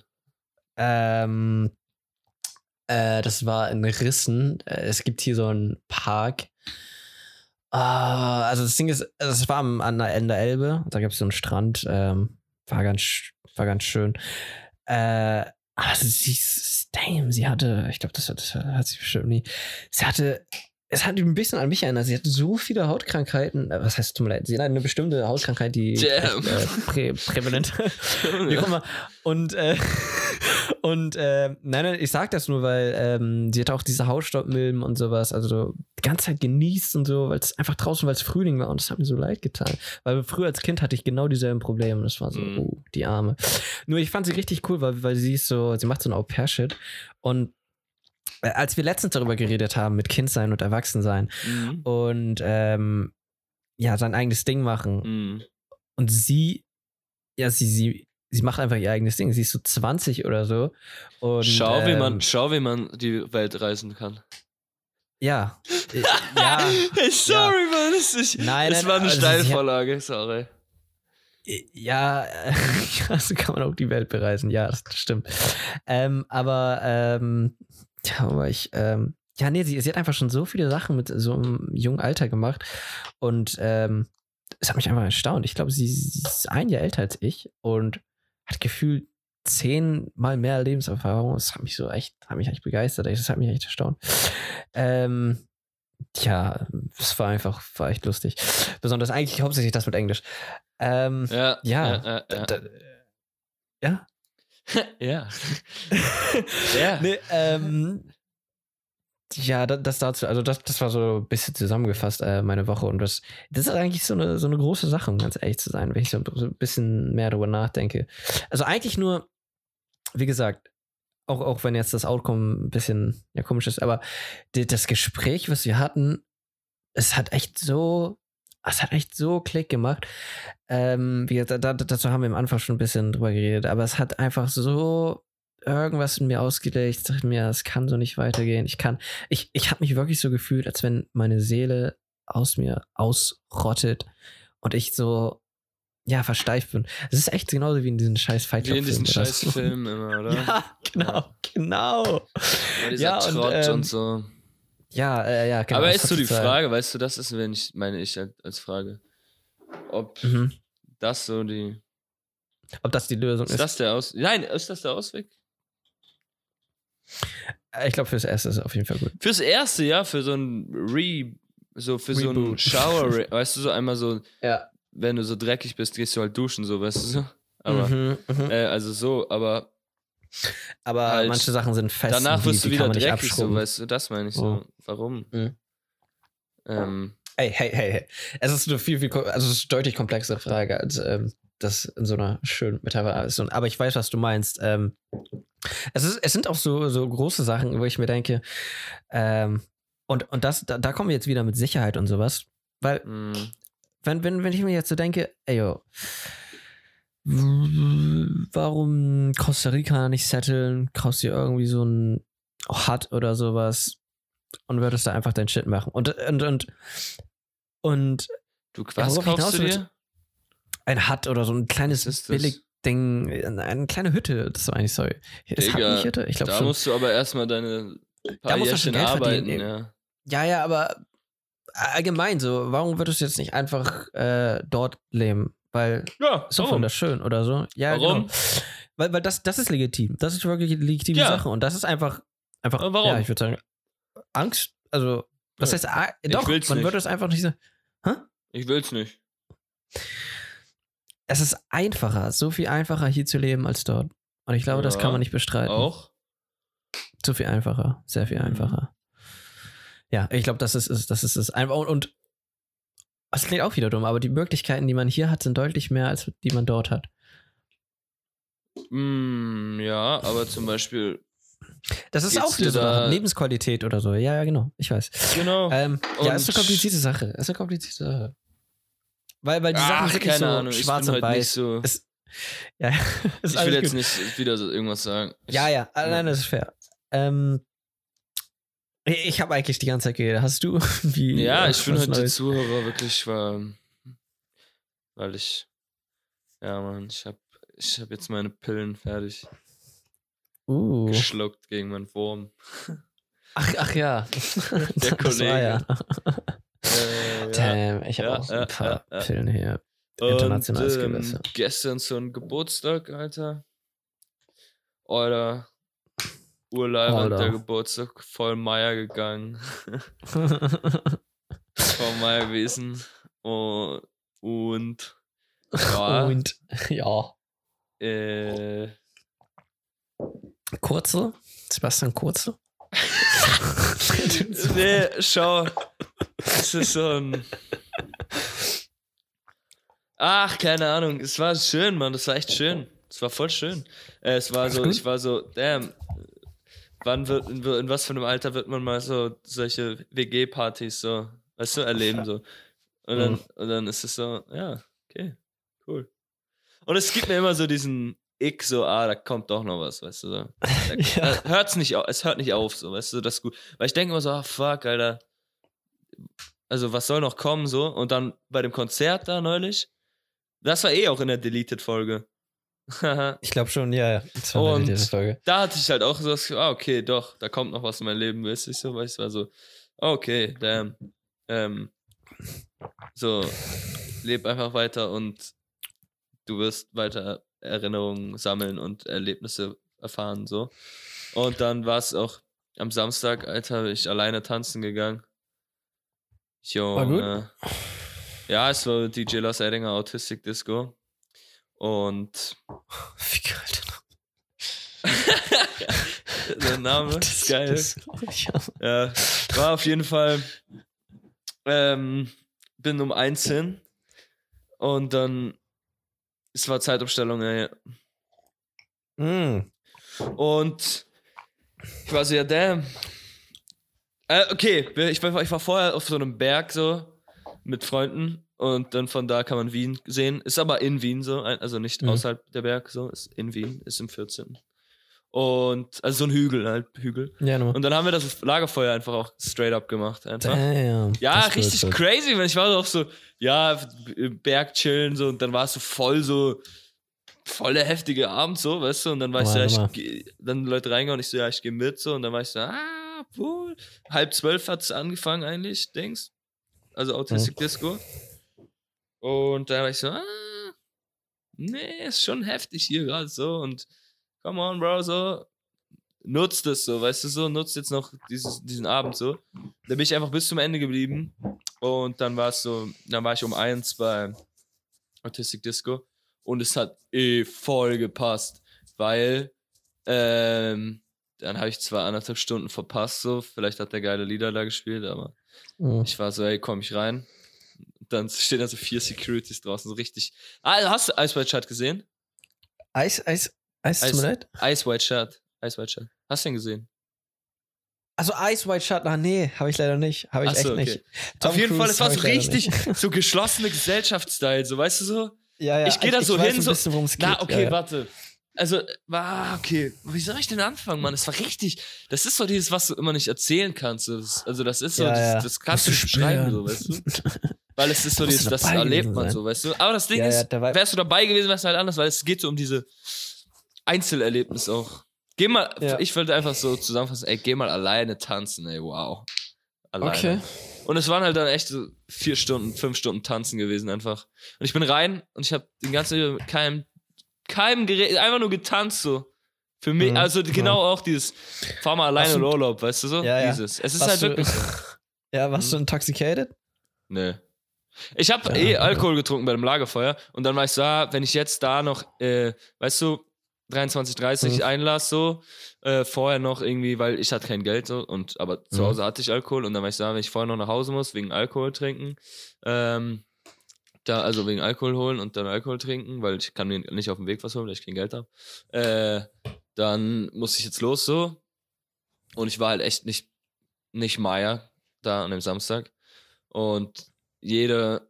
Speaker 1: Ähm, äh, das war in Rissen. Äh, es gibt hier so einen Park. Ah, also das Ding ist, also es war am, an der, an der Elbe. Da gab es so einen Strand. Ähm, war ganz, sch- war ganz schön. Äh, also sie, ist- damn, sie hatte, ich glaube, das, hat- das hat sie bestimmt nie. Sie hatte, es hat ein bisschen an mich erinnert. Sie hatte so viele Hautkrankheiten. Äh, Was heißt, tut mir leid, sie hat eine bestimmte Hautkrankheit, die
Speaker 2: Damn.
Speaker 1: echt, äh, prä, prävalent wie auch immer. Und, äh, und äh, nein, nein, ich sag das nur, weil ähm, sie hat auch diese Hausstaubmilben und sowas, also so die ganze Zeit genießt und so, weil es einfach draußen, weil es Frühling war und das hat mir so leid getan. Weil früher als Kind hatte ich genau dieselben Probleme und das war so,
Speaker 2: Mhm.
Speaker 1: oh, die Arme. Nur ich fand sie richtig cool, weil, weil sie ist so, sie macht so ein Au-pair-Shit und äh, als wir letztens darüber geredet haben, mit Kindsein und Erwachsensein
Speaker 2: Mhm.
Speaker 1: und ähm, ja, sein eigenes Ding machen
Speaker 2: Mhm.
Speaker 1: und sie, ja, sie, sie, sie macht einfach ihr eigenes Ding. Sie ist so zwanzig oder so. Und,
Speaker 2: schau, wie
Speaker 1: ähm,
Speaker 2: man, schau, wie man die Welt reisen kann.
Speaker 1: Ja. Äh, ja.
Speaker 2: Hey, sorry, ja. Mann. Das, ist,
Speaker 1: nein,
Speaker 2: das
Speaker 1: nein,
Speaker 2: war eine
Speaker 1: also
Speaker 2: Steilvorlage, sorry.
Speaker 1: Ja, ja, so kann man auch die Welt bereisen. Ja, das stimmt. Ähm, aber, ähm, ja, aber ich, ähm, ja, nee, sie, sie hat einfach schon so viele Sachen mit so einem jungen Alter gemacht. Und ähm, es hat mich einfach erstaunt. Ich glaube, sie, sie ist ein Jahr älter als ich und hat gefühlt zehnmal mehr Lebenserfahrung. Das hat mich so echt, hat mich echt begeistert. Das hat mich echt erstaunt. Ähm, ja, es war einfach, war echt lustig. Besonders eigentlich hauptsächlich das mit Englisch. Ähm,
Speaker 2: Ja,
Speaker 1: ja.
Speaker 2: ja, ja.
Speaker 1: Da, da, ja.
Speaker 2: ja. ja.
Speaker 1: Nee, ähm, ja, das, das dazu, also das, das war so ein bisschen zusammengefasst, äh, meine Woche. Und das, das ist eigentlich so eine, so eine große Sache, um ganz ehrlich zu sein, wenn ich so, so ein bisschen mehr darüber nachdenke. Also eigentlich nur, wie gesagt, auch, auch wenn jetzt das Outcome ein bisschen ja, komisch ist, aber die, das Gespräch, was wir hatten, es hat echt so, es hat echt so Klick gemacht. Ähm, wie, da, da, dazu haben wir am Anfang schon ein bisschen drüber geredet, aber es hat einfach so irgendwas in mir ausgelegt. Ich dachte mir, es kann so nicht weitergehen. Ich kann, ich, ich habe mich wirklich so gefühlt, als wenn meine Seele aus mir ausrottet und ich so, ja, versteift bin. Es ist echt genauso wie in diesen scheiß Fight Club
Speaker 2: Wie in diesen
Speaker 1: Filmen,
Speaker 2: scheiß Filmen immer, oder?
Speaker 1: Ja, genau,
Speaker 2: ja.
Speaker 1: genau.
Speaker 2: Ja, dieser
Speaker 1: Ja,
Speaker 2: Trott
Speaker 1: und, ähm,
Speaker 2: und so.
Speaker 1: Ja, äh, ja, genau.
Speaker 2: Aber
Speaker 1: das
Speaker 2: ist so die
Speaker 1: total-
Speaker 2: Frage, weißt du, das ist, wenn ich, meine ich als Frage, ob
Speaker 1: Mhm.
Speaker 2: das so die,
Speaker 1: Ob das die Lösung
Speaker 2: ist
Speaker 1: ist?
Speaker 2: das der Aus, nein, ist das der Ausweg?
Speaker 1: Äh, Ich glaube, fürs Erste ist es auf jeden Fall gut.
Speaker 2: Fürs Erste, ja, für so ein Re, so für so ein
Speaker 1: Reboot.
Speaker 2: Shower, weißt du, so einmal so,
Speaker 1: Ja.
Speaker 2: wenn du so dreckig bist, gehst du halt duschen, so, weißt du, so. Aber,
Speaker 1: Mhm, mhm.
Speaker 2: äh, also so, aber
Speaker 1: Aber
Speaker 2: halt,
Speaker 1: manche Sachen sind fest.
Speaker 2: danach
Speaker 1: die,
Speaker 2: wirst du
Speaker 1: die
Speaker 2: wieder
Speaker 1: kann man nicht
Speaker 2: dreckig, so,
Speaker 1: abschrubben.
Speaker 2: weißt du, das meine ich so.
Speaker 1: Oh.
Speaker 2: Warum?
Speaker 1: Mhm.
Speaker 2: Ähm,
Speaker 1: Hey, hey, hey, hey. Es ist eine viel, viel, ko- also es ist eine deutlich komplexere Frage, als ähm, das in so einer schönen Metapher ist. Und, aber ich weiß, was du meinst. Ähm, es, ist, es sind auch so, so große Sachen, wo ich mir denke, ähm, und, und das, da, da kommen wir jetzt wieder mit Sicherheit und sowas. Weil,
Speaker 2: mh,
Speaker 1: wenn, wenn, wenn ich mir jetzt so denke, ey, yo, w- warum Costa Rica nicht setteln? Kaufst dir irgendwie so ein Hut oder sowas und würdest da einfach dein Shit machen. Und, und, und, und
Speaker 2: du,
Speaker 1: Ja,
Speaker 2: was
Speaker 1: worauf ich
Speaker 2: kaufst du
Speaker 1: hinaus will,
Speaker 2: dir?
Speaker 1: ein Hut oder so ein kleines
Speaker 2: Was ist das?
Speaker 1: Billigding, eine, eine kleine Hütte, das war eigentlich, sorry. Ist Hut
Speaker 2: Digga,
Speaker 1: nicht Hütte? Ich glaube
Speaker 2: da
Speaker 1: schon.
Speaker 2: musst du aber erstmal deine paar
Speaker 1: Da musst du schon
Speaker 2: Jährchen
Speaker 1: Geld
Speaker 2: arbeiten,
Speaker 1: verdienen, Ja,
Speaker 2: ja.
Speaker 1: ja, aber allgemein so, warum würdest du jetzt nicht einfach äh, dort leben? Weil
Speaker 2: Ja,
Speaker 1: ist doch
Speaker 2: warum?
Speaker 1: wunderschön oder so. Ja,
Speaker 2: Warum?
Speaker 1: genau. Weil, weil das, das ist legitim. Das ist wirklich eine legitime
Speaker 2: Ja.
Speaker 1: Sache. Und das ist einfach, einfach
Speaker 2: Aber warum?
Speaker 1: ja, ich würde sagen, Angst. Also, was
Speaker 2: Ja.
Speaker 1: heißt, ah,
Speaker 2: Ich
Speaker 1: doch,
Speaker 2: will's
Speaker 1: man
Speaker 2: nicht.
Speaker 1: würde es einfach nicht so. Hä?
Speaker 2: Ich will's nicht.
Speaker 1: Es ist einfacher, so viel einfacher hier zu leben als dort. Und ich glaube, das
Speaker 2: Ja,
Speaker 1: kann man nicht bestreiten.
Speaker 2: Auch?
Speaker 1: So viel einfacher, sehr viel
Speaker 2: Mhm.
Speaker 1: einfacher. Ja, ich glaube, das ist es, das ist es. Einfach und, und das klingt auch wieder dumm, aber die Möglichkeiten, die man hier hat, sind deutlich mehr, als die man dort hat.
Speaker 2: Mm, ja, aber zum Beispiel,
Speaker 1: Das ist
Speaker 2: Geht's
Speaker 1: auch wieder
Speaker 2: dir
Speaker 1: so eine
Speaker 2: da-
Speaker 1: Lebensqualität oder so. Ja, ja, genau. Ich weiß.
Speaker 2: genau.
Speaker 1: Ähm, ja,
Speaker 2: Und-
Speaker 1: ist eine komplizierte Sache. Ist eine komplizierte Sache. Weil, weil die Sachen
Speaker 2: Ach,
Speaker 1: sind nicht
Speaker 2: keine
Speaker 1: so
Speaker 2: Ahnung, ich
Speaker 1: schwarz
Speaker 2: bin
Speaker 1: und
Speaker 2: halt nicht
Speaker 1: weiß.
Speaker 2: so.
Speaker 1: Es, ja, ist
Speaker 2: Ich
Speaker 1: alles
Speaker 2: will jetzt
Speaker 1: gut.
Speaker 2: nicht wieder so irgendwas sagen. Ich,
Speaker 1: Ja, ja, ah, nein, das ist fair. Ähm, ich ich habe eigentlich die ganze Zeit geredet. Hast du wie
Speaker 2: Ja,
Speaker 1: äh,
Speaker 2: ich bin
Speaker 1: was
Speaker 2: heute die
Speaker 1: Neues?
Speaker 2: Zuhörer wirklich, war, weil ich, ja, Mann, ich hab, ich hab jetzt meine Pillen fertig
Speaker 1: Uh.
Speaker 2: geschluckt gegen meinen Wurm.
Speaker 1: Ach, ach ja.
Speaker 2: Der
Speaker 1: Das war ja.
Speaker 2: Äh, ja.
Speaker 1: Damn, ich habe
Speaker 2: Ja,
Speaker 1: auch so
Speaker 2: ja,
Speaker 1: ein paar
Speaker 2: ja, ja.
Speaker 1: Pillen hier. Internationales
Speaker 2: Und, ähm,
Speaker 1: Gewässer.
Speaker 2: gestern so ein Geburtstag, Alter. Oder Urlaubend
Speaker 1: Alter.
Speaker 2: der Geburtstag, voll Meier gegangen. voll Meier gewesen. Und, und ja,
Speaker 1: Und ja.
Speaker 2: äh,
Speaker 1: Kurze? Sebastian Kurze?
Speaker 2: nee, schau. Es ist so ein. Ach, keine Ahnung. Es war schön, Mann. Das war echt schön. Es war voll schön. Äh, es war
Speaker 1: Alles
Speaker 2: so,
Speaker 1: gut?
Speaker 2: ich war so, damn. Wann wird, in, in was für einem Alter wird man mal so solche W G-Partys so, weißt du, erleben so. Und dann,
Speaker 1: Mhm.
Speaker 2: und dann ist es so, ja, okay, cool. Und es gibt mir immer so diesen, ich so, ah, da kommt doch noch was, weißt du, so. Da,
Speaker 1: Ja.
Speaker 2: da hört's nicht auf, es hört nicht auf, so, weißt du, das ist gut. Weil ich denke immer so, ah, fuck, Alter, also was soll noch kommen, so, und dann bei dem Konzert da neulich, das war eh auch in der Deleted-Folge.
Speaker 1: Ich glaube schon, ja, ja. Das war
Speaker 2: Und
Speaker 1: diese Folge.
Speaker 2: da hatte ich halt auch so, das, ah, okay, doch, da kommt noch was in mein Leben, weißt du, ich so, weil ich war so, okay, damn, ähm, so, leb einfach weiter und du wirst weiter Erinnerungen sammeln und Erlebnisse erfahren, so. Und dann war es auch am Samstag, Alter, bin ich alleine tanzen gegangen. Jo,
Speaker 1: War gut?
Speaker 2: äh, ja, es war D J Lars Edinger Autistic Disco. Und
Speaker 1: Wie geil.
Speaker 2: der Name
Speaker 1: Das
Speaker 2: ist geil.
Speaker 1: Das, ja.
Speaker 2: Ja, war auf jeden Fall, ähm, bin um eins hin und dann, es war Zeitumstellung, ey.
Speaker 1: Mm.
Speaker 2: Und ich war so, ja, damn. Äh, okay, ich war, ich war vorher auf so einem Berg so mit Freunden und dann von da kann man Wien sehen. Ist aber in Wien so, also nicht
Speaker 1: Mhm.
Speaker 2: außerhalb der Berg so, ist in Wien, ist im vierzehnten Und, also so ein Hügel, halt, Hügel.
Speaker 1: Ja, nochmal.
Speaker 2: Und dann haben wir das Lagerfeuer einfach auch straight up gemacht, einfach.
Speaker 1: Damn.
Speaker 2: Ja,
Speaker 1: Das ist
Speaker 2: richtig
Speaker 1: gut.
Speaker 2: crazy, weil ich war so auch so, ja, im Berg chillen so und dann war es so voll so, voll der heftige Abend so, weißt du, und dann war ich so, ja,
Speaker 1: Normal,
Speaker 2: ich geh, dann Leute reingegangen und ich so, ja, ich gehe mit so und dann war ich so, ah, wohl, halb zwölf hat es angefangen eigentlich, Dings, also Autistic Disco und da war ich so, ah, nee, ist schon heftig hier gerade so und come on, Bro, so, nutzt es so, weißt du, so, nutzt jetzt noch dieses, diesen Abend so. Da bin ich einfach bis zum Ende geblieben und dann war es so, dann war ich um eins bei Autistic Disco und es hat eh voll gepasst, weil ähm, dann habe ich zwar anderthalb Stunden verpasst, so, vielleicht hat der geile Lieder da gespielt, aber
Speaker 1: Mhm.
Speaker 2: ich war so, ey, komm ich rein. Dann stehen da so vier Securities draußen, so richtig. Ah, hast du Ice White Shut gesehen?
Speaker 1: Eis, Eis, Eis, tut mir leid?
Speaker 2: Ice White Shut. Ice White Shut. Hast du den gesehen?
Speaker 1: Also Ice White Shut, ah nee, habe ich leider nicht. Habe ich
Speaker 2: Ach
Speaker 1: echt
Speaker 2: so, okay.
Speaker 1: nicht. Tom
Speaker 2: Auf jeden
Speaker 1: Cruise
Speaker 2: Fall, es war
Speaker 1: hab
Speaker 2: so
Speaker 1: ich leider
Speaker 2: richtig,
Speaker 1: nicht.
Speaker 2: so geschlossene Gesellschaftsstyle, so, weißt du so?
Speaker 1: Ja, ja,
Speaker 2: ich geh da so
Speaker 1: weiß
Speaker 2: hin,
Speaker 1: ein
Speaker 2: so-
Speaker 1: bisschen, worum es geht.
Speaker 2: Na, okay,
Speaker 1: ja, ja.
Speaker 2: warte. Also, war, okay, wie soll ich denn anfangen, Mann? Es war richtig, das ist so dieses, was du immer nicht erzählen kannst. so. Das, also, das ist so,
Speaker 1: Ja,
Speaker 2: das,
Speaker 1: ja.
Speaker 2: das kannst du
Speaker 1: Musst
Speaker 2: nicht
Speaker 1: du
Speaker 2: beschreiben,
Speaker 1: spüren.
Speaker 2: so, weißt du? Weil es ist so
Speaker 1: Musst
Speaker 2: dieses,
Speaker 1: du
Speaker 2: das
Speaker 1: dabei
Speaker 2: erlebt
Speaker 1: gewesen
Speaker 2: man
Speaker 1: sein.
Speaker 2: so, weißt du? Aber das Ding
Speaker 1: Ja, ja,
Speaker 2: ist,
Speaker 1: da war-
Speaker 2: wärst du dabei gewesen, wärst du halt anders, weil es geht so um diese Einzelerlebnis auch. Geh mal,
Speaker 1: Ja.
Speaker 2: ich würde einfach so zusammenfassen, ey, geh mal alleine tanzen, ey, wow. Alleine.
Speaker 1: Okay.
Speaker 2: Und es waren halt dann echt so vier Stunden, fünf Stunden tanzen gewesen einfach. Und ich bin rein und ich habe den ganzen Video mit keinem, keinem geredet, einfach nur getanzt so. Für mich,
Speaker 1: Mhm,
Speaker 2: also
Speaker 1: ja.
Speaker 2: genau auch dieses, fahr mal alleine
Speaker 1: Hast
Speaker 2: in
Speaker 1: du-
Speaker 2: Urlaub, weißt du so?
Speaker 1: Ja, ja.
Speaker 2: Dieses. Es ist
Speaker 1: Warst
Speaker 2: halt
Speaker 1: du-
Speaker 2: wirklich so.
Speaker 1: Ja, warst
Speaker 2: Mhm.
Speaker 1: du intoxicated?
Speaker 2: Nee. Ich habe
Speaker 1: Ja,
Speaker 2: eh
Speaker 1: ja.
Speaker 2: Alkohol getrunken bei dem Lagerfeuer und dann war ich so, ah, wenn ich jetzt da noch, äh, weißt du, dreiundzwanzig, dreißig
Speaker 1: Mhm.
Speaker 2: einlass so, äh, vorher noch irgendwie, weil ich hatte kein Geld so und aber zu
Speaker 1: Mhm.
Speaker 2: Hause hatte ich Alkohol und dann war ich so, ah, wenn ich vorher noch nach Hause muss, wegen Alkohol trinken, ähm, da, also wegen Alkohol holen und dann Alkohol trinken, weil ich kann mir nicht auf dem Weg was holen, weil ich kein Geld habe, äh, dann muss ich jetzt los so und ich war halt echt nicht, nicht Meier da an dem Samstag und jede,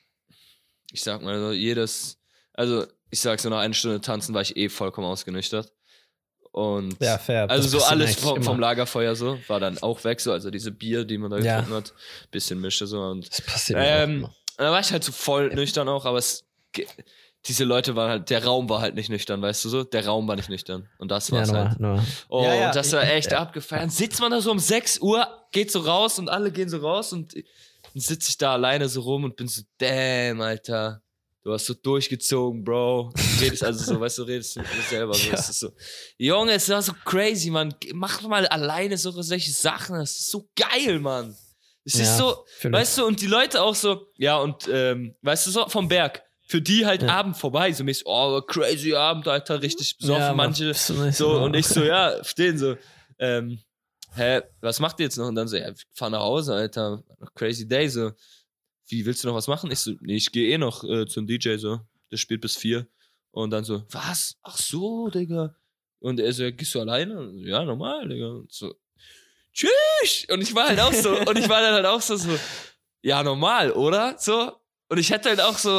Speaker 2: ich sag mal so, jedes, also ich sag so, nach einer Stunde tanzen war ich eh vollkommen ausgenüchtert. Und
Speaker 1: Ja, fair.
Speaker 2: also
Speaker 1: Das
Speaker 2: so
Speaker 1: passiert
Speaker 2: alles
Speaker 1: eigentlich
Speaker 2: vom,
Speaker 1: immer.
Speaker 2: vom Lagerfeuer so, war dann auch weg, so, also diese Bier, die man da
Speaker 1: Ja.
Speaker 2: getrunken hat, bisschen Mische so und
Speaker 1: Das passiert mir auch
Speaker 2: ähm,
Speaker 1: immer.
Speaker 2: da war ich halt so voll nüchtern auch, aber es, ge- diese Leute waren halt, der Raum war halt nicht nüchtern, weißt du so, der Raum war nicht nüchtern und das
Speaker 1: Ja,
Speaker 2: war's
Speaker 1: nochmal,
Speaker 2: halt.
Speaker 1: nochmal.
Speaker 2: Oh,
Speaker 1: Ja, ja,
Speaker 2: und das war
Speaker 1: ja,
Speaker 2: echt
Speaker 1: ja.
Speaker 2: abgefeiert. Dann sitzt man da so um sechs Uhr, geht so raus und alle gehen so raus und dann sitze ich da alleine so rum und bin so, damn, Alter, du hast so durchgezogen, Bro. Du redest also so, weißt du, redest mit dir selber so.
Speaker 1: Ja.
Speaker 2: Es ist so, Junge, es war so crazy, Mann. Mach mal alleine so solche Sachen, das ist so geil, Mann. Es
Speaker 1: Ja,
Speaker 2: ist so,
Speaker 1: fühl ich.
Speaker 2: weißt du, und die Leute auch so, ja, und, ähm, weißt du, so vom Berg. Für die halt
Speaker 1: Ja.
Speaker 2: Abend vorbei, so mäßig, oh, crazy Abend, Alter, richtig besoffen,
Speaker 1: Ja, Mann,
Speaker 2: manche
Speaker 1: bist du nicht
Speaker 2: so, und ich so, ja, stehen so, ähm, hä, was macht ihr jetzt noch? Und dann so, ja, ich fahr nach Hause, Alter, crazy day, so, wie, willst du noch was machen? Ich so, nee, ich gehe eh noch äh, zum D J, so, der spielt bis vier. Und dann so, was? Ach so, Digga. Und er so, ja, gehst du alleine? Und so, ja, normal, Digga. Und so, tschüss! Und ich war halt auch so, und ich war dann halt auch so, so, ja, normal, oder? So, und ich hätte halt auch so,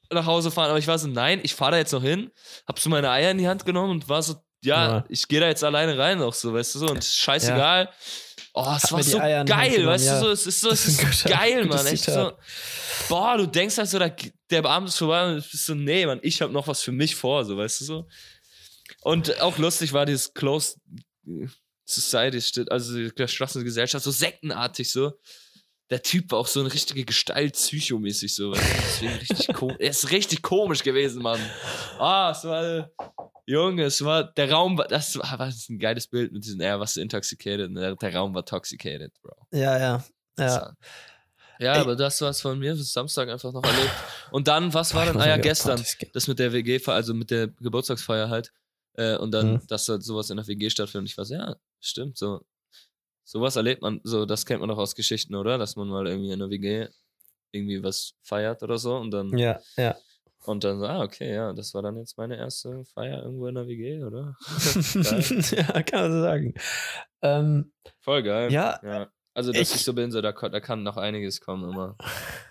Speaker 2: nach Hause fahren, aber ich war so, nein, ich fahre da jetzt noch hin, hab so meine Eier in die Hand genommen und war so, ja, ja. ich gehe da jetzt alleine rein noch so, weißt du, so, und scheißegal. Ja. Oh, es war so geil, weißt ja. du, so, es ist so, es ist so geil, Mann, echt so, boah, du denkst halt so, der, der Abend ist vorbei und du bist so, nee, Mann, ich hab noch was für mich vor, so, weißt du, so. Und auch lustig war dieses Closed Society, also die geschlossene Gesellschaft, so sektenartig, so. Der Typ war auch so eine richtige Gestalt, psychomäßig so. Deswegen richtig komisch. Er ist richtig komisch gewesen, Mann. Ah, es war, Junge, es war, der Raum war, das war, das ist ein geiles Bild mit diesem, er war so intoxicated, der, der Raum war toxicated, Bro.
Speaker 1: Ja, ja, ja.
Speaker 2: Ja, Ey. aber das war's von mir bis Samstag einfach noch erlebt. Und dann, was war dann, ah ja, gestern, das mit der W G, also mit der Geburtstagsfeier halt, äh, und dann, mhm. dass halt sowas in der W G stattfindet. Und ich war so, ja, stimmt, so. Sowas erlebt man, so, das kennt man doch aus Geschichten, oder? Dass man mal irgendwie in der W G irgendwie was feiert oder so und dann.
Speaker 1: Ja, ja.
Speaker 2: Und dann, ah, okay, ja, das war dann jetzt meine erste Feier irgendwo in der W G, oder?
Speaker 1: Ja, kann man so sagen. Ähm,
Speaker 2: Voll geil.
Speaker 1: Ja.
Speaker 2: ja. Also, dass ich, ich so bin, so, da, da kann noch einiges kommen immer.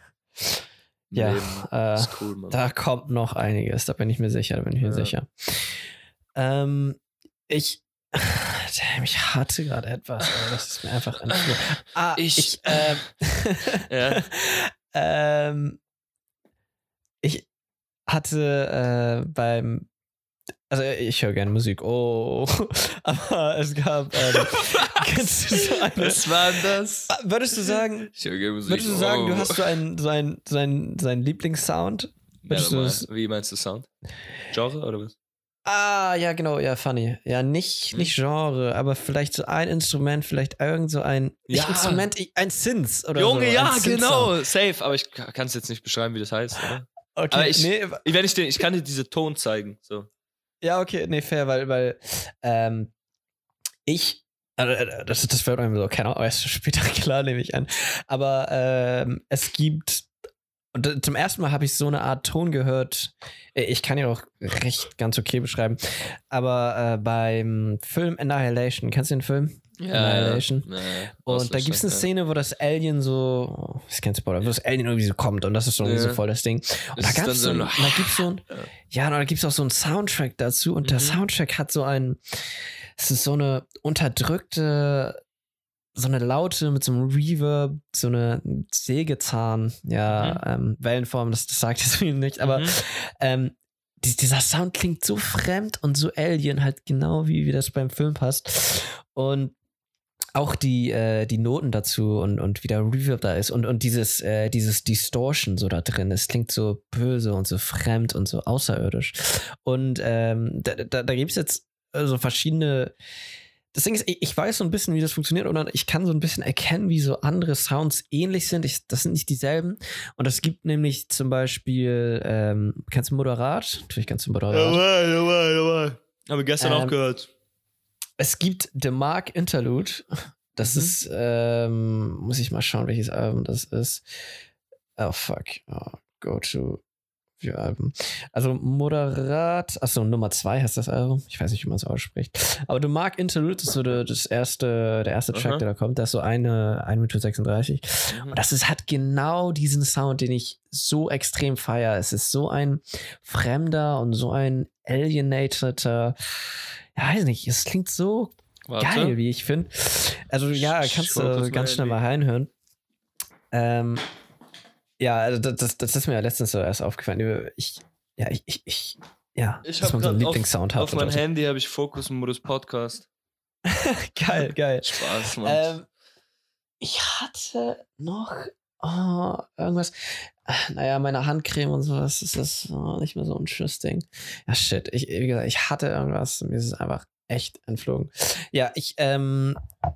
Speaker 1: Ja, äh,
Speaker 2: ist cool, Mann.
Speaker 1: Da kommt noch einiges, da bin ich mir sicher, da bin ich mir ja. sicher. Ähm, ich. Damn, ich hatte gerade etwas, aber das ist mir einfach entflohen. Ah, ich, ich ähm, ja. ähm, ich hatte äh, beim, also ich höre gerne Musik, oh, aber es gab, ähm, kennst du so eine,
Speaker 2: was war das?
Speaker 1: Würdest du sagen,
Speaker 2: ich höre gerne Musik,
Speaker 1: würdest du sagen,
Speaker 2: oh.
Speaker 1: du hast so einen, so einen, so einen, so einen Lieblingssound?
Speaker 2: Ja, wie meinst du Sound? Genre oder was?
Speaker 1: Ah, ja, genau, ja, funny. Ja, nicht, hm. nicht Genre, aber vielleicht so ein Instrument, vielleicht irgend so ein
Speaker 2: ja.
Speaker 1: nicht Instrument, ein Synth oder
Speaker 2: Junge,
Speaker 1: so.
Speaker 2: ja, genau, safe, aber ich kann es jetzt nicht beschreiben, wie das heißt, oder?
Speaker 1: Okay,
Speaker 2: aber ich,
Speaker 1: nee,
Speaker 2: ich, wenn ich, den, ich kann dir diese Ton zeigen, so.
Speaker 1: Ja, okay, nee, fair, weil, weil ähm, ich, also, das, das wird einem so, keine Ahnung, erst später klar, nehme ich an, aber ähm, es gibt Und zum ersten Mal habe ich so eine Art Ton gehört. Ich kann ja auch recht ganz okay beschreiben. Aber äh, beim Film Annihilation, kennst du den Film?
Speaker 2: Ja.
Speaker 1: Annihilation.
Speaker 2: Ja, ja.
Speaker 1: Und da gibt es eine Szene, wo das Alien so, oh, das kennst du, wo das Alien irgendwie so kommt und das ist so, ja. so voll das Ding. Und da gab es so, da gibt's so ein, ja, da gibt es auch so einen Soundtrack dazu und mhm. der Soundtrack hat so ein, es ist so eine unterdrückte, so eine Laute mit so einem Reverb, so eine Sägezahn, ja, mhm. ähm, Wellenform, das, das sagt jetzt mir nicht, aber mhm. ähm, die, dieser Sound klingt so fremd und so Alien, halt genau wie, wie das beim Film passt. Und auch die, äh, die Noten dazu und, und wie der Reverb da ist und, und dieses, äh, dieses Distortion so da drin, es klingt so böse und so fremd und so außerirdisch. Und ähm, da, da, da gibt es jetzt so verschiedene. Das Ding ist, ich weiß so ein bisschen, wie das funktioniert, und ich kann so ein bisschen erkennen, wie so andere Sounds ähnlich sind. Ich, das sind nicht dieselben. Und es gibt nämlich zum Beispiel, ähm, kennst du Moderat? Natürlich kennst du Moderat.
Speaker 2: Jawohl, jawohl, jawohl. Habe ich gestern ähm, auch gehört.
Speaker 1: Es gibt The Mark Interlude. Das mhm. ist, ähm, muss ich mal schauen, welches Album das ist. Oh, fuck. Oh, go to View Album. Also Moderat, achso, Nummer zwei heißt das Album. Ich weiß nicht, wie man es ausspricht. Aber The Mark Interlude ist so der, das erste, der erste Track, Aha. der da kommt. Der ist so eine, eine Minute sechsunddreißig. Mhm. Und das ist, hat genau diesen Sound, den ich so extrem feiere. Es ist so ein fremder und so ein alienated, ja, weiß nicht, es klingt so Warte. geil, wie ich finde. Also ja, kannst du äh, ganz schnell mal reinhören. Ähm, ja, also das, das, das ist mir ja letztens so erst aufgefallen. Ich, ja, ich, ich, ich ja,
Speaker 2: ich
Speaker 1: dass man so einen Lieblingssound hat.
Speaker 2: Auf mein so. Handy habe ich Fokus-Modus Podcast.
Speaker 1: Geil, geil.
Speaker 2: Spaß, Mann.
Speaker 1: Ähm, ich hatte noch oh, irgendwas. Naja, meine Handcreme und sowas, das ist oh, nicht mehr so ein schönes Ding. Ja, shit. Ich, wie gesagt, ich hatte irgendwas, mir ist es einfach echt entflogen. Ja, ich, ähm.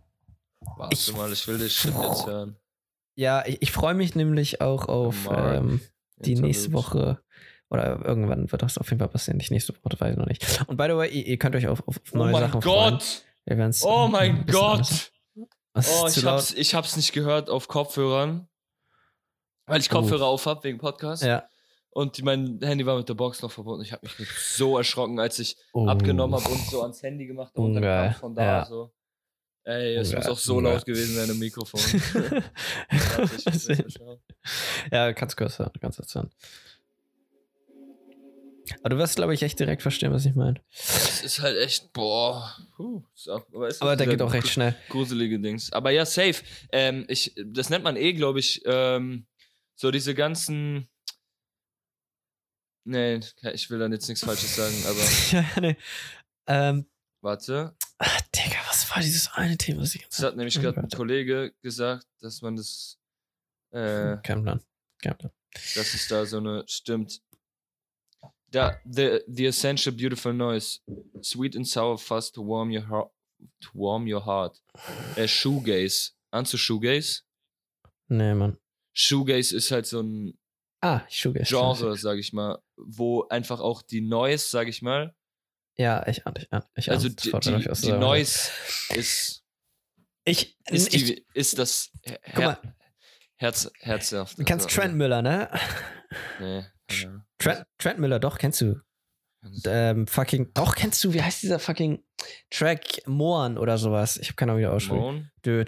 Speaker 2: Warte ich, mal, ich will den Shit oh, jetzt hören.
Speaker 1: Ja, ich, ich freue mich nämlich auch auf ähm, die nächste Woche. Oder irgendwann wird das auf jeden Fall passieren. Nicht nächste Woche, weiß ich noch nicht. Und by the way, ihr, ihr könnt euch auf, auf neue
Speaker 2: oh
Speaker 1: Sachen
Speaker 2: Gott.
Speaker 1: freuen. Wir
Speaker 2: oh mein Gott!
Speaker 1: Was
Speaker 2: oh, ich hab's, ich hab's nicht gehört auf Kopfhörern. Weil ich Kopfhörer oh. auf hab wegen Podcast.
Speaker 1: Ja.
Speaker 2: Und die, mein Handy war mit der Box noch verbunden. Ich habe mich so erschrocken, als ich oh. abgenommen habe und so ans Handy gemacht habe. Und dann kam von da ja. so. Ey, es muss auch so
Speaker 1: Ungeil.
Speaker 2: laut gewesen sein im Mikrofon.
Speaker 1: Ja, kannst du kurz hören. Kannst du hören. Aber du wirst, glaube ich, echt direkt verstehen, was ich meine.
Speaker 2: Das ist halt echt, boah. Puh, so. Aber, ist
Speaker 1: Aber der geht auch recht schnell.
Speaker 2: Gruselige Dings. Aber ja, safe. Ähm, ich, das nennt man eh, glaube ich, ähm, so diese ganzen. Nee, ich will dann jetzt nichts Falsches sagen, aber.
Speaker 1: ja, nee. Ähm,
Speaker 2: warte.
Speaker 1: Ach, Digga, was war dieses eine Thema? Was ich
Speaker 2: das hat nämlich gerade ein Kollege gesagt, dass man das. Äh,
Speaker 1: Kein Plan. Kein Plan.
Speaker 2: Dass es da so eine. Stimmt. Da, the, the essential beautiful noise. Sweet and sour fuzz to warm your heart. To warm your heart. Äh, Shoegaze. Ahnst du Shoegaze?
Speaker 1: Nee, Mann.
Speaker 2: Shoegaze ist halt so ein
Speaker 1: ah, Shoegaze,
Speaker 2: Genre, sag ich mal, wo einfach auch die Noise, sag ich mal.
Speaker 1: Ja, ich ahne, ich ahne. Ich
Speaker 2: also
Speaker 1: ahne,
Speaker 2: die, die, die, die Noise ist.
Speaker 1: Ich,
Speaker 2: ist,
Speaker 1: ich,
Speaker 2: die, ist das Her
Speaker 1: guck mal.
Speaker 2: Herz, herzhaft.
Speaker 1: Du kennst Trent Müller, ne?
Speaker 2: Nee. Ja.
Speaker 1: Trent, Trent Müller, doch, kennst du. Ähm, fucking, doch, kennst du, wie heißt dieser fucking Track? Moan oder sowas. Ich habe keine Ahnung, wie der ausspricht.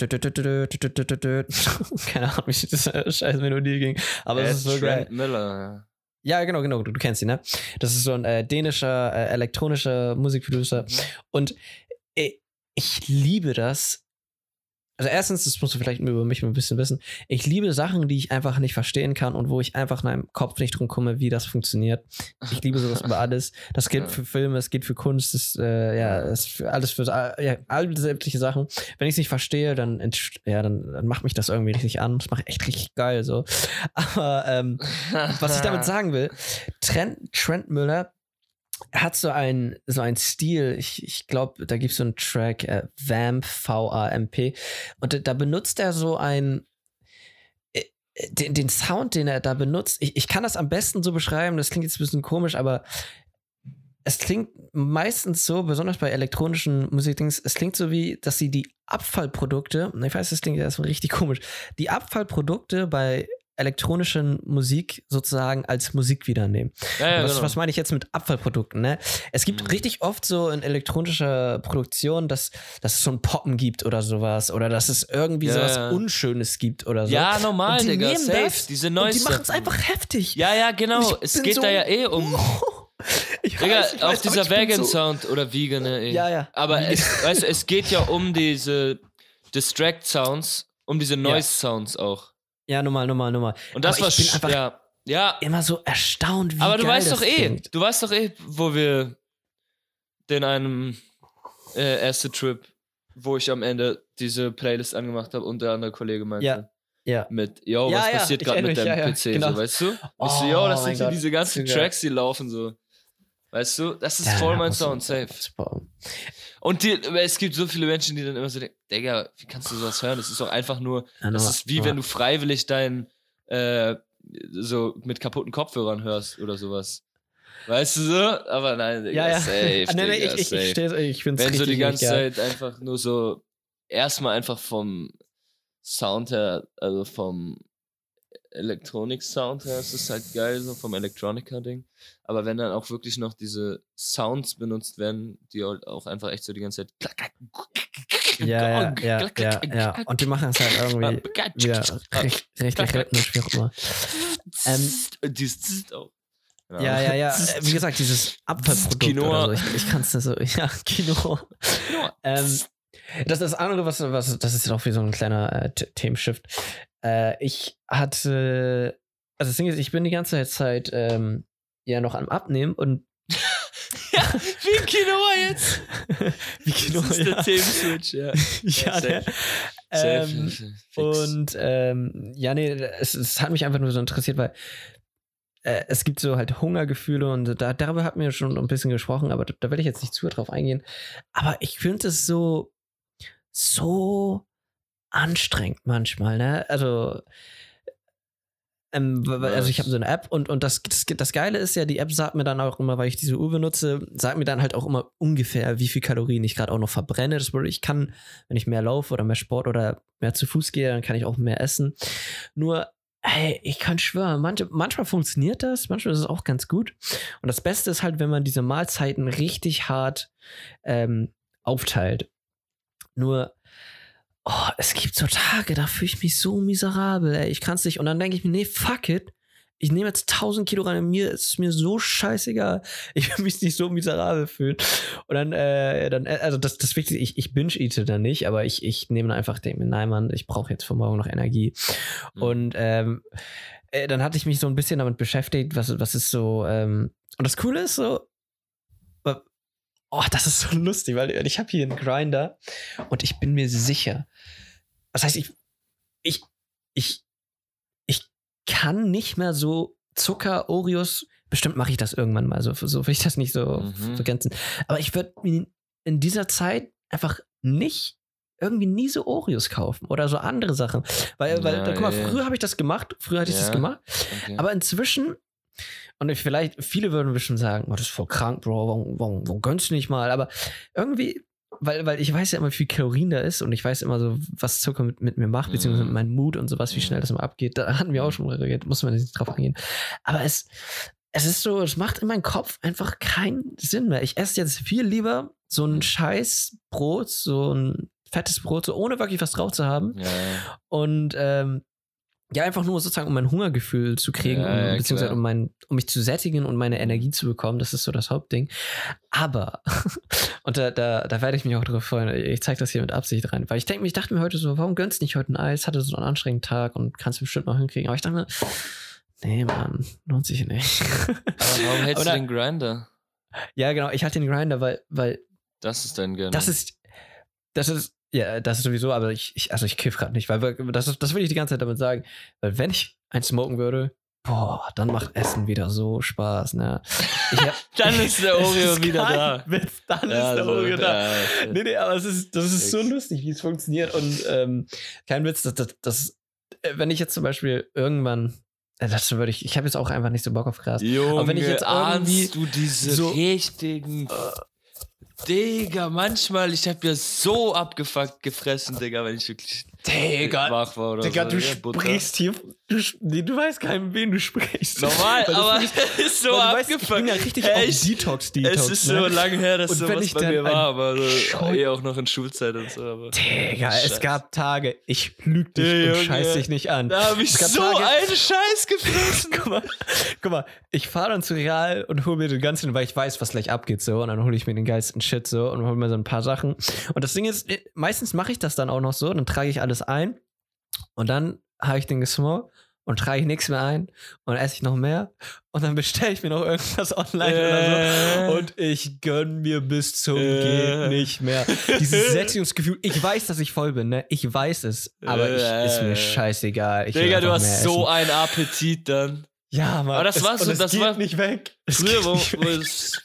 Speaker 1: Keine Ahnung, wie diese scheiß Melodie ging. Aber es ist so
Speaker 2: Trent
Speaker 1: geil.
Speaker 2: Miller.
Speaker 1: Ja, genau, genau, du, du kennst ihn, ne? Das ist so ein äh, dänischer, äh, elektronischer Musikproducer. Mhm. Und äh, ich liebe das. Also erstens, das musst du vielleicht über mich ein bisschen wissen, ich liebe Sachen, die ich einfach nicht verstehen kann und wo ich einfach in meinem Kopf nicht drum komme, wie das funktioniert. Ich liebe sowas über alles. Das gilt für Filme, es geht für Kunst, das, äh, ja, es für alles für ja, all sämtliche Sachen. Wenn ich es nicht verstehe, dann, ja, dann, dann macht mich das irgendwie richtig an. Das macht echt richtig geil so. Aber ähm, was ich damit sagen will, Trent, Trent Müller hat so ein so ein Stil, ich, ich glaube, da gibt es so einen Track, äh, Vamp, V A M P, und da, da benutzt er so ein, äh, den, den Sound, den er da benutzt, ich, ich kann das am besten so beschreiben, das klingt jetzt ein bisschen komisch, aber es klingt meistens so, besonders bei elektronischen Musikdings, es klingt so wie, dass sie die Abfallprodukte, ich weiß, das klingt erstmal richtig komisch, die Abfallprodukte bei elektronischen Musik sozusagen als Musik wiedernehmen. Ja, ja, was, genau. was meine ich jetzt mit Abfallprodukten? Ne? Es gibt mhm. richtig oft so in elektronischer Produktion, dass, dass es so ein Poppen gibt oder sowas oder dass es irgendwie ja, sowas ja. Unschönes gibt oder so.
Speaker 2: Ja, normal, die Digga, safe. Das,
Speaker 1: Diese Neues. Die machen es einfach heftig.
Speaker 2: Ja, ja, genau. Es geht so, da ja eh um... Oh, ich Digga, weiß, ich auf weiß, dieser Vegan-Sound so oder Vegan, ey.
Speaker 1: Ja, ja.
Speaker 2: Aber es, weißt du, es geht ja um diese Distract-Sounds, um diese Noise-Sounds auch.
Speaker 1: Ja, normal, normal, normal.
Speaker 2: Und das
Speaker 1: aber
Speaker 2: war
Speaker 1: ich bin einfach
Speaker 2: ja, ja.
Speaker 1: immer so erstaunt, wie
Speaker 2: aber du
Speaker 1: geil
Speaker 2: weißt
Speaker 1: das
Speaker 2: doch eh,
Speaker 1: klingt.
Speaker 2: du weißt doch eh, wo wir den einem äh, Acid Trip, wo ich am Ende diese Playlist angemacht habe und der andere Kollege meinte.
Speaker 1: Ja. Ja.
Speaker 2: Mit, yo,
Speaker 1: ja,
Speaker 2: was
Speaker 1: ja,
Speaker 2: passiert gerade mit deinem
Speaker 1: ja, ja,
Speaker 2: P C,
Speaker 1: genau.
Speaker 2: so, weißt du?
Speaker 1: Oh,
Speaker 2: ich so, yo, das sind hier
Speaker 1: Gott.
Speaker 2: diese ganzen Tracks, die laufen so. Weißt du, das ist ja, voll mein Sound, safe. Und die, es gibt so viele Menschen, die dann immer so denken, Digga, wie kannst du sowas hören? Das ist doch einfach nur, ja, das ist wie ja. wenn du freiwillig dein, äh, so mit kaputten Kopfhörern hörst oder sowas. Weißt du so? Aber nein, Digga,
Speaker 1: ja, ja.
Speaker 2: safe,
Speaker 1: ah, nee, nee,
Speaker 2: Digga,
Speaker 1: ich,
Speaker 2: safe.
Speaker 1: Ich, ich, ich find's
Speaker 2: wenn so die ganze
Speaker 1: geil.
Speaker 2: Zeit einfach nur so, erstmal einfach vom Sound her, also vom Elektronik-Sound her, ist es halt geil, so vom Electronica-Ding. Aber wenn dann auch wirklich noch diese Sounds benutzt werden, die auch einfach echt so die ganze Zeit.
Speaker 1: Ja, ja, ja, ja, ja. Und die machen es halt irgendwie wieder richtig, richtig rhythmisch, wie auch immer. Ähm,
Speaker 2: dieses auch.
Speaker 1: Genau. Ja, ja, ja. Wie gesagt, dieses Abfallprodukt
Speaker 2: Quinoa.
Speaker 1: oder so. Ich, ich kann es nicht so. Ja, Quinoa. ähm, das ist das andere, was, was das ist auch wie so ein kleiner äh, Themenshift. Äh, ich hatte, also das Ding ist, ich bin die ganze Zeit ähm, ja noch am Abnehmen und
Speaker 2: ja, wie Quinoa jetzt.
Speaker 1: Wie Quinoa,
Speaker 2: das ist
Speaker 1: ja.
Speaker 2: der Themenswitch, ja.
Speaker 1: ja,
Speaker 2: ja
Speaker 1: ne? Ähm, und ähm, ja, nee, es, es hat mich einfach nur so interessiert, weil äh, es gibt so halt Hungergefühle und da, darüber hatten wir schon ein bisschen gesprochen, aber da, da will ich jetzt nicht zu drauf eingehen. Aber ich finde es so so anstrengend manchmal, ne? Also Ähm, also ich habe so eine App und, und das, das, das Geile ist ja, die App sagt mir dann auch immer, weil ich diese Uhr benutze, sagt mir dann halt auch immer ungefähr, wie viel Kalorien ich gerade auch noch verbrenne. Das bedeutet, ich kann, wenn ich mehr laufe oder mehr Sport oder mehr zu Fuß gehe, dann kann ich auch mehr essen. Nur, hey, ich kann schwören, manche, manchmal funktioniert das, manchmal ist es auch ganz gut. Und das Beste ist halt, wenn man diese Mahlzeiten richtig hart ähm, aufteilt. Nur oh, es gibt so Tage, da fühle ich mich so miserabel, ey. Ich kann's nicht. Und dann denke ich mir, nee, fuck it. ich nehme jetzt tausend Kilo rein, und mir ist mir so scheißegal. Ich will mich nicht so miserabel fühlen. Und dann, äh, dann also das, das Wichtigste, ich, ich binge-eate dann nicht, aber ich, ich nehme dann einfach, denke mir, nein, Mann, ich brauche jetzt für morgen noch Energie. Mhm. Und ähm, äh, dann hatte ich mich so ein bisschen damit beschäftigt, was, was ist so, ähm, und das Coole ist so, oh, das ist so lustig, weil ich habe hier einen Grinder und ich bin mir sicher. Das heißt, ich, ich, ich, ich kann nicht mehr so Zucker, Oreos, bestimmt mache ich das irgendwann mal, so, so will ich das nicht so
Speaker 2: Mhm.
Speaker 1: vergrenzen. Aber ich würde mir in dieser Zeit einfach nicht irgendwie nie so Oreos kaufen oder so andere Sachen. Weil, weil
Speaker 2: Ja,
Speaker 1: guck mal,
Speaker 2: ja, ja.
Speaker 1: früher habe ich das gemacht, früher hatte ich das
Speaker 2: Ja.
Speaker 1: gemacht,
Speaker 2: Okay.
Speaker 1: aber inzwischen, und ich vielleicht, viele würden bestimmt sagen, oh, das ist voll krank, Bro, warum, warum, warum gönnst du nicht mal? Aber irgendwie, weil, weil ich weiß ja immer, wie viel Kalorien da ist und ich weiß immer so, was Zucker mit, mit mir macht, beziehungsweise mit meinem Mut und sowas, wie schnell das immer abgeht. Da hatten wir auch schon mal reagiert, muss man nicht drauf eingehen. Aber es, es ist so, es macht in meinem Kopf einfach keinen Sinn mehr. Ich esse jetzt viel lieber so ein scheiß Brot, so ein fettes Brot, so ohne wirklich was drauf zu haben.
Speaker 2: Ja, ja.
Speaker 1: Und ähm, ja, einfach nur sozusagen, um mein Hungergefühl zu kriegen,
Speaker 2: Ja,
Speaker 1: um,
Speaker 2: ja,
Speaker 1: beziehungsweise
Speaker 2: klar.
Speaker 1: um, mein, um mich zu sättigen und meine Energie zu bekommen. Das ist so das Hauptding. Aber, und da, da, da werde ich mich auch drauf freuen, ich zeige das hier mit Absicht rein, weil ich denke mir, ich dachte mir heute so, warum gönnst du nicht heute ein Eis? Hatte so einen anstrengenden Tag und kannst du bestimmt noch hinkriegen. Aber ich dachte mir, nee, Mann, lohnt sich nicht.
Speaker 2: Aber warum hältst
Speaker 1: Aber
Speaker 2: du den Grinder?
Speaker 1: Ja, genau, ich hatte den Grinder, weil, weil
Speaker 2: Das ist dein Gönner.
Speaker 1: das ist, das ist, ja, das ist sowieso, aber ich, ich also ich kiff gerade nicht, weil wir- das, ist- das will ich die ganze Zeit damit sagen, weil wenn ich eins smoken würde, boah, dann macht Essen wieder so Spaß, ne? Ich hab,
Speaker 2: Dann ist der
Speaker 1: Es
Speaker 2: Oreo
Speaker 1: ist
Speaker 2: wieder
Speaker 1: kein
Speaker 2: da.
Speaker 1: Witz, dann
Speaker 2: Ja,
Speaker 1: ist der
Speaker 2: so,
Speaker 1: Oreo da.
Speaker 2: ja, ja.
Speaker 1: Nee, nee, aber es ist, das ist so
Speaker 2: Fix.
Speaker 1: lustig, wie es funktioniert und ähm, kein Witz, das, das, das, äh, wenn ich jetzt zum Beispiel irgendwann, äh, das würde ich, ich habe jetzt auch einfach nicht so Bock auf Gras.
Speaker 2: Junge,
Speaker 1: Aber wenn ich jetzt irgendwie
Speaker 2: ahnst du diese
Speaker 1: so-
Speaker 2: richtigen... Digga, manchmal, ich hab ja so abgefuckt gefressen, Digga, wenn ich wirklich
Speaker 1: Digga,
Speaker 2: wach war oder
Speaker 1: Digga,
Speaker 2: so.
Speaker 1: du
Speaker 2: Ja, Butter.
Speaker 1: sprichst hier, du, sch- nee, du weißt keinen, wen du sprichst.
Speaker 2: Normal,
Speaker 1: Weil du
Speaker 2: aber
Speaker 1: sprichst-
Speaker 2: es ist so
Speaker 1: weil du weißt, ich
Speaker 2: abgefuckt.
Speaker 1: bin ja richtig
Speaker 2: Hey,
Speaker 1: auf
Speaker 2: ich-
Speaker 1: Detox, Detox.
Speaker 2: Es ist
Speaker 1: ne?
Speaker 2: so lange her, dass
Speaker 1: Und wenn
Speaker 2: sowas
Speaker 1: ich
Speaker 2: bei
Speaker 1: dann
Speaker 2: mir
Speaker 1: ein
Speaker 2: war, aber so,
Speaker 1: Scheu-
Speaker 2: eh auch noch in Schulzeit und so. Aber
Speaker 1: Digga, es
Speaker 2: Scheiße.
Speaker 1: gab Tage, ich lüg dich
Speaker 2: Ja,
Speaker 1: und
Speaker 2: Junge.
Speaker 1: scheiß dich nicht an.
Speaker 2: Da hab ich
Speaker 1: Es gab
Speaker 2: so
Speaker 1: Tage-
Speaker 2: einen Scheiß gefressen.
Speaker 1: Guck mal, guck mal, ich fahre dann zu Real und hole mir den ganzen, weil ich weiß, was gleich abgeht, so. Und dann hole ich mir den geilsten Shit, so. Und hole mir so ein paar Sachen. Und das Ding ist, meistens mache ich das dann auch noch so. Dann trage ich alles ein. Und dann habe ich den gesmoked und trage ich nichts mehr ein. Und esse ich noch mehr. Und dann bestelle ich mir noch irgendwas online
Speaker 2: Äh.
Speaker 1: oder so. Und ich gönn mir bis zum
Speaker 2: Äh.
Speaker 1: geht nicht mehr. Dieses Sättigungsgefühl. Ich weiß, dass ich voll bin, ne? Ich weiß es. Aber ich, ist mir
Speaker 2: Äh.
Speaker 1: scheißegal. Ich will
Speaker 2: Digga, du
Speaker 1: einfach mehr
Speaker 2: hast so
Speaker 1: essen.
Speaker 2: einen Appetit dann.
Speaker 1: Ja, Mann.
Speaker 2: Aber das
Speaker 1: es,
Speaker 2: war so-
Speaker 1: und es
Speaker 2: das
Speaker 1: geht
Speaker 2: war-
Speaker 1: nicht weg. Es
Speaker 2: Früher,
Speaker 1: geht
Speaker 2: wo,
Speaker 1: nicht
Speaker 2: wo
Speaker 1: weg.
Speaker 2: es.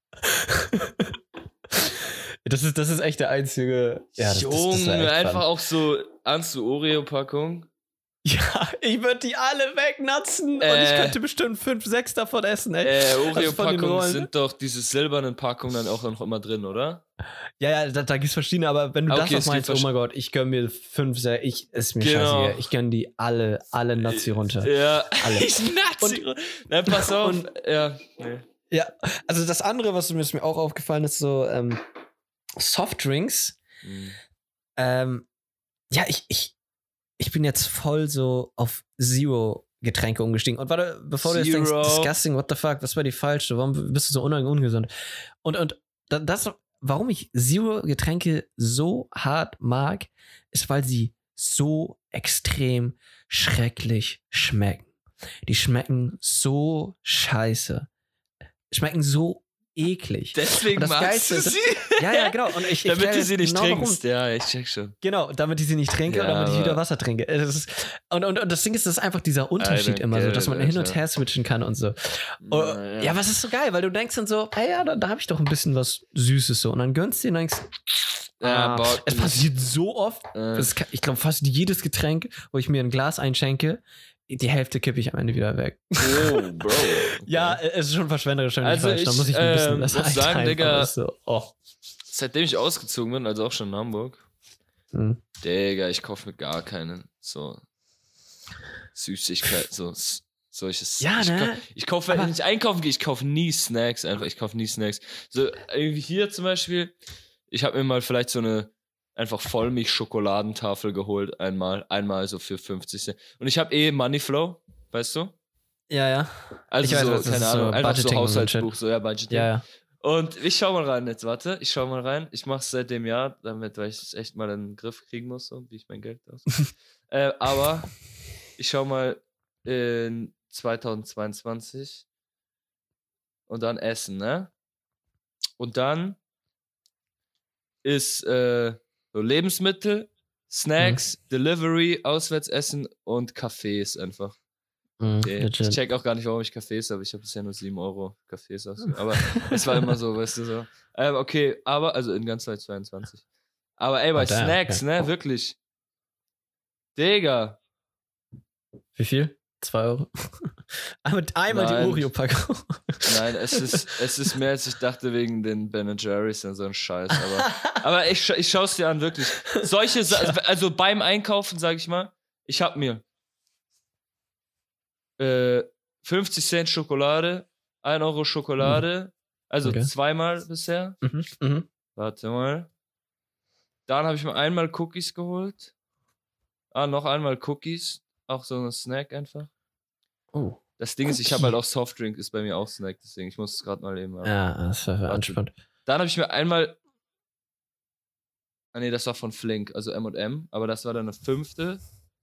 Speaker 1: Das ist, das ist echt der einzige. Ja, das, das, das war
Speaker 2: Junge,
Speaker 1: echt
Speaker 2: einfach
Speaker 1: fun.
Speaker 2: auch so ahnst du Oreo-Packung.
Speaker 1: Ja, ich würde die alle wegnatzen und ich
Speaker 2: Äh.
Speaker 1: könnte bestimmt fünf, sechs davon essen, ey.
Speaker 2: Äh,
Speaker 1: Also von den
Speaker 2: Oreo-Packungen
Speaker 1: Rollen.
Speaker 2: sind doch diese silbernen Packungen dann auch noch immer drin, oder?
Speaker 1: Ja, ja, da, da gibt's verschiedene, aber wenn du
Speaker 2: Okay,
Speaker 1: das
Speaker 2: es
Speaker 1: noch meinst,
Speaker 2: gibt
Speaker 1: oh mein Gott, ich gönn mir fünf, sechs, ich, ist mir
Speaker 2: Genau.
Speaker 1: scheißegal. Ich gönn die alle, alle Nazi runter.
Speaker 2: Ja,
Speaker 1: Alle.
Speaker 2: ich Nazi. Nein, pass auf.
Speaker 1: Und-
Speaker 2: ja, nee.
Speaker 1: Ja, also das andere, was mir, ist mir auch aufgefallen ist, so ähm, Softdrinks.
Speaker 2: Mhm.
Speaker 1: Ähm, ja, ich, ich, ich bin jetzt voll so auf Zero-Getränke umgestiegen. Und warte, bevor du jetzt denkst,
Speaker 2: Zero.
Speaker 1: disgusting, what the fuck, was war die falsche? Warum bist du so un- ungesund? Und, und da- das, warum ich Zero-Getränke so hart mag, ist, weil sie so extrem schrecklich schmecken. Die schmecken so scheiße. Schmecken so eklig.
Speaker 2: Deswegen
Speaker 1: Und das
Speaker 2: magst du
Speaker 1: Geilste-
Speaker 2: sie.
Speaker 1: Ja, ja, genau. Und ich, ich
Speaker 2: Damit
Speaker 1: erkläre
Speaker 2: du sie nicht
Speaker 1: genau, warum.
Speaker 2: trinkst. Ja, ich check schon.
Speaker 1: Genau, damit ich sie nicht trinke und
Speaker 2: Ja,
Speaker 1: damit ich
Speaker 2: aber-
Speaker 1: wieder Wasser trinke. Es ist, und, und, und das Ding ist, das ist einfach dieser Unterschied
Speaker 2: Alter,
Speaker 1: immer so,
Speaker 2: geil,
Speaker 1: dass man hin und
Speaker 2: Alter.
Speaker 1: her switchen kann und so. Oh,
Speaker 2: Ja,
Speaker 1: ja, was ist so geil, weil du denkst dann so, hey, ja, da, da habe ich doch ein bisschen was Süßes so. Und dann gönnst du dir und denkst,
Speaker 2: Ja,
Speaker 1: ah,
Speaker 2: baut
Speaker 1: es
Speaker 2: nicht.
Speaker 1: passiert so oft.
Speaker 2: Äh.
Speaker 1: Das kann, ich glaube, fast jedes Getränk, wo ich mir ein Glas einschenke, die Hälfte kippe ich am Ende wieder weg.
Speaker 2: Oh, Bro. Okay.
Speaker 1: Ja, es ist schon verschwenderisch, schon
Speaker 2: Also
Speaker 1: falsch. Da
Speaker 2: ich,
Speaker 1: muss ich ein bisschen
Speaker 2: ähm,
Speaker 1: besser
Speaker 2: muss sagen,
Speaker 1: einteilen,
Speaker 2: Digga,
Speaker 1: aber ist so, oh.
Speaker 2: Seitdem ich ausgezogen bin, also auch schon in Hamburg,
Speaker 1: Hm.
Speaker 2: Digga, ich kaufe mir gar keine so Süßigkeit, so s- solches.
Speaker 1: Ja,
Speaker 2: ich,
Speaker 1: ne?
Speaker 2: kau- ich kaufe,
Speaker 1: Aber-
Speaker 2: wenn ich einkaufen gehe, ich kaufe nie Snacks, einfach, ich kaufe nie Snacks. So, irgendwie hier zum Beispiel, ich habe mir mal vielleicht so eine einfach Vollmilch-Schokoladentafel geholt, einmal, einmal so für fünfzig Cent. Und ich habe eh Moneyflow, weißt du?
Speaker 1: Ja, ja.
Speaker 2: Also
Speaker 1: ich weiß,
Speaker 2: so,
Speaker 1: was das
Speaker 2: keine
Speaker 1: ist,
Speaker 2: Ahnung,
Speaker 1: so
Speaker 2: einfach so
Speaker 1: Budgeting und so
Speaker 2: Haushaltsbuch,
Speaker 1: Shit.
Speaker 2: so, ja, Budgeting.
Speaker 1: Ja, ja.
Speaker 2: Und ich schau mal rein jetzt, warte, ich schau mal rein. Ich mach's seit dem Jahr, damit, weil ich es echt mal in den Griff kriegen muss, so, wie ich mein Geld aus. äh, aber ich schau mal in zweitausendzweiundzwanzig und dann Essen, ne? Und dann ist äh, so Lebensmittel, Snacks, mhm. Delivery, Auswärtsessen und Cafés einfach.
Speaker 1: Mhm,
Speaker 2: okay. Ich check auch gar nicht, warum ich Cafés habe. Ich habe bisher nur sieben Euro Cafés ausgegeben. Aber es war immer so, weißt du so. Ähm, okay, aber, also in ganz zweitausendzweiundzwanzig. Aber ey, bei oh, Snacks, okay. ne, wirklich. Digga.
Speaker 1: Wie viel? Zwei Euro? einmal einmal die Oreo-Packung.
Speaker 2: Nein, es ist, es ist mehr, als ich dachte, wegen den Ben and Jerry's und so ein Scheiß. Aber, aber ich, ich schaue es dir an, wirklich. Solche, ja. Also beim Einkaufen, sag ich mal, ich hab mir äh, fünfzig Cent Schokolade, ein Euro Schokolade, also okay. zweimal bisher.
Speaker 1: Mhm. Mhm.
Speaker 2: Warte mal. Dann habe ich mir einmal Cookies geholt. Ah, noch einmal Cookies. Auch so ein Snack einfach.
Speaker 1: Oh.
Speaker 2: Das Ding Cookie. ist, ich habe halt auch Softdrink, ist bei mir auch Snack, deswegen ich muss es gerade mal eben haben.
Speaker 1: Ja, das war anspannt.
Speaker 2: Dann habe ich mir einmal. Ah ne, das war von Flink, also M und M, aber das war dann eine fünfte.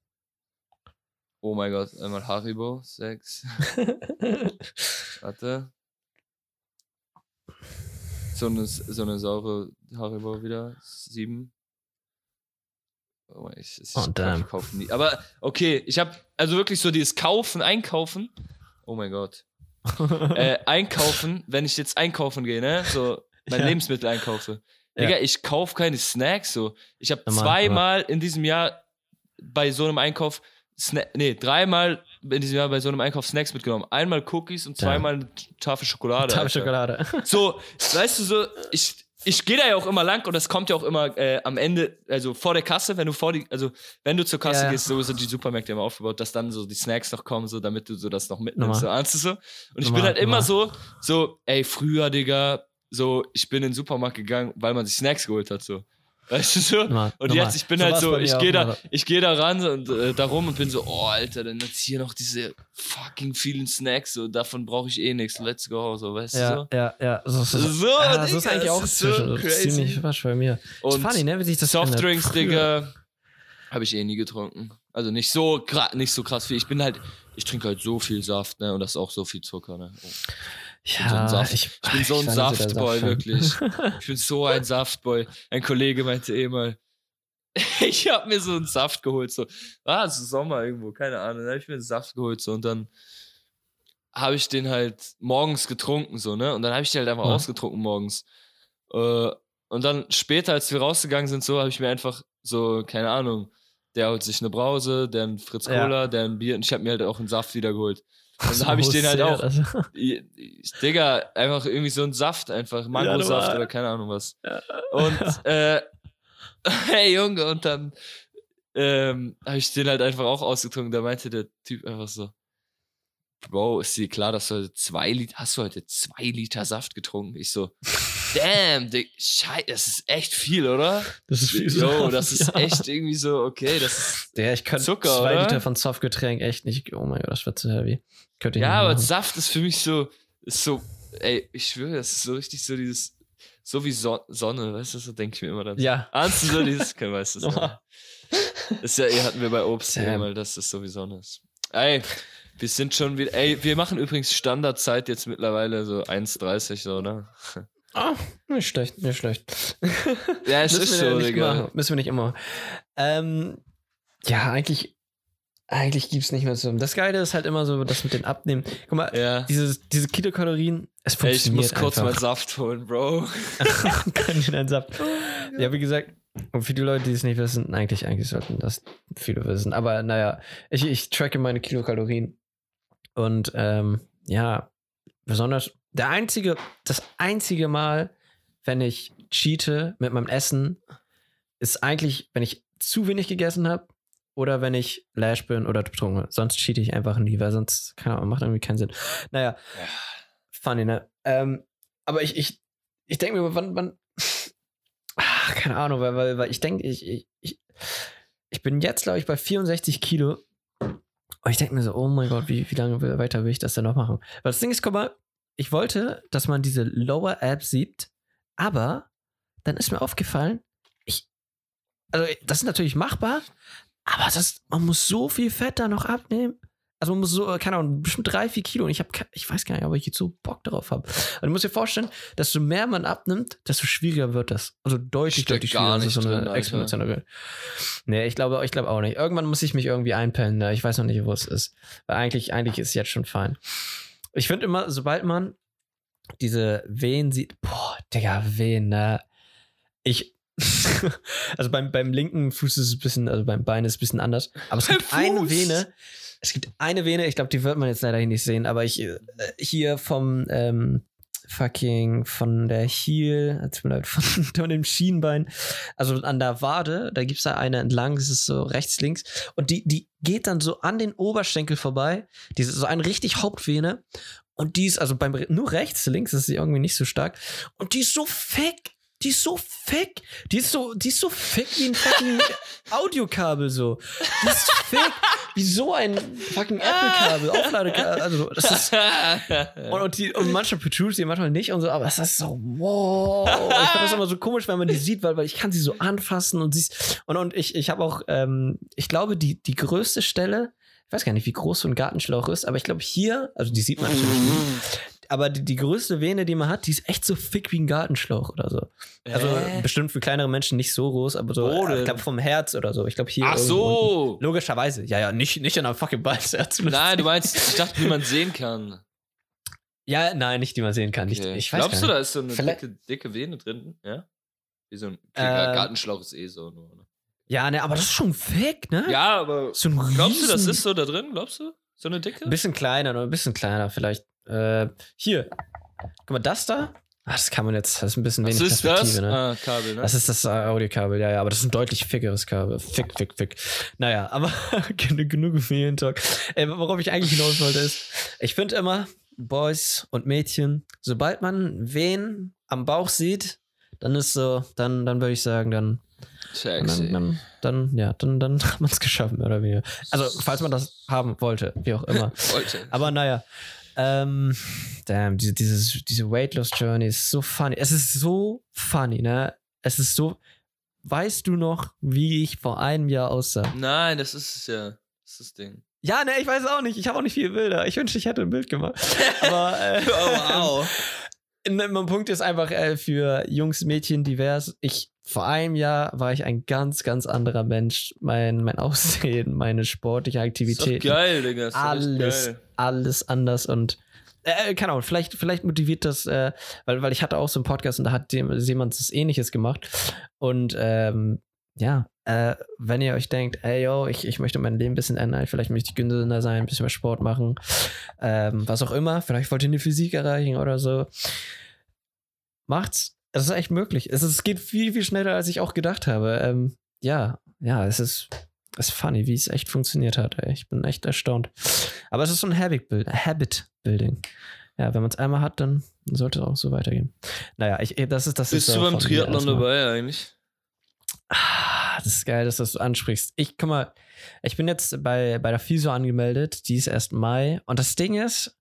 Speaker 2: Oh mein Gott, einmal Haribo, sechs. Warte. So eine, so eine saure Haribo wieder, sieben. Oh, ich, ich,
Speaker 1: oh,
Speaker 2: ich kaufe nie. Aber okay, ich habe also wirklich so dieses Kaufen, Einkaufen. Oh mein Gott. äh, einkaufen, wenn ich jetzt einkaufen gehe, ne? So, mein ja. Lebensmittel einkaufe. Ja. Digga, ich kaufe keine Snacks so. Ich habe zweimal in diesem Jahr bei so einem Einkauf, Sna- nee, dreimal in diesem Jahr bei so einem Einkauf Snacks mitgenommen. Einmal Cookies und zweimal eine Tafel Schokolade.
Speaker 1: Tafel Schokolade.
Speaker 2: So, weißt du so, ich. Ich gehe da ja auch immer lang und das kommt ja auch immer äh, am Ende, also vor der Kasse, wenn du vor die, also wenn du zur Kasse ja, gehst, so sind die Supermärkte immer aufgebaut, dass dann so die Snacks noch kommen, so damit du so das noch mitnimmst, so, ahnst du so? Und ich Nummer, bin halt immer Nummer. so, so, ey, früher, Digga, so, ich bin in den Supermarkt gegangen, weil man sich Snacks geholt hat, so. Weißt du so? Nummer, und Nummer. jetzt, ich bin so halt so, ich gehe da, ich gehe da ran und äh, da rum und bin so, oh, Alter, dann jetzt hier noch diese fucking vielen Snacks, so, davon brauche ich eh nichts, let's go, so, weißt
Speaker 1: ja,
Speaker 2: du so?
Speaker 1: Ja, ja, so. So,
Speaker 2: so
Speaker 1: ja,
Speaker 2: das
Speaker 1: ist eigentlich auch
Speaker 2: so
Speaker 1: ziemlich wasch bei mir.
Speaker 2: Und
Speaker 1: funny, ne, wie sich das
Speaker 2: Softdrinks, Digga, habe ich eh nie getrunken. Also nicht so, nicht so krass viel. Ich bin halt, ich trinke halt so viel Saft, ne, und das ist auch so viel Zucker, ne. Oh. Ich bin
Speaker 1: ja,
Speaker 2: so ein, Saft.
Speaker 1: ich,
Speaker 2: ich bin so ein Saftboy, wirklich. Ich bin so ein Saftboy. Ein Kollege meinte eh mal, ich habe mir so einen Saft geholt, so, ah, es ist Sommer irgendwo, keine Ahnung, da habe ich mir einen Saft geholt, so, und dann habe ich den halt morgens getrunken, so, ne, und dann habe ich den halt einfach ja. ausgetrunken morgens. Äh, und dann später, als wir rausgegangen sind, so, habe ich mir einfach so, keine Ahnung, der holt sich eine Brause, der ein Fritz Cola, ja. der ein Bier, und ich habe mir halt auch einen Saft wieder geholt. Und dann habe ich den halt auch, also. Digga, einfach irgendwie so einen Saft, einfach Mangosaft ja, oder keine Ahnung was. Ja. Und, äh, hey Junge, und dann ähm, habe ich den halt einfach auch ausgetrunken. Da meinte der Typ einfach so, Bro, ist dir klar, dass du heute zwei Liter, hast du heute zwei Liter Saft getrunken? Ich so, damn, Dick, Scheiße, das ist echt viel, oder?
Speaker 1: Das ist viel.
Speaker 2: Yo, das ist ja. echt irgendwie so, okay, das ist
Speaker 1: ja, ich könnte
Speaker 2: Zucker,
Speaker 1: zwei
Speaker 2: oder?
Speaker 1: Liter von Softgetränk echt nicht, oh mein Gott, das wird zu heavy. Könnte ich
Speaker 2: ja,
Speaker 1: nicht
Speaker 2: aber
Speaker 1: machen.
Speaker 2: Saft ist für mich so, ist so, ey, ich schwöre, das ist so richtig so dieses, so wie so- Sonne, weißt du, so denke ich mir immer dann.
Speaker 1: Ja.
Speaker 2: Ahnst du so dieses, kein weißt du das. Das ist ja, eh hatten wir bei Obst ja mal, dass das so wie Sonne ist. Ey, wir sind schon wieder, ey, wir machen übrigens Standardzeit jetzt mittlerweile so eins dreißig so, ne?
Speaker 1: Ah, nicht schlecht, nicht schlecht.
Speaker 2: Ja, es ist so, Digga.
Speaker 1: Müssen wir nicht immer. Ähm, ja, eigentlich, eigentlich gibt's nicht mehr so. Das Geile ist halt immer so, das mit den Abnehmen. Guck mal, ja. diese, diese Kilokalorien, es funktioniert
Speaker 2: Ey, ich muss kurz
Speaker 1: einfach.
Speaker 2: mal Saft holen, Bro.
Speaker 1: Können wir deinen Saft? Ja, wie gesagt, und für die Leute, die es nicht wissen, eigentlich, eigentlich sollten das viele wissen. Aber naja, ich, ich tracke meine Kilokalorien. Und ähm, ja, besonders der einzige, das einzige Mal, wenn ich cheate mit meinem Essen, ist eigentlich, wenn ich zu wenig gegessen habe oder wenn ich lash bin oder betrunken. Sonst cheate ich einfach nie, weil sonst, keine Ahnung, macht irgendwie keinen Sinn. Naja, ja. Funny, ne? Ähm, aber ich, ich, ich denke mir, wann, wann, ach, keine Ahnung, weil, weil, weil ich denke, ich, ich, ich, ich bin jetzt, glaube ich, bei vierundsechzig Kilo Und ich denke mir so, oh mein Gott, wie, wie lange weiter will ich das denn noch machen? Weil das Ding ist, guck mal, ich wollte, dass man diese Lower-Abs sieht, aber dann ist mir aufgefallen, ich, also das ist natürlich machbar, aber das, man muss so viel Fett da noch abnehmen. Also man muss so, keine Ahnung, bestimmt drei, vier Kilo. Und ich habe, ich weiß gar nicht, ob ich jetzt so Bock darauf habe. Und du musst dir vorstellen, desto mehr man abnimmt, desto schwieriger wird das. Also deutlich,
Speaker 2: Steckt
Speaker 1: deutlich
Speaker 2: gar
Speaker 1: schwieriger.
Speaker 2: nicht
Speaker 1: Das ist so eine
Speaker 2: drin,
Speaker 1: exponentielle. Nee, ich glaube, ich glaube auch nicht. Irgendwann muss ich mich irgendwie einpennen. Ne? Ich weiß noch nicht, wo es ist. Weil eigentlich, eigentlich ist es jetzt schon fein. Ich finde immer, sobald man diese Wehen sieht, boah, Digga, Wehen, ne? Ich, also beim, beim linken Fuß ist es ein bisschen, also beim Bein ist es ein bisschen anders. Aber es gibt eine Vene, es gibt eine Vene, ich glaube, die wird man jetzt leider hier nicht sehen, aber ich, äh, hier vom, ähm, fucking, von der Heel, tut mir leid, von, von dem Schienbein, also an der Wade, da gibt es da eine entlang, das ist so rechts, links, und die, die geht dann so an den Oberschenkel vorbei, die ist so eine richtig Hauptvene, und die ist, also beim, nur rechts, links ist sie irgendwie nicht so stark, und die ist so fake. Die ist so fick. Die ist so, die ist so fick wie ein fucking Audiokabel so. Die ist fick wie so ein fucking Apple-Kabel, Aufladekabel. Also das ist und, und, die, und manchmal protrude sie, manchmal nicht und so. Aber es ist so wow. Ich finde das immer so komisch, wenn man die sieht, weil, weil ich kann sie so anfassen und sie und und ich ich habe auch, ähm, ich glaube die die größte Stelle. Ich weiß gar nicht, wie groß so ein Gartenschlauch ist, aber ich glaube hier, also die sieht man natürlich nicht. Aber die, die größte Vene, die man hat, die ist echt so thick wie ein Gartenschlauch oder so. Also äh? bestimmt für kleinere Menschen nicht so groß, aber so, äh, ich glaube vom Herz oder so. Ich glaube hier.
Speaker 2: Ach so!
Speaker 1: Unten. Logischerweise. Ja, ja, nicht, nicht an einem fucking Balzherz.
Speaker 2: Nein, du meinst, ich dachte, wie man sehen kann.
Speaker 1: Ja, nein, nicht, die man sehen kann.
Speaker 2: Okay.
Speaker 1: Ich, ich weiß
Speaker 2: Glaubst
Speaker 1: gar
Speaker 2: du,
Speaker 1: nicht.
Speaker 2: da ist so eine dicke, dicke Vene drin? Ja? Wie so ein okay, äh, Gartenschlauch ist eh so. Nur, ne?
Speaker 1: Ja, ne, aber das ist schon thick, ne?
Speaker 2: Ja, aber
Speaker 1: so ein
Speaker 2: glaubst du, das ist so da drin? Glaubst du? So eine dicke?
Speaker 1: Ein bisschen kleiner, nur ein bisschen kleiner vielleicht. Äh, hier. Guck mal, das da. Ach, das kann man jetzt, das ist ein bisschen wenig
Speaker 2: Was ist
Speaker 1: Perspektive,
Speaker 2: das?
Speaker 1: ne?
Speaker 2: Ah, Kabel, ne?
Speaker 1: Das ist das Audiokabel, ja, ja, aber das ist ein deutlich fickeres Kabel. Fick, fick, fick. Naja, aber genug für jeden Talk. Äh, worauf ich eigentlich hinaus wollte ist, ich finde immer, Boys und Mädchen, sobald man wen am Bauch sieht, dann ist so, dann, dann würde ich sagen, dann
Speaker 2: Sexy.
Speaker 1: Dann, dann, dann, ja, dann, dann hat man es geschafft, mehr oder weniger. Also, falls man das haben wollte, wie auch immer.
Speaker 2: wollte.
Speaker 1: Aber naja, ähm, damn, diese, dieses, diese Weight Loss Journey ist so funny. Es ist so funny, ne? Es ist so, weißt du noch, wie ich vor einem Jahr aussah?
Speaker 2: Nein, das ist es ja. Das ist das Ding.
Speaker 1: Ja, ne, ich weiß auch nicht. Ich habe auch nicht viele Bilder. Ich wünschte, ich hätte ein Bild gemacht. Aber, äh,
Speaker 2: oh, wow.
Speaker 1: Mein Punkt ist einfach äh, für Jungs, Mädchen divers. Ich, vor einem Jahr war ich ein ganz, ganz anderer Mensch. Mein, mein Aussehen, meine sportliche Aktivität.
Speaker 2: Ist doch geil, Digga. Ist
Speaker 1: alles,
Speaker 2: geil.
Speaker 1: alles anders und äh, keine Ahnung, vielleicht, vielleicht motiviert das, äh, weil, weil ich hatte auch so einen Podcast und da hat jemand das Ähnliches gemacht. Und ähm, ja, äh, wenn ihr euch denkt, ey yo, ich, ich möchte mein Leben ein bisschen ändern, vielleicht möchte ich gesünder sein, ein bisschen mehr Sport machen, ähm, was auch immer, vielleicht wollt ihr eine Physik erreichen oder so, macht's. Es ist echt möglich. Es, ist, es geht viel, viel schneller, als ich auch gedacht habe. Ähm, ja, ja, es ist, es ist funny, wie es echt funktioniert hat. Ey. Ich bin echt erstaunt. Aber es ist so ein Habit-Building. Habit-Building. Ja, wenn man es einmal hat, dann sollte es auch so weitergehen. Naja, ich, das ist das.
Speaker 2: Bist
Speaker 1: ist
Speaker 2: du beim Triathlon dabei eigentlich?
Speaker 1: Ah, das ist geil, dass du das ansprichst. Ich, guck mal, ich bin jetzt bei, bei der Physio angemeldet. Die ist erst Mai. Und das Ding ist,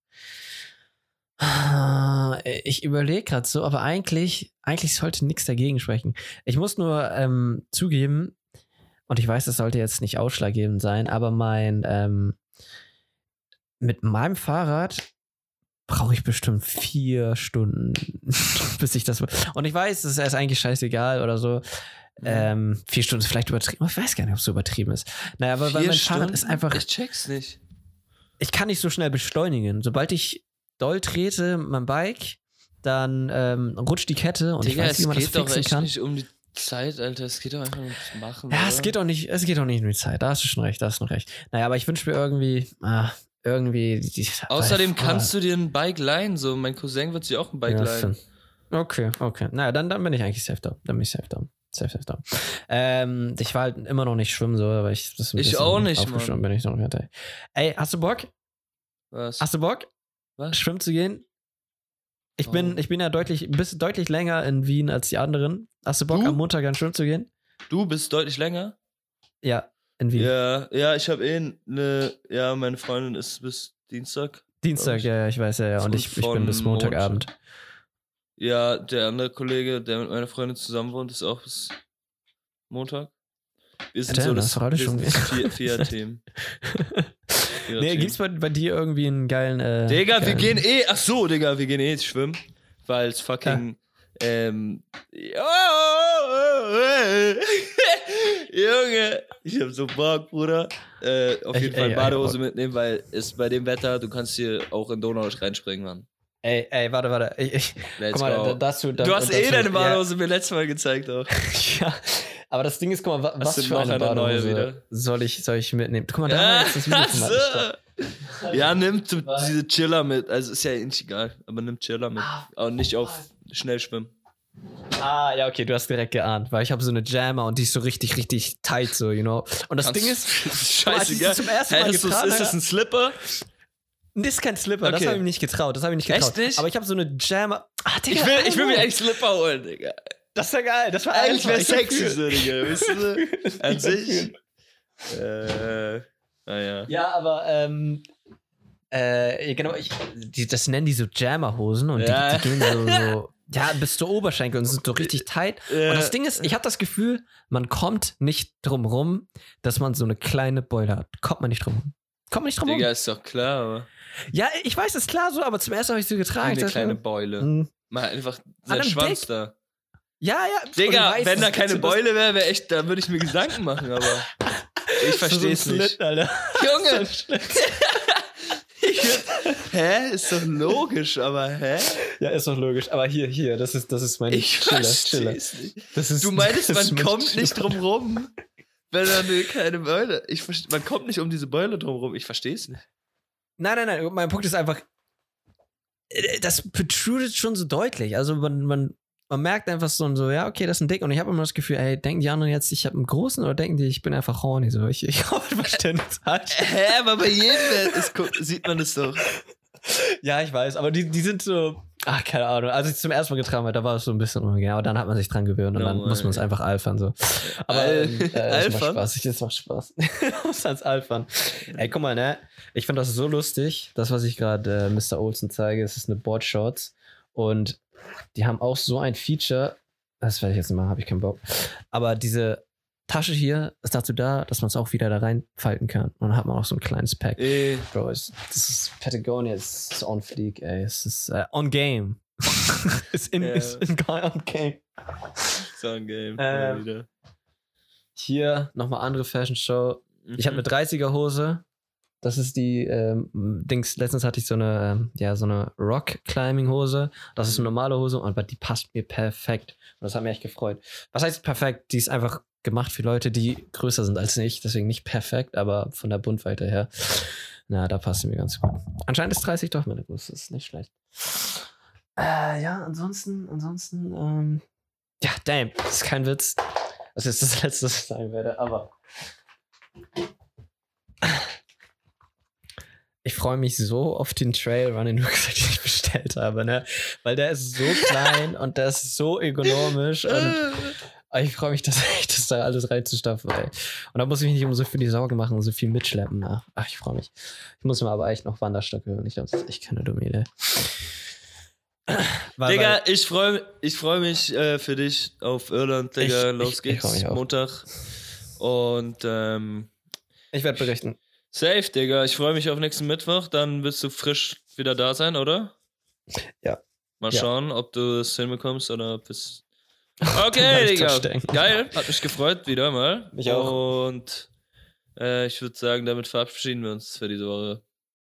Speaker 1: ich überlege gerade so, aber eigentlich, eigentlich sollte nichts dagegen sprechen. Ich muss nur ähm, zugeben, und ich weiß, das sollte jetzt nicht ausschlaggebend sein, aber mein ähm, mit meinem Fahrrad brauche ich bestimmt vier Stunden, bis ich das. Und ich weiß, das ist eigentlich scheißegal oder so. Mhm. Ähm, vier Stunden ist vielleicht übertrieben. Ich weiß gar nicht, ob es so übertrieben ist. Naja, aber weil mein
Speaker 2: Stunden?
Speaker 1: Fahrrad ist einfach.
Speaker 2: Ich check's nicht.
Speaker 1: Ich kann nicht so schnell beschleunigen. Sobald ich doll trete mit meinem Bike, dann ähm, rutscht die Kette und
Speaker 2: Digga,
Speaker 1: ich weiß nicht, wie man das fixen
Speaker 2: es geht doch echt
Speaker 1: kann.
Speaker 2: nicht um die Zeit, Alter. Es geht doch einfach ums Machen.
Speaker 1: Ja,
Speaker 2: oder?
Speaker 1: es geht doch nicht, es geht doch nicht um die Zeit. Da hast du schon recht, da hast du noch recht. Naja, aber ich wünsche mir irgendwie, ah, irgendwie. Die,
Speaker 2: Außerdem
Speaker 1: weil,
Speaker 2: kannst
Speaker 1: ah,
Speaker 2: du dir ein Bike leihen. So, mein Cousin wird sich auch ein Bike
Speaker 1: ja,
Speaker 2: leihen.
Speaker 1: Okay, okay. Naja, dann, dann bin ich eigentlich safe da. Dann bin ich safe da. Safe, safe da. Ähm, ich war halt immer noch nicht schwimmen, so, aber ich das ein
Speaker 2: Ich
Speaker 1: bisschen
Speaker 2: auch nicht,
Speaker 1: aufgeschoben
Speaker 2: Mann.
Speaker 1: bin ich noch nicht. Ey, hast du Bock?
Speaker 2: Was?
Speaker 1: Hast du Bock?
Speaker 2: Was?
Speaker 1: Schwimmen zu gehen? Ich
Speaker 2: Oh.
Speaker 1: bin, ich bin ja deutlich, bis, deutlich länger in Wien als die anderen. Hast du Bock,
Speaker 2: Du?
Speaker 1: am Montag an Schwimmen zu gehen?
Speaker 2: Du bist deutlich länger?
Speaker 1: Ja, In Wien.
Speaker 2: Ja, ja, ich habe eh eine, ja, meine Freundin ist bis Dienstag.
Speaker 1: Dienstag,
Speaker 2: ich.
Speaker 1: ja, ja, ich weiß ja, ja. Und ich, ich bin bis Montagabend.
Speaker 2: Montag. Ja, der andere Kollege, der mit meiner Freundin zusammen wohnt, ist auch bis Montag. Wir sind
Speaker 1: ja,
Speaker 2: so
Speaker 1: das,
Speaker 2: das,
Speaker 1: das schon
Speaker 2: vier, vier Team.
Speaker 1: Nee, gibt's bei, bei dir irgendwie einen geilen. Äh,
Speaker 2: Digga,
Speaker 1: geilen
Speaker 2: wir gehen eh. Ach so, Digga, wir gehen eh jetzt schwimmen. Weil es fucking. Ja. Ähm. Junge, ich hab so Bock, Bruder. Äh, auf jeden ey, Fall ey, Badehose ey, mitnehmen, weil es bei dem Wetter, du kannst hier auch in Donau reinspringen, Mann.
Speaker 1: Ey, ey, warte, warte. Ich, ich,
Speaker 2: Let's
Speaker 1: guck mal,
Speaker 2: go.
Speaker 1: Da, dazu, da,
Speaker 2: du hast
Speaker 1: dazu,
Speaker 2: eh deine Badehose ja. mir letztes Mal gezeigt auch.
Speaker 1: Ja, aber das Ding ist, guck mal, was, was für eine, eine Badehose soll ich, soll ich mitnehmen? Guck mal, da haben wir jetzt das Video
Speaker 2: so. Ja, nimm diese Chiller mit. Also ist ja nicht egal, aber nimm Chiller mit. Ah, aber nicht auf schnell schwimmen.
Speaker 1: Ah, ja, okay, du hast direkt geahnt, weil ich habe so eine Jammer und die ist so richtig, richtig tight, so, you know. Und das Kannst Ding ist,
Speaker 2: scheißegal. Zum ersten Mal hey, ist, getragen, ist das ein Slipper?
Speaker 1: Das ist kein Slipper, okay. Das habe ich nicht getraut, das habe ich nicht getraut.
Speaker 2: Echt nicht?
Speaker 1: Aber ich habe so eine Jammer. Ah, Digga,
Speaker 2: ich will, ich will mir eigentlich Slipper holen, Digga.
Speaker 1: Das wäre geil, das war
Speaker 2: eigentlich wäre sexy so, Digga, weißt du? An sich. Äh, naja.
Speaker 1: Ja, aber, ähm, äh, genau, ich, die, das nennen die so Jammerhosen und ja. die, die gehen so, so, ja, bis zur Oberschenkel und sind so richtig tight. Ja. Und das Ding ist, ich habe das Gefühl, man kommt nicht drum rum, dass man so eine kleine Beule hat. Kommt man nicht drum rum. Kommt man nicht drum rum.
Speaker 2: Digga, ist doch klar, aber.
Speaker 1: Ja, ich weiß, ist klar so, aber zum ersten Mal habe ich sie getragen.
Speaker 2: Eine kleine Beule. Hm. Mal einfach seinen Schwanz Dick. Da.
Speaker 1: Ja, ja.
Speaker 2: Digga, weiß, wenn da keine Beule wäre, wäre echt, da würde ich mir Gedanken machen, aber ich verstehe es so nicht. Slit, Alter. Junge! Hä? Ist doch logisch, aber hä?
Speaker 1: Ja, ist doch logisch. Aber hier, hier, das ist, das ist mein
Speaker 2: Ich verstehe es nicht. Das ist, du meinst, man kommt Chiller. Nicht drum rum, wenn da eine keine Beule. Ich verste- man kommt nicht um diese Beule drum rum. Ich verstehe es nicht.
Speaker 1: Nein, nein, nein. Mein Punkt ist einfach, das protrudet schon so deutlich. Also man, man, man merkt einfach so, so, ja, okay, das ist ein Dick. Und ich habe immer das Gefühl, ey, denken die anderen jetzt, ich habe einen großen oder denken die, ich bin einfach horny? So, ich, ich hoffe, verständlich.
Speaker 2: Hä, aber bei jedem ist, sieht man es doch.
Speaker 1: Ja, ich weiß, aber die, die sind so, ach, keine Ahnung. Als ich zum ersten Mal getragen habe, da war es so ein bisschen unangenehm, aber dann hat man sich dran gewöhnt und no, dann man. muss man es einfach alfern. So. Aber
Speaker 2: Al-
Speaker 1: ähm, äh, es macht Spaß. Es macht Spaß. muss ans alfern. Ey, guck mal, ne? Ich finde das so lustig. Das, was ich gerade äh, Mister Olsen zeige, das ist eine Board Shorts und die haben auch so ein Feature, das werde ich jetzt nicht machen, habe ich keinen Bock. Aber diese Tasche hier ist dazu da, dass man es auch wieder da reinfalten kann. Und dann hat man auch so ein kleines Pack.
Speaker 2: Ey.
Speaker 1: Bro, es, das ist Patagonia, es ist on fleek, ey. Es ist uh, on game. It's in, yeah. It's in on game.
Speaker 2: It's on game.
Speaker 1: Ähm, wieder. Hier nochmal andere Fashion Show. Mhm. Ich habe eine dreißiger Hose. Das ist die, ähm, Dings, letztens hatte ich so eine, ähm, ja, so eine Rock-Climbing-Hose. Das ist eine normale Hose, aber die passt mir perfekt. Und das hat mich echt gefreut. Was heißt perfekt? Die ist einfach gemacht für Leute, die größer sind als ich. Deswegen nicht perfekt, aber von der Buntweite her, na, da passt sie mir ganz gut. Anscheinend ist dreißig doch meine Größe. Das ist nicht schlecht. Äh, ja, ansonsten, ansonsten, ähm, ja, damn, das ist kein Witz. Das ist das Letzte, was ich sagen werde, aber ich freue mich so auf den Trailrun, den du gesagt hast, den ich bestellt habe, ne? Weil der ist so klein und der ist so ökonomisch und ich freue mich, dass ich das da alles reinzustapfen, ey. Und da muss ich mich nicht um so viel die Sorge machen und so viel mitschleppen. Ne? Ach, ich freue mich. Ich muss mir aber echt noch Wanderstöcke hören. Ich glaube, das ist echt keine dumme Idee.
Speaker 2: Weil, Digga, weil, ich freue ich freu mich äh, für dich auf Irland, Digga. Ich, Los ich, geht's, ich Montag. Und ähm,
Speaker 1: ich werde berichten.
Speaker 2: Safe, Digga. Ich freue mich auf nächsten Mittwoch. Dann wirst du frisch wieder da sein, oder?
Speaker 1: Ja.
Speaker 2: Mal
Speaker 1: ja.
Speaker 2: schauen, ob du es hinbekommst oder ob es... Okay, Digga. Geil. Hat mich gefreut, wieder mal.
Speaker 1: Mich auch.
Speaker 2: Und äh, ich würde sagen, damit verabschieden wir uns für diese Woche.